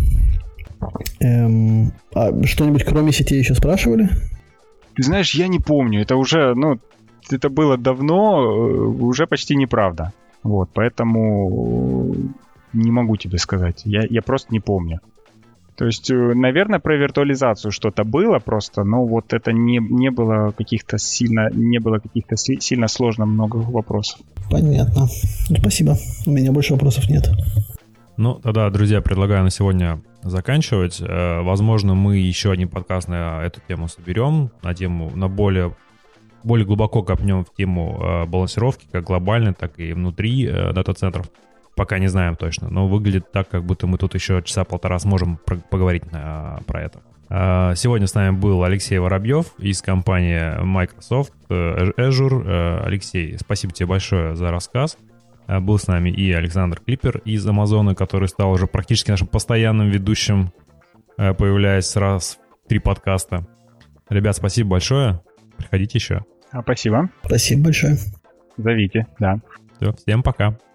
Эм, а что-нибудь кроме сетей еще спрашивали? Ты знаешь, я не помню. Это уже, ну, это было давно, уже почти неправда. Вот, поэтому не могу тебе сказать. Я, я просто не помню. То есть, наверное, про виртуализацию что-то было просто, но вот это не, не было каких-то сильно, не было каких-то сильно сложно много вопросов. Понятно. Спасибо. У меня больше вопросов нет. Ну, тогда, друзья, предлагаю на сегодня заканчивать. Возможно, мы еще один подкаст на эту тему соберем, на тему, на более, более глубоко копнем в тему балансировки, как глобально, так и внутри дата-центров. Пока не знаем точно, но выглядит так, как будто мы тут еще часа полтора сможем про- поговорить а, про это. А, сегодня с нами был Алексей Воробьев из компании Microsoft Azure. Алексей, спасибо тебе большое за рассказ. А, был с нами и Александр Клипер из Амазона, который стал уже практически нашим постоянным ведущим, а, появляясь раз в три подкаста. Ребят, спасибо большое. Приходите еще. А, спасибо. Спасибо большое. Зовите, да. Все, всем пока.